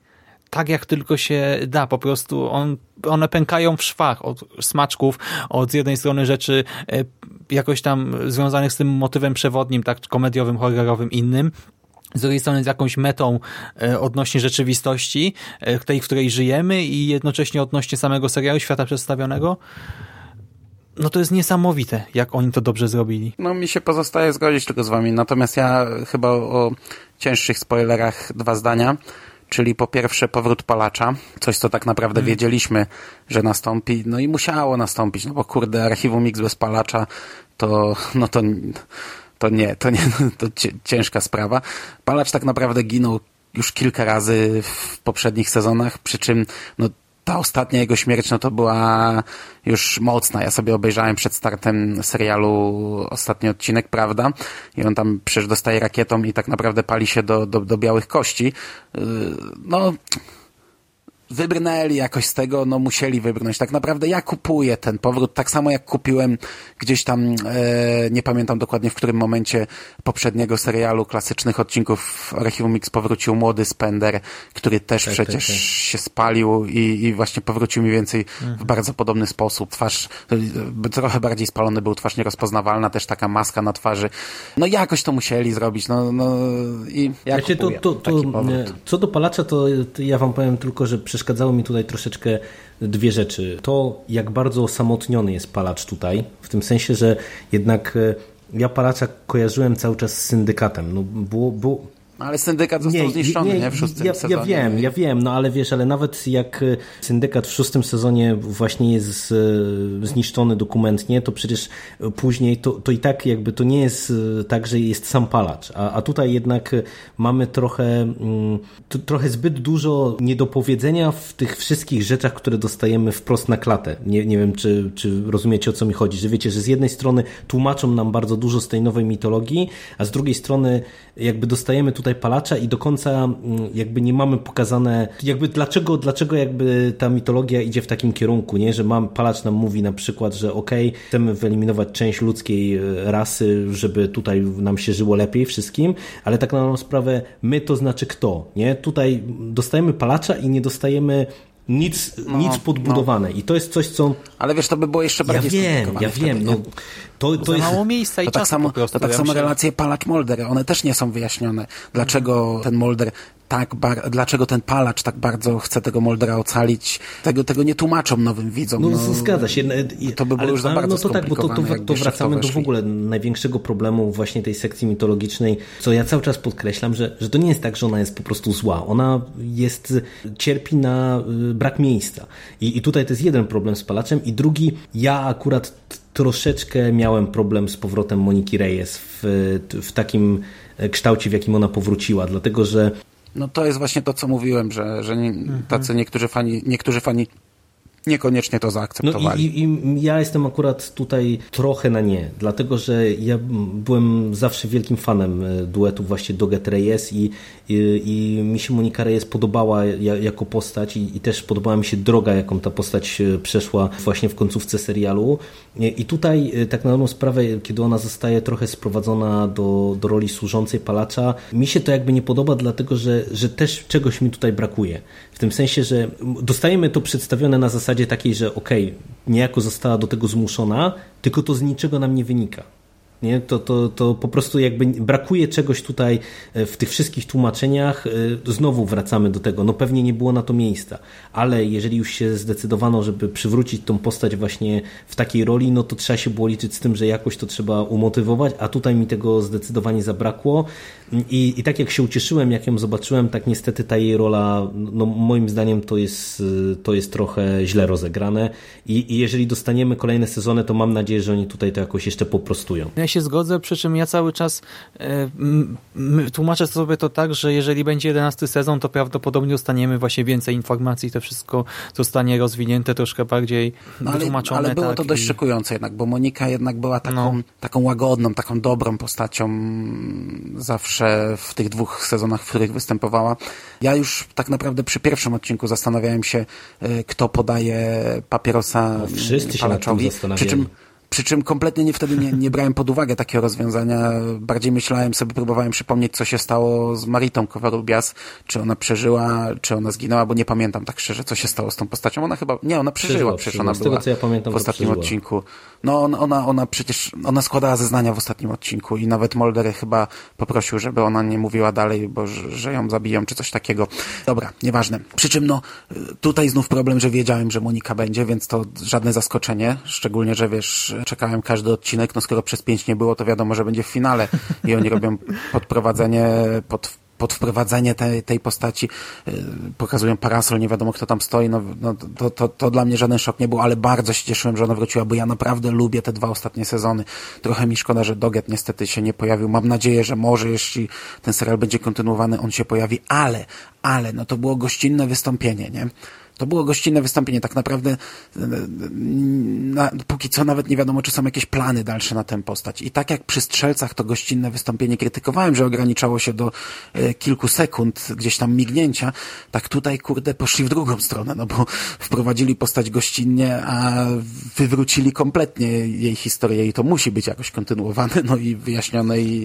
tak jak tylko się da, po prostu on, one pękają w szwach od smaczków, od z jednej strony rzeczy jakoś tam związanych z tym motywem przewodnim, tak komediowym, horrorowym, innym, z drugiej strony z jakąś metą odnośnie rzeczywistości, tej, w której żyjemy i jednocześnie odnośnie samego serialu, świata przedstawionego. No to jest niesamowite, jak oni to dobrze zrobili. No mi się pozostaje zgodzić tylko z wami, natomiast ja chyba o cięższych spoilerach dwa zdania, czyli po pierwsze powrót palacza, coś co tak naprawdę hmm. wiedzieliśmy, że nastąpi, no i musiało nastąpić, no bo kurde, Archiwum X bez palacza to, no to, to nie, to nie, to ciężka sprawa. Palacz tak naprawdę ginął już kilka razy w poprzednich sezonach, przy czym no ta ostatnia jego śmierć, no to była już mocna. Ja sobie obejrzałem przed startem serialu ostatni odcinek, prawda? I on tam przecież dostaje rakietą i tak naprawdę pali się do, do, do białych kości. No, wybrnęli jakoś z tego, no musieli wybrnąć. Tak naprawdę ja kupuję ten powrót, tak samo jak kupiłem gdzieś tam, e, nie pamiętam dokładnie w którym momencie poprzedniego serialu, klasycznych odcinków Archiwum X powrócił młody Spender, który też tak, przecież tak, tak. się spalił i, i właśnie powrócił mniej więcej mhm. w bardzo podobny sposób. Twarz, trochę bardziej spalony był, twarz nierozpoznawalna, też taka maska na twarzy. No jakoś to musieli zrobić, no, no i ja znaczy, kupuję to, to, to, co do palacza, to, to ja wam powiem tylko, że przeszkadzało mi tutaj troszeczkę dwie rzeczy. To, jak bardzo osamotniony jest palacz tutaj, w tym sensie, że jednak ja palacza kojarzyłem cały czas z syndykatem. No, było, było... Ale syndykat został nie, zniszczony, nie, nie w szóstym ja, sezonie. Ja wiem, ja wiem, no ale wiesz, ale nawet jak syndykat w szóstym sezonie właśnie jest zniszczony dokumentnie, to przecież później to, to i tak jakby to nie jest tak, że jest sam palacz, a, a tutaj jednak mamy trochę to, trochę zbyt dużo niedopowiedzenia w tych wszystkich rzeczach, które dostajemy wprost na klatę. Nie, nie wiem, czy, czy rozumiecie, o co mi chodzi, że wiecie, że z jednej strony tłumaczą nam bardzo dużo z tej nowej mitologii, a z drugiej strony jakby dostajemy tutaj palacza i do końca jakby nie mamy pokazane, jakby dlaczego, dlaczego jakby ta mitologia idzie w takim kierunku, nie? Że mam, palacz nam mówi na przykład, że okej, okay, chcemy wyeliminować część ludzkiej rasy, żeby tutaj nam się żyło lepiej wszystkim, ale tak na dobrą sprawę my to znaczy kto, nie? Tutaj dostajemy palacza i nie dostajemy nic, no, nic podbudowane. No. I to jest coś, co... Ale wiesz, to by było jeszcze bardziej ja wiem, ja wiem. No, to, to Za jest... mało miejsca i to czasu tak samo, po prostu. To tak ja samo myślę... relacje Palacz-Molder, one też nie są wyjaśnione. Dlaczego mm. ten Molder tak bar... dlaczego ten palacz tak bardzo chce tego Moldera ocalić? Tego, tego nie tłumaczą nowym widzom. No, no zgadza się. To by było ale, już za bardzo no to tak, bo to, to, to wracamy do w ogóle największego problemu właśnie tej sekcji mitologicznej, co ja cały czas podkreślam, że, że to nie jest tak, że ona jest po prostu zła. Ona jest, cierpi na brak miejsca. I, i tutaj to jest jeden problem z palaczem i drugi, ja akurat troszeczkę miałem problem z powrotem Moniki Reyes w, w takim kształcie, w jakim ona powróciła, dlatego że... No to jest właśnie to, co mówiłem, że, że nie, tacy niektórzy fani, niektórzy fani niekoniecznie to zaakceptowali. No i, i ja jestem akurat tutaj trochę na nie, dlatego że ja byłem zawsze wielkim fanem duetu właśnie Doggett Reyes i, i, i mi się Monika Reyes podobała jako postać i, i też podobała mi się droga, jaką ta postać przeszła właśnie w końcówce serialu. I tutaj tak na dobrą sprawę, kiedy ona zostaje trochę sprowadzona do, do roli służącej palacza, mi się to jakby nie podoba, dlatego że, że też czegoś mi tutaj brakuje. W tym sensie, że dostajemy to przedstawione na zasadzie takiej, że okej, okay, niejako została do tego zmuszona, tylko to z niczego nam nie wynika. Nie? To, to, to po prostu jakby brakuje czegoś tutaj w tych wszystkich tłumaczeniach. Znowu wracamy do tego, no pewnie nie było na to miejsca, ale jeżeli już się zdecydowano, żeby przywrócić tą postać właśnie w takiej roli, no to trzeba się było liczyć z tym, że jakoś to trzeba umotywować, a tutaj mi tego zdecydowanie zabrakło i, i tak jak się ucieszyłem, jak ją zobaczyłem, tak niestety ta jej rola, no moim zdaniem to jest, to jest trochę źle rozegrane i, i jeżeli dostaniemy kolejne sezony, to mam nadzieję, że oni tutaj to jakoś jeszcze poprostują. Ja się zgodzę, przy czym ja cały czas e, m, m, tłumaczę sobie to tak, że jeżeli będzie jedenasty sezon, to prawdopodobnie dostaniemy właśnie więcej informacji, to wszystko zostanie rozwinięte troszkę bardziej no, ale, wytłumaczone. Ale było tak, to dość i... szokujące jednak, bo Monika jednak była taką, no. taką łagodną, taką dobrą postacią zawsze w tych dwóch sezonach, w których występowała. Ja już tak naprawdę przy pierwszym odcinku zastanawiałem się, kto podaje papierosa no, wszyscy palaczowi. Się nad tym przy czym Przy czym kompletnie nie, wtedy nie, nie brałem pod uwagę takiego rozwiązania. Bardziej myślałem sobie, próbowałem przypomnieć, co się stało z Maritą Covarrubias, czy ona przeżyła, czy ona zginęła, bo nie pamiętam tak szczerze, co się stało z tą postacią. Ona chyba, nie, ona przeżyła, przeżyła przecież ona z była tego, co ja pamiętam, w ostatnim odcinku. No ona, ona, ona przecież, ona składała zeznania w ostatnim odcinku i nawet Mulder chyba poprosił, żeby ona nie mówiła dalej, bo że ją zabiją, czy coś takiego. Dobra, nieważne. Przy czym no, tutaj znów problem, że wiedziałem, że Monika będzie, więc to żadne zaskoczenie, szczególnie, że wiesz, czekałem każdy odcinek, no skoro przez pięć nie było, to wiadomo, że będzie w finale i oni robią podprowadzenie pod pod wprowadzenie tej, tej postaci, yy, pokazują parasol, nie wiadomo kto tam stoi, no, no to, to, to dla mnie żaden szok nie był, ale bardzo się cieszyłem, że ona wróciła, bo ja naprawdę lubię te dwa ostatnie sezony. Trochę mi szkoda, że Doggett niestety się nie pojawił. Mam nadzieję, że może jeśli ten serial będzie kontynuowany, on się pojawi, ale, ale, no to było gościnne wystąpienie, nie? To było gościnne wystąpienie, tak naprawdę na, póki co nawet nie wiadomo, czy są jakieś plany dalsze na tę postać. I tak jak przy Strzelcach to gościnne wystąpienie krytykowałem, że ograniczało się do e, kilku sekund gdzieś tam mignięcia, tak tutaj, kurde, poszli w drugą stronę, no bo wprowadzili postać gościnnie, a wywrócili kompletnie jej historię i to musi być jakoś kontynuowane, no i wyjaśnione i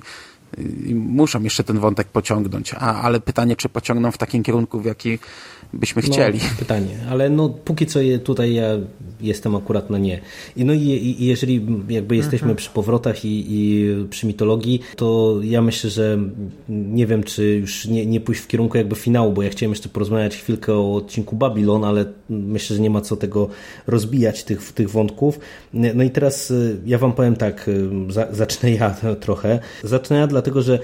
i muszą jeszcze ten wątek pociągnąć, a, ale pytanie, czy pociągną w takim kierunku, w jaki byśmy chcieli. No, pytanie, ale no póki co je, tutaj ja jestem akurat na nie. I no i, i jeżeli jakby jesteśmy mhm. przy powrotach i, i przy mitologii, to ja myślę, że nie wiem, czy już nie, nie pójść w kierunku jakby finału, bo ja chciałem jeszcze porozmawiać chwilkę o odcinku Babylon, ale myślę, że nie ma co tego rozbijać, tych, tych wątków. No i teraz ja wam powiem tak, zacznę ja trochę. Zacznę ja dlatego, że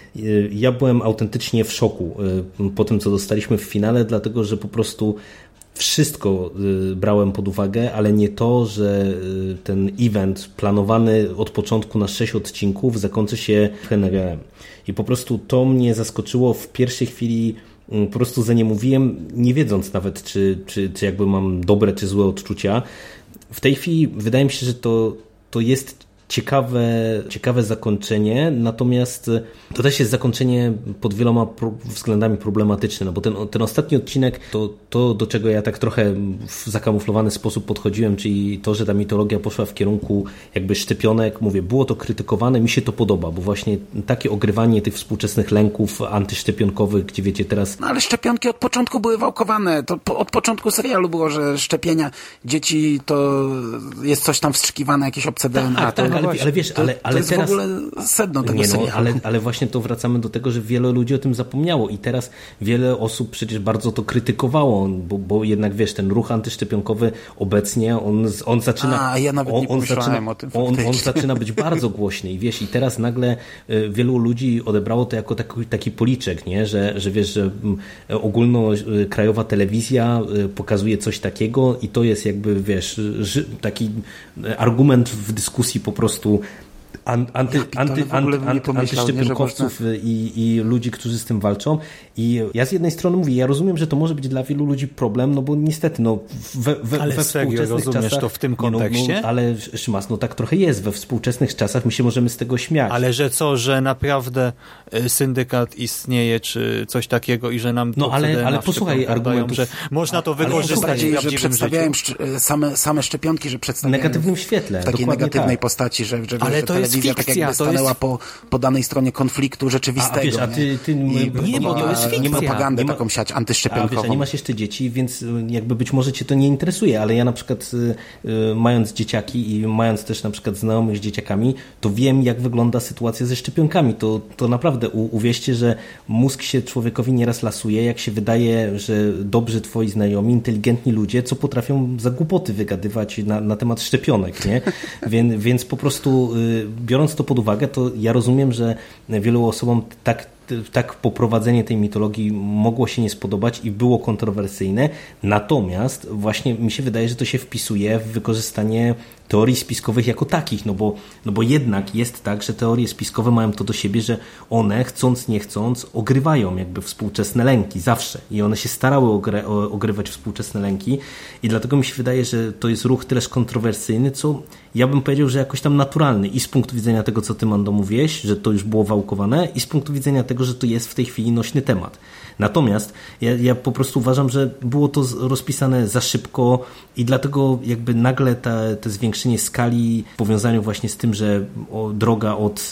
ja byłem autentycznie w szoku po tym, co dostaliśmy w finale, dlatego, że po prostu wszystko brałem pod uwagę, ale nie to, że ten event planowany od początku na sześć odcinków zakończy się Henryem. I po prostu to mnie zaskoczyło w pierwszej chwili. Po prostu za nie mówiłem, nie wiedząc nawet, czy, czy, czy jakby mam dobre czy złe odczucia. W tej chwili wydaje mi się, że to, to jest ciekawe, ciekawe zakończenie, natomiast to też jest zakończenie pod wieloma względami problematyczne, no bo ten, ten ostatni odcinek, to, to do czego ja tak trochę w zakamuflowany sposób podchodziłem, czyli to, że ta mitologia poszła w kierunku jakby szczepionek, mówię, było to krytykowane, mi się to podoba, bo właśnie takie ogrywanie tych współczesnych lęków antyszczepionkowych, gdzie wiecie teraz... No ale szczepionki od początku były wałkowane, to po, od początku serialu było, że szczepienia dzieci to jest coś tam wstrzykiwane, jakieś obce D N A. Tak, tak, to, ale, ale wiesz, to, ale, ale to jest teraz... w ogóle sedno tego nie, no, serialu. ale, ale właśnie to wracamy do tego, że wiele ludzi o tym zapomniało i teraz wiele osób przecież bardzo to krytykowało, bo, bo jednak wiesz, ten ruch antyszczepionkowy obecnie, on, on zaczyna... A, ja nawet on, nie on pomyślałem zaczyna, o tym. On, on zaczyna być bardzo głośny i wiesz, i teraz nagle y, wielu ludzi odebrało to jako taki, taki policzek, nie? Że, że wiesz, że y, ogólnokrajowa telewizja y, pokazuje coś takiego i to jest jakby, wiesz, ży, taki argument w dyskusji po prostu Anty, anty, anty, anty, anty, antyszczepionkowców i, i ludzi, którzy z tym walczą. I ja z jednej strony mówię, ja rozumiem, że to może być dla wielu ludzi problem, no bo niestety, no we, we, ale we serio, współczesnych rozumiesz czasach, to w tym kontekście? No, no, ale Szymas, no tak trochę jest. We współczesnych czasach my się możemy z tego śmiać. Ale że co, że naprawdę syndykat istnieje, czy coś takiego i że nam no ale, ale posłuchaj argumentów, że można to wykorzystać bardziej, w że przedstawiałem same, same szczepionki, że przedstawiałem w negatywnym świetle, w takiej negatywnej tak. postaci, że, że, ale że to jest telewizja fikcja, tak jakby stanęła jest... po, po danej stronie konfliktu rzeczywistego. A, wiesz, a ty, ty I nie, bo to jest fikcja. Nie propagandę nie ma, taką siać a, antyszczepionkową. wiesz, a nie masz jeszcze dzieci, więc jakby być może cię to nie interesuje, ale ja na przykład y, y, mając dzieciaki i mając też na przykład znajomych z dzieciakami, to wiem, jak wygląda sytuacja ze szczepionkami. To, to naprawdę u, uwierzcie, że mózg się człowiekowi nieraz lasuje, jak się wydaje, że dobrzy twoi znajomi, inteligentni ludzie, co potrafią za głupoty wygadywać na, na temat szczepionek, nie? Więc, więc po prostu y, biorąc to pod uwagę, to ja rozumiem, że wielu osobom tak tak poprowadzenie tej mitologii mogło się nie spodobać i było kontrowersyjne, natomiast właśnie mi się wydaje, że to się wpisuje w wykorzystanie teorii spiskowych jako takich, no bo, no bo jednak jest tak, że teorie spiskowe mają to do siebie, że one chcąc nie chcąc ogrywają jakby współczesne lęki zawsze i one się starały ogry, ogrywać współczesne lęki i dlatego mi się wydaje, że to jest ruch tyleż kontrowersyjny, co ja bym powiedział, że jakoś tam naturalny i z punktu widzenia tego, co ty, Mando, mówiłeś, że to już było wałkowane i z punktu widzenia tego, tego, że to jest w tej chwili nośny temat. Natomiast ja, ja po prostu uważam, że było to rozpisane za szybko i dlatego jakby nagle ta, to zwiększenie skali w powiązaniu właśnie z tym, że o, droga od,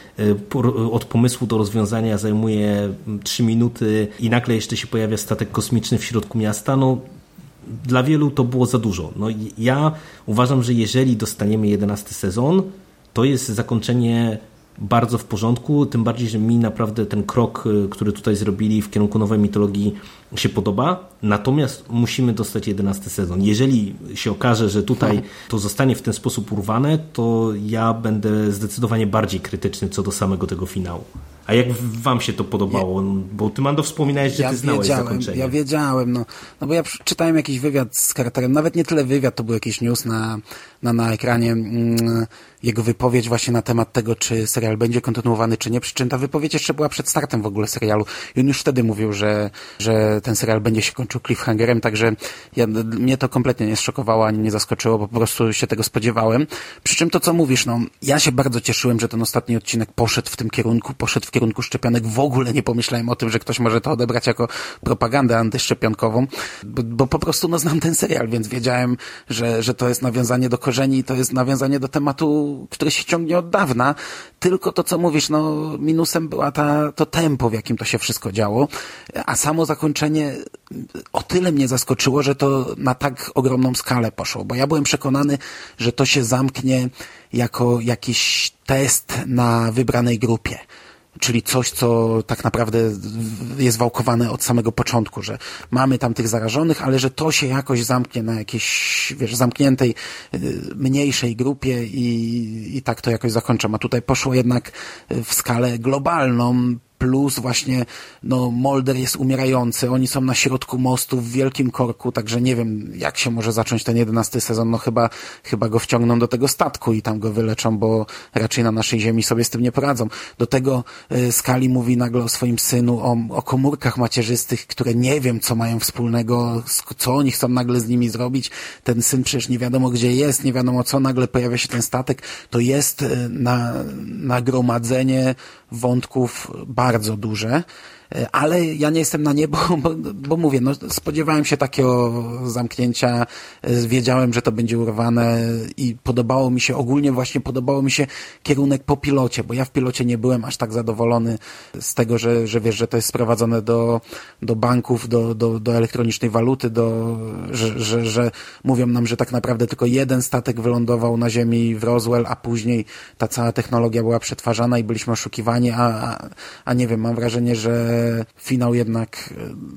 od pomysłu do rozwiązania zajmuje trzy minuty i nagle jeszcze się pojawia statek kosmiczny w środku miasta, no dla wielu to było za dużo. No, ja uważam, że jeżeli dostaniemy jedenasty sezon, to jest zakończenie bardzo w porządku, tym bardziej, że mi naprawdę ten krok, który tutaj zrobili w kierunku nowej mitologii się podoba, natomiast musimy dostać jedenasty sezon. Jeżeli się okaże, że tutaj to zostanie w ten sposób urwane, to ja będę zdecydowanie bardziej krytyczny co do samego tego finału. A jak wam się to podobało? Bo ty, Mando, wspominałeś, że ja ty znałeś wiedziałem, zakończenie. Ja wiedziałem, no, no bo ja czytałem jakiś wywiad z Carterem, nawet nie tyle wywiad, to był jakiś news na, na, na ekranie, mm, jego wypowiedź właśnie na temat tego, czy serial będzie kontynuowany, czy nie, przy czym ta wypowiedź jeszcze była przed startem w ogóle serialu i on już wtedy mówił, że, że ten serial będzie się kończył cliffhangerem, także ja, mnie to kompletnie nie zszokowało, ani nie zaskoczyło, bo po prostu się tego spodziewałem. Przy czym to, co mówisz, no, ja się bardzo cieszyłem, że ten ostatni odcinek poszedł w tym kierunku, poszedł w kierunku szczepionek. W ogóle nie pomyślałem o tym, że ktoś może to odebrać jako propagandę antyszczepionkową, bo, bo po prostu no, znam ten serial, więc wiedziałem, że, że to jest nawiązanie do korzeni, to jest nawiązanie do tematu, który się ciągnie od dawna, tylko to, co mówisz, no minusem była ta, to tempo, w jakim to się wszystko działo, a samo zakończenie o tyle mnie zaskoczyło, że to na tak ogromną skalę poszło, bo ja byłem przekonany, że to się zamknie jako jakiś test na wybranej grupie. Czyli coś, co tak naprawdę jest wałkowane od samego początku, że mamy tam tych zarażonych, ale że to się jakoś zamknie na jakiejś, wiesz, zamkniętej, mniejszej grupie i, i tak to jakoś zakończę. A tutaj poszło jednak w skalę globalną, plus właśnie, no, Mulder jest umierający, oni są na środku mostu w wielkim korku, także nie wiem, jak się może zacząć ten jedenasty sezon, no chyba, chyba go wciągną do tego statku i tam go wyleczą, bo raczej na naszej ziemi sobie z tym nie poradzą. Do tego y, Scully mówi nagle o swoim synu, o, o komórkach macierzystych, które nie wiem, co mają wspólnego, co oni chcą nagle z nimi zrobić. Ten syn przecież nie wiadomo, gdzie jest, nie wiadomo co, nagle pojawia się ten statek. To jest y, na, nagromadzenie wątków bardzo duże, ale ja nie jestem na niebo, bo, bo mówię, no spodziewałem się takiego zamknięcia, wiedziałem, że to będzie urwane i podobało mi się, ogólnie właśnie podobało mi się kierunek po pilocie, bo ja w pilocie nie byłem aż tak zadowolony z tego, że, że wiesz, że to jest sprowadzone do, do banków, do, do, do elektronicznej waluty, do, że, że, że mówią nam, że tak naprawdę tylko jeden statek wylądował na ziemi w Roswell, a później ta cała technologia była przetwarzana i byliśmy oszukiwani, a, a, a nie wiem, mam wrażenie, że finał jednak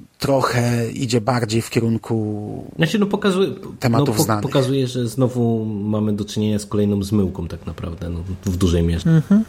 trochę idzie bardziej w kierunku znaczy, no, pokazuje, tematów no, po, znanych. Pokazuje, że znowu mamy do czynienia z kolejną zmyłką tak naprawdę, no, w dużej mierze. Mhm.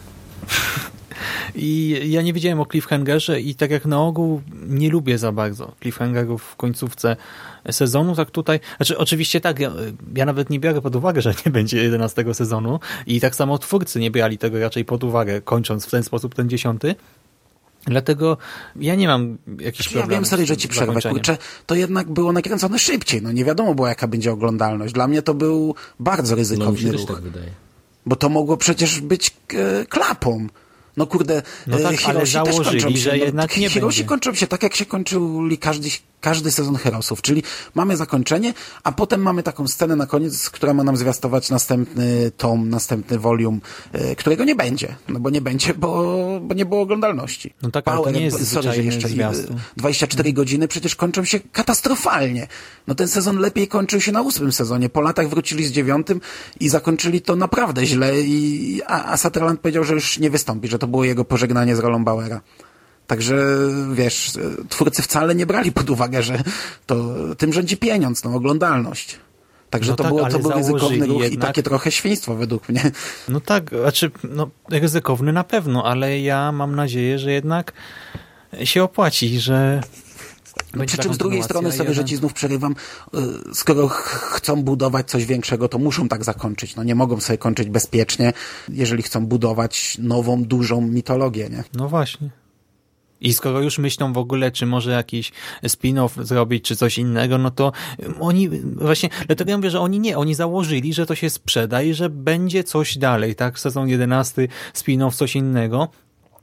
I ja nie wiedziałem o cliffhangerze i tak jak na ogół nie lubię za bardzo cliffhangerów w końcówce sezonu, tak tutaj, znaczy oczywiście tak, ja, ja nawet nie biorę pod uwagę, że nie będzie jedenastego sezonu i tak samo twórcy nie brali tego raczej pod uwagę, kończąc w ten sposób ten dziesiąty. Dlatego ja nie mam jakichś znaczy, problemów. Ja wiem, sorry, że ci przerwę, kurczę, to jednak było nakręcone szybciej, no nie wiadomo było, jaka będzie oglądalność. Dla mnie to był bardzo ryzykowny no, mi się ruch. też tak wydaje. Bo to mogło przecież być e, klapą. No kurde, no tak, Herosi ale też kończą się. że jednak no, nie Herosi będzie. kończą się tak, jak się kończył każdy, każdy sezon Heroesów, czyli mamy zakończenie, a potem mamy taką scenę na koniec, która ma nam zwiastować następny tom, następny volume, y, którego nie będzie. No bo nie będzie, bo, bo nie było oglądalności. No tak, ale to nie jest sorry, że jeszcze zwiastun. dwadzieścia cztery godziny przecież kończą się katastrofalnie. No ten sezon lepiej kończył się na ósmym sezonie. Po latach wrócili z dziewiątym i zakończyli to naprawdę źle i a, a Sutherland powiedział, że już nie wystąpi, że to było jego pożegnanie z rolą Bauera. Także, wiesz, twórcy wcale nie brali pod uwagę, że to tym rządzi pieniądz, no, oglądalność. Także no to, tak, było, to był ryzykowny ruch jednak... i takie trochę świństwo według mnie. No tak, znaczy, no, ryzykowny na pewno, ale ja mam nadzieję, że jednak się opłaci, że... No, przy czym z drugiej strony sobie, że ci znów przerywam, skoro ch chcą budować coś większego, to muszą tak zakończyć. No nie mogą sobie kończyć bezpiecznie, jeżeli chcą budować nową, dużą mitologię, nie? No właśnie. I skoro już myślą w ogóle, czy może jakiś spin-off zrobić, czy coś innego, no to oni właśnie, dlatego ja mówię, że oni nie, oni założyli, że to się sprzeda i że będzie coś dalej, tak? Sezon jedenasty, spin-off, coś innego.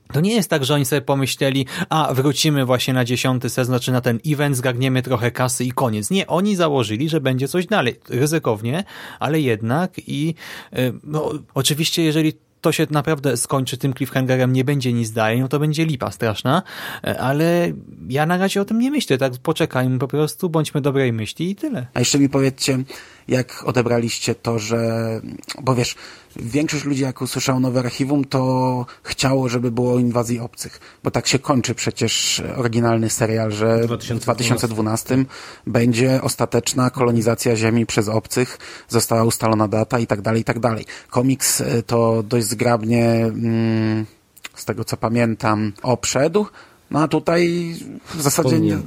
To nie jest tak, że oni sobie pomyśleli, a wrócimy właśnie na dziesiąty sezon, znaczy na ten event, zgarniemy trochę kasy i koniec. Nie, oni założyli, że będzie coś dalej. Ryzykownie, ale jednak i no, oczywiście jeżeli to się naprawdę skończy tym cliffhangerem, nie będzie nic dalej, no to będzie lipa straszna, ale ja na razie o tym nie myślę, tak poczekajmy po prostu, bądźmy dobrej myśli i tyle. A jeszcze mi powiedzcie, jak odebraliście to, że, bo wiesz, większość ludzi jak usłyszał nowe archiwum, to chciało, żeby było o inwazji obcych, bo tak się kończy przecież oryginalny serial, że w dwa tysiące dwunastym będzie ostateczna kolonizacja Ziemi przez obcych, została ustalona data i tak dalej, i tak dalej. Komiks to dość zgrabnie, mm, z tego co pamiętam, oprzedł. No a tutaj w zasadzie nie,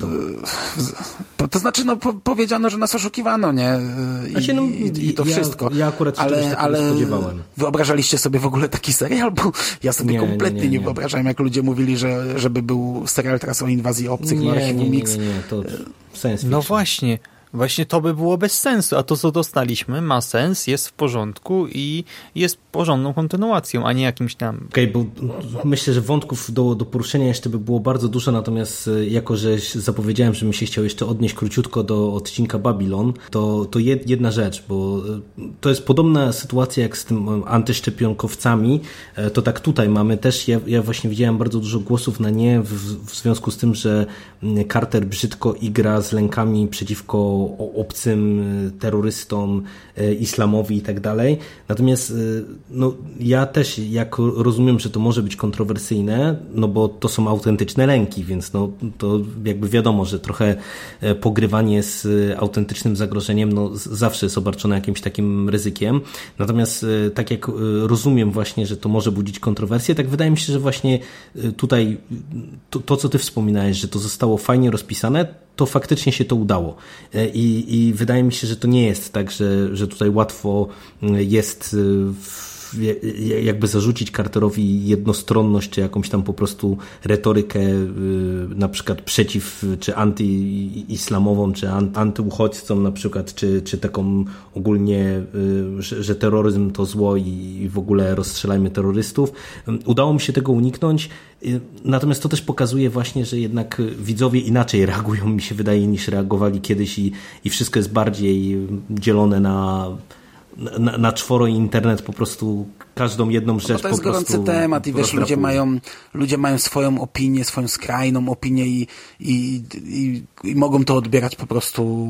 to, to znaczy no po, powiedziano, że nas oszukiwano, nie? I, znaczy, no, i, i to ja, wszystko. Ja akurat się ale, ale spodziewałem. Wyobrażaliście sobie w ogóle taki serial? Bo ja sobie nie, kompletnie nie, nie, nie. nie wyobrażałem, jak ludzie mówili, że żeby był serial teraz o inwazji obcych, nie, no nie, nie, Mix. nie, nie, to science fiction. No właśnie. Właśnie to by było bez sensu, a to co dostaliśmy ma sens, jest w porządku i jest porządną kontynuacją, a nie jakimś tam... Okej, okay, bo myślę, że wątków do, do poruszenia jeszcze by było bardzo dużo, natomiast jako, że zapowiedziałem, że mi się chciał jeszcze odnieść króciutko do odcinka Babylon, to, to jedna rzecz, bo to jest podobna sytuacja jak z tym antyszczepionkowcami, to tak tutaj mamy też, ja, ja właśnie widziałem bardzo dużo głosów na nie w, w związku z tym, że Carter brzydko igra z lękami przeciwko obcym terrorystom, islamowi i tak dalej. Natomiast no, ja też jak rozumiem, że to może być kontrowersyjne, no bo to są autentyczne lęki, więc no, to jakby wiadomo, że trochę pogrywanie z autentycznym zagrożeniem no, zawsze jest obarczone jakimś takim ryzykiem. Natomiast tak jak rozumiem właśnie, że to może budzić kontrowersje, tak wydaje mi się, że właśnie tutaj to, to co ty wspominałeś, że to zostało fajnie rozpisane, to faktycznie się to udało. I, i wydaje mi się, że to nie jest tak, że, że tutaj łatwo jest jakby zarzucić Carterowi jednostronność, czy jakąś tam po prostu retorykę na przykład przeciw, czy antyislamową, czy antyuchodźcom na przykład, czy, czy taką ogólnie, że, że terroryzm to zło i w ogóle rozstrzelajmy terrorystów. Udało mi się tego uniknąć, natomiast to też pokazuje właśnie, że jednak widzowie inaczej reagują, mi się wydaje, niż reagowali kiedyś i, i wszystko jest bardziej dzielone na Na, na czworo i internet po prostu każdą jedną rzecz po prostu... To jest gorący temat i wiesz, ludzie mają, ludzie mają swoją opinię, swoją skrajną opinię i, i, i, i mogą to odbierać po prostu,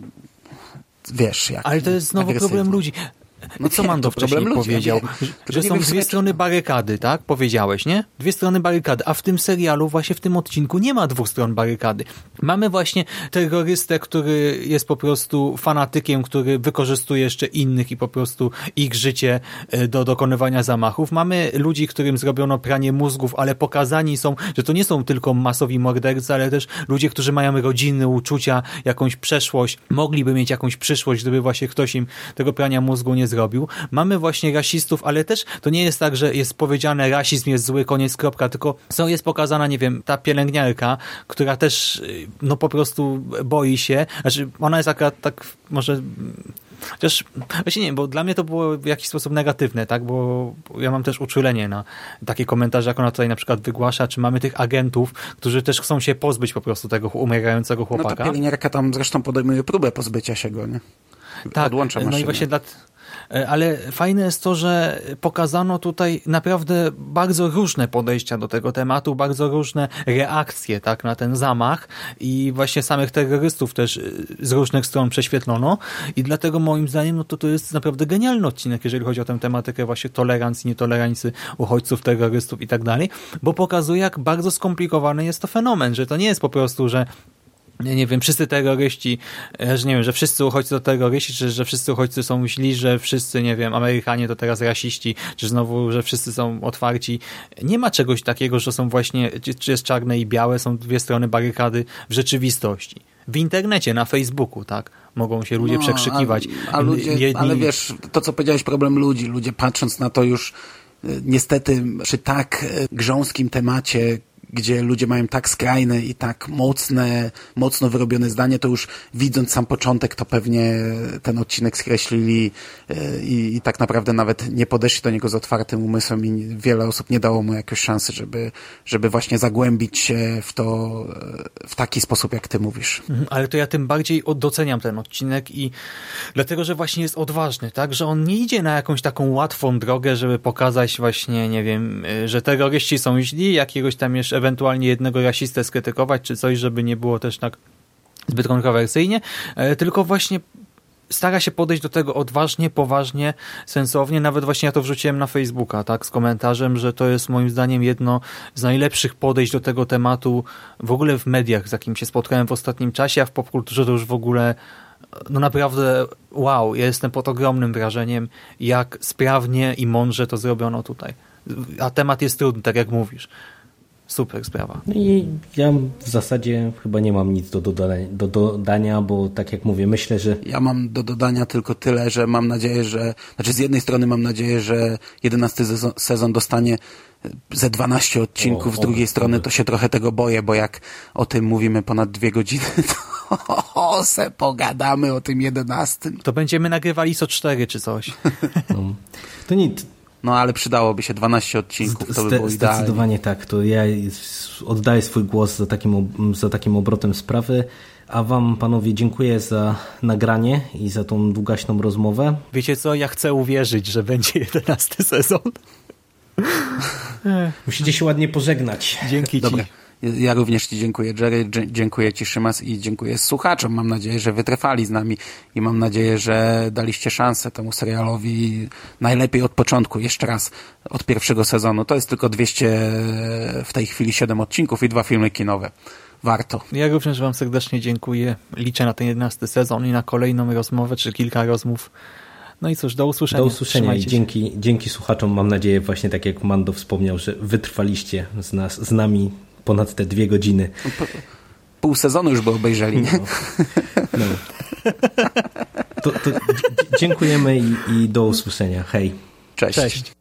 wiesz, jak... Ale to jest znowu agresywnie. Problem ludzi. No co Mando wcześniej ludzi, powiedział, ja że, że są dwie strony barykady, tak? Powiedziałeś, nie? Dwie strony barykady, a w tym serialu, właśnie w tym odcinku nie ma dwóch stron barykady. Mamy właśnie terrorystę, który jest po prostu fanatykiem, który wykorzystuje jeszcze innych i po prostu ich życie do dokonywania zamachów. Mamy ludzi, którym zrobiono pranie mózgów, ale pokazani są, że to nie są tylko masowi mordercy, ale też ludzie, którzy mają rodziny, uczucia, jakąś przeszłość, mogliby mieć jakąś przyszłość, gdyby właśnie ktoś im tego prania mózgu nie zrobił. Mamy właśnie rasistów, ale też to nie jest tak, że jest powiedziane rasizm jest zły, koniec, kropka, tylko są, jest pokazana, nie wiem, ta pielęgniarka, która też no po prostu boi się, znaczy ona jest taka, tak może chociaż, właśnie nie wiem, bo dla mnie to było w jakiś sposób negatywne, tak, bo ja mam też uczulenie na takie komentarze, jak ona tutaj na przykład wygłasza, czy mamy tych agentów, którzy też chcą się pozbyć po prostu tego umierającego chłopaka. No ta pielęgniarka tam zresztą podejmuje próbę pozbycia się go, nie? Tak, odłącza maszynę. No i właśnie dla... Ale fajne jest to, że pokazano tutaj naprawdę bardzo różne podejścia do tego tematu, bardzo różne reakcje tak na ten zamach i właśnie samych terrorystów też z różnych stron prześwietlono i dlatego moim zdaniem no to, to jest naprawdę genialny odcinek, jeżeli chodzi o tę tematykę właśnie tolerancji, nietolerancji uchodźców, terrorystów i tak dalej, bo pokazuje, jak bardzo skomplikowany jest to fenomen, że to nie jest po prostu, że nie wiem, wszyscy terroryści, że nie wiem, że wszyscy uchodźcy to terroryści, czy że wszyscy uchodźcy są źli, że wszyscy, nie wiem, Amerykanie to teraz rasiści, czy znowu, że wszyscy są otwarci. Nie ma czegoś takiego, że są właśnie, czy jest czarne i białe, są dwie strony barykady w rzeczywistości. W internecie, na Facebooku, tak? Mogą się ludzie no, przekrzykiwać. A, a ludzie, Jedni... ale wiesz, to co powiedziałeś, problem ludzi, ludzie patrząc na to już niestety przy tak grząskim temacie, gdzie ludzie mają tak skrajne i tak mocne, mocno wyrobione zdanie, to już widząc sam początek, to pewnie ten odcinek skreślili i, i tak naprawdę nawet nie podeszli do niego z otwartym umysłem i wiele osób nie dało mu jakiejś szansy, żeby, żeby właśnie zagłębić się w to w taki sposób, jak ty mówisz. Ale to ja tym bardziej doceniam ten odcinek i dlatego, że właśnie jest odważny, tak, że on nie idzie na jakąś taką łatwą drogę, żeby pokazać właśnie, nie wiem, że terroryści są źli, jakiegoś tam jeszcze ewentualnie jednego rasistę skrytykować, czy coś, żeby nie było też tak zbyt kontrowersyjnie, tylko właśnie stara się podejść do tego odważnie, poważnie, sensownie. Nawet właśnie ja to wrzuciłem na Facebooka, tak, z komentarzem, że to jest moim zdaniem jedno z najlepszych podejść do tego tematu w ogóle w mediach, z jakim się spotkałem w ostatnim czasie, a w popkulturze to już w ogóle no naprawdę wow, ja jestem pod ogromnym wrażeniem, jak sprawnie i mądrze to zrobiono tutaj. A temat jest trudny, tak jak mówisz. Super sprawa. No i ja w zasadzie chyba nie mam nic do dodania, do dodania, bo tak jak mówię, myślę, że... Ja mam do dodania tylko tyle, że mam nadzieję, że... Znaczy z jednej strony mam nadzieję, że jedenasty sezon dostanie ze dwanaście odcinków, o, z drugiej o, strony to się trochę tego boję, bo jak o tym mówimy ponad dwie godziny, to se pogadamy o tym jedenastym. To będziemy nagrywali co cztery czy coś. No, to nic. No ale przydałoby się dwanaście odcinków, to by było idealnie. Zdecydowanie tak, to ja oddaję swój głos za takim, za takim obrotem sprawy, a wam panowie dziękuję za nagranie i za tą długaśną rozmowę. Wiecie co, ja chcę uwierzyć, że będzie jedenasty sezon. Musicie się ładnie pożegnać. Dzięki ci. Dobra. Ja również ci dziękuję, Jerry, dziękuję ci, Szymas, i dziękuję słuchaczom. Mam nadzieję, że wytrwali z nami i mam nadzieję, że daliście szansę temu serialowi najlepiej od początku, jeszcze raz, od pierwszego sezonu. To jest tylko dwieście w tej chwili siedem odcinków i dwa filmy kinowe. Warto. Ja również wam serdecznie dziękuję. Liczę na ten jedenasty sezon i na kolejną rozmowę, czy kilka rozmów. No i cóż, do usłyszenia. Do usłyszenia i dzięki, dzięki słuchaczom, mam nadzieję, właśnie tak jak Mando wspomniał, że wytrwaliście z, nas, z nami ponad te dwie godziny. Pół sezonu już by obejrzeli, nie? No. No. To, to dziękujemy i, i do usłyszenia. Hej. Cześć. Cześć.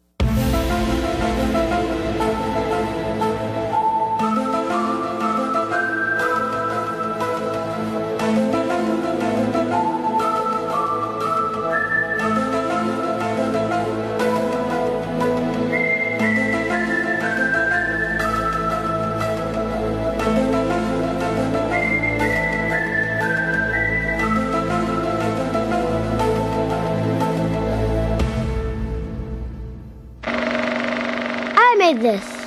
This.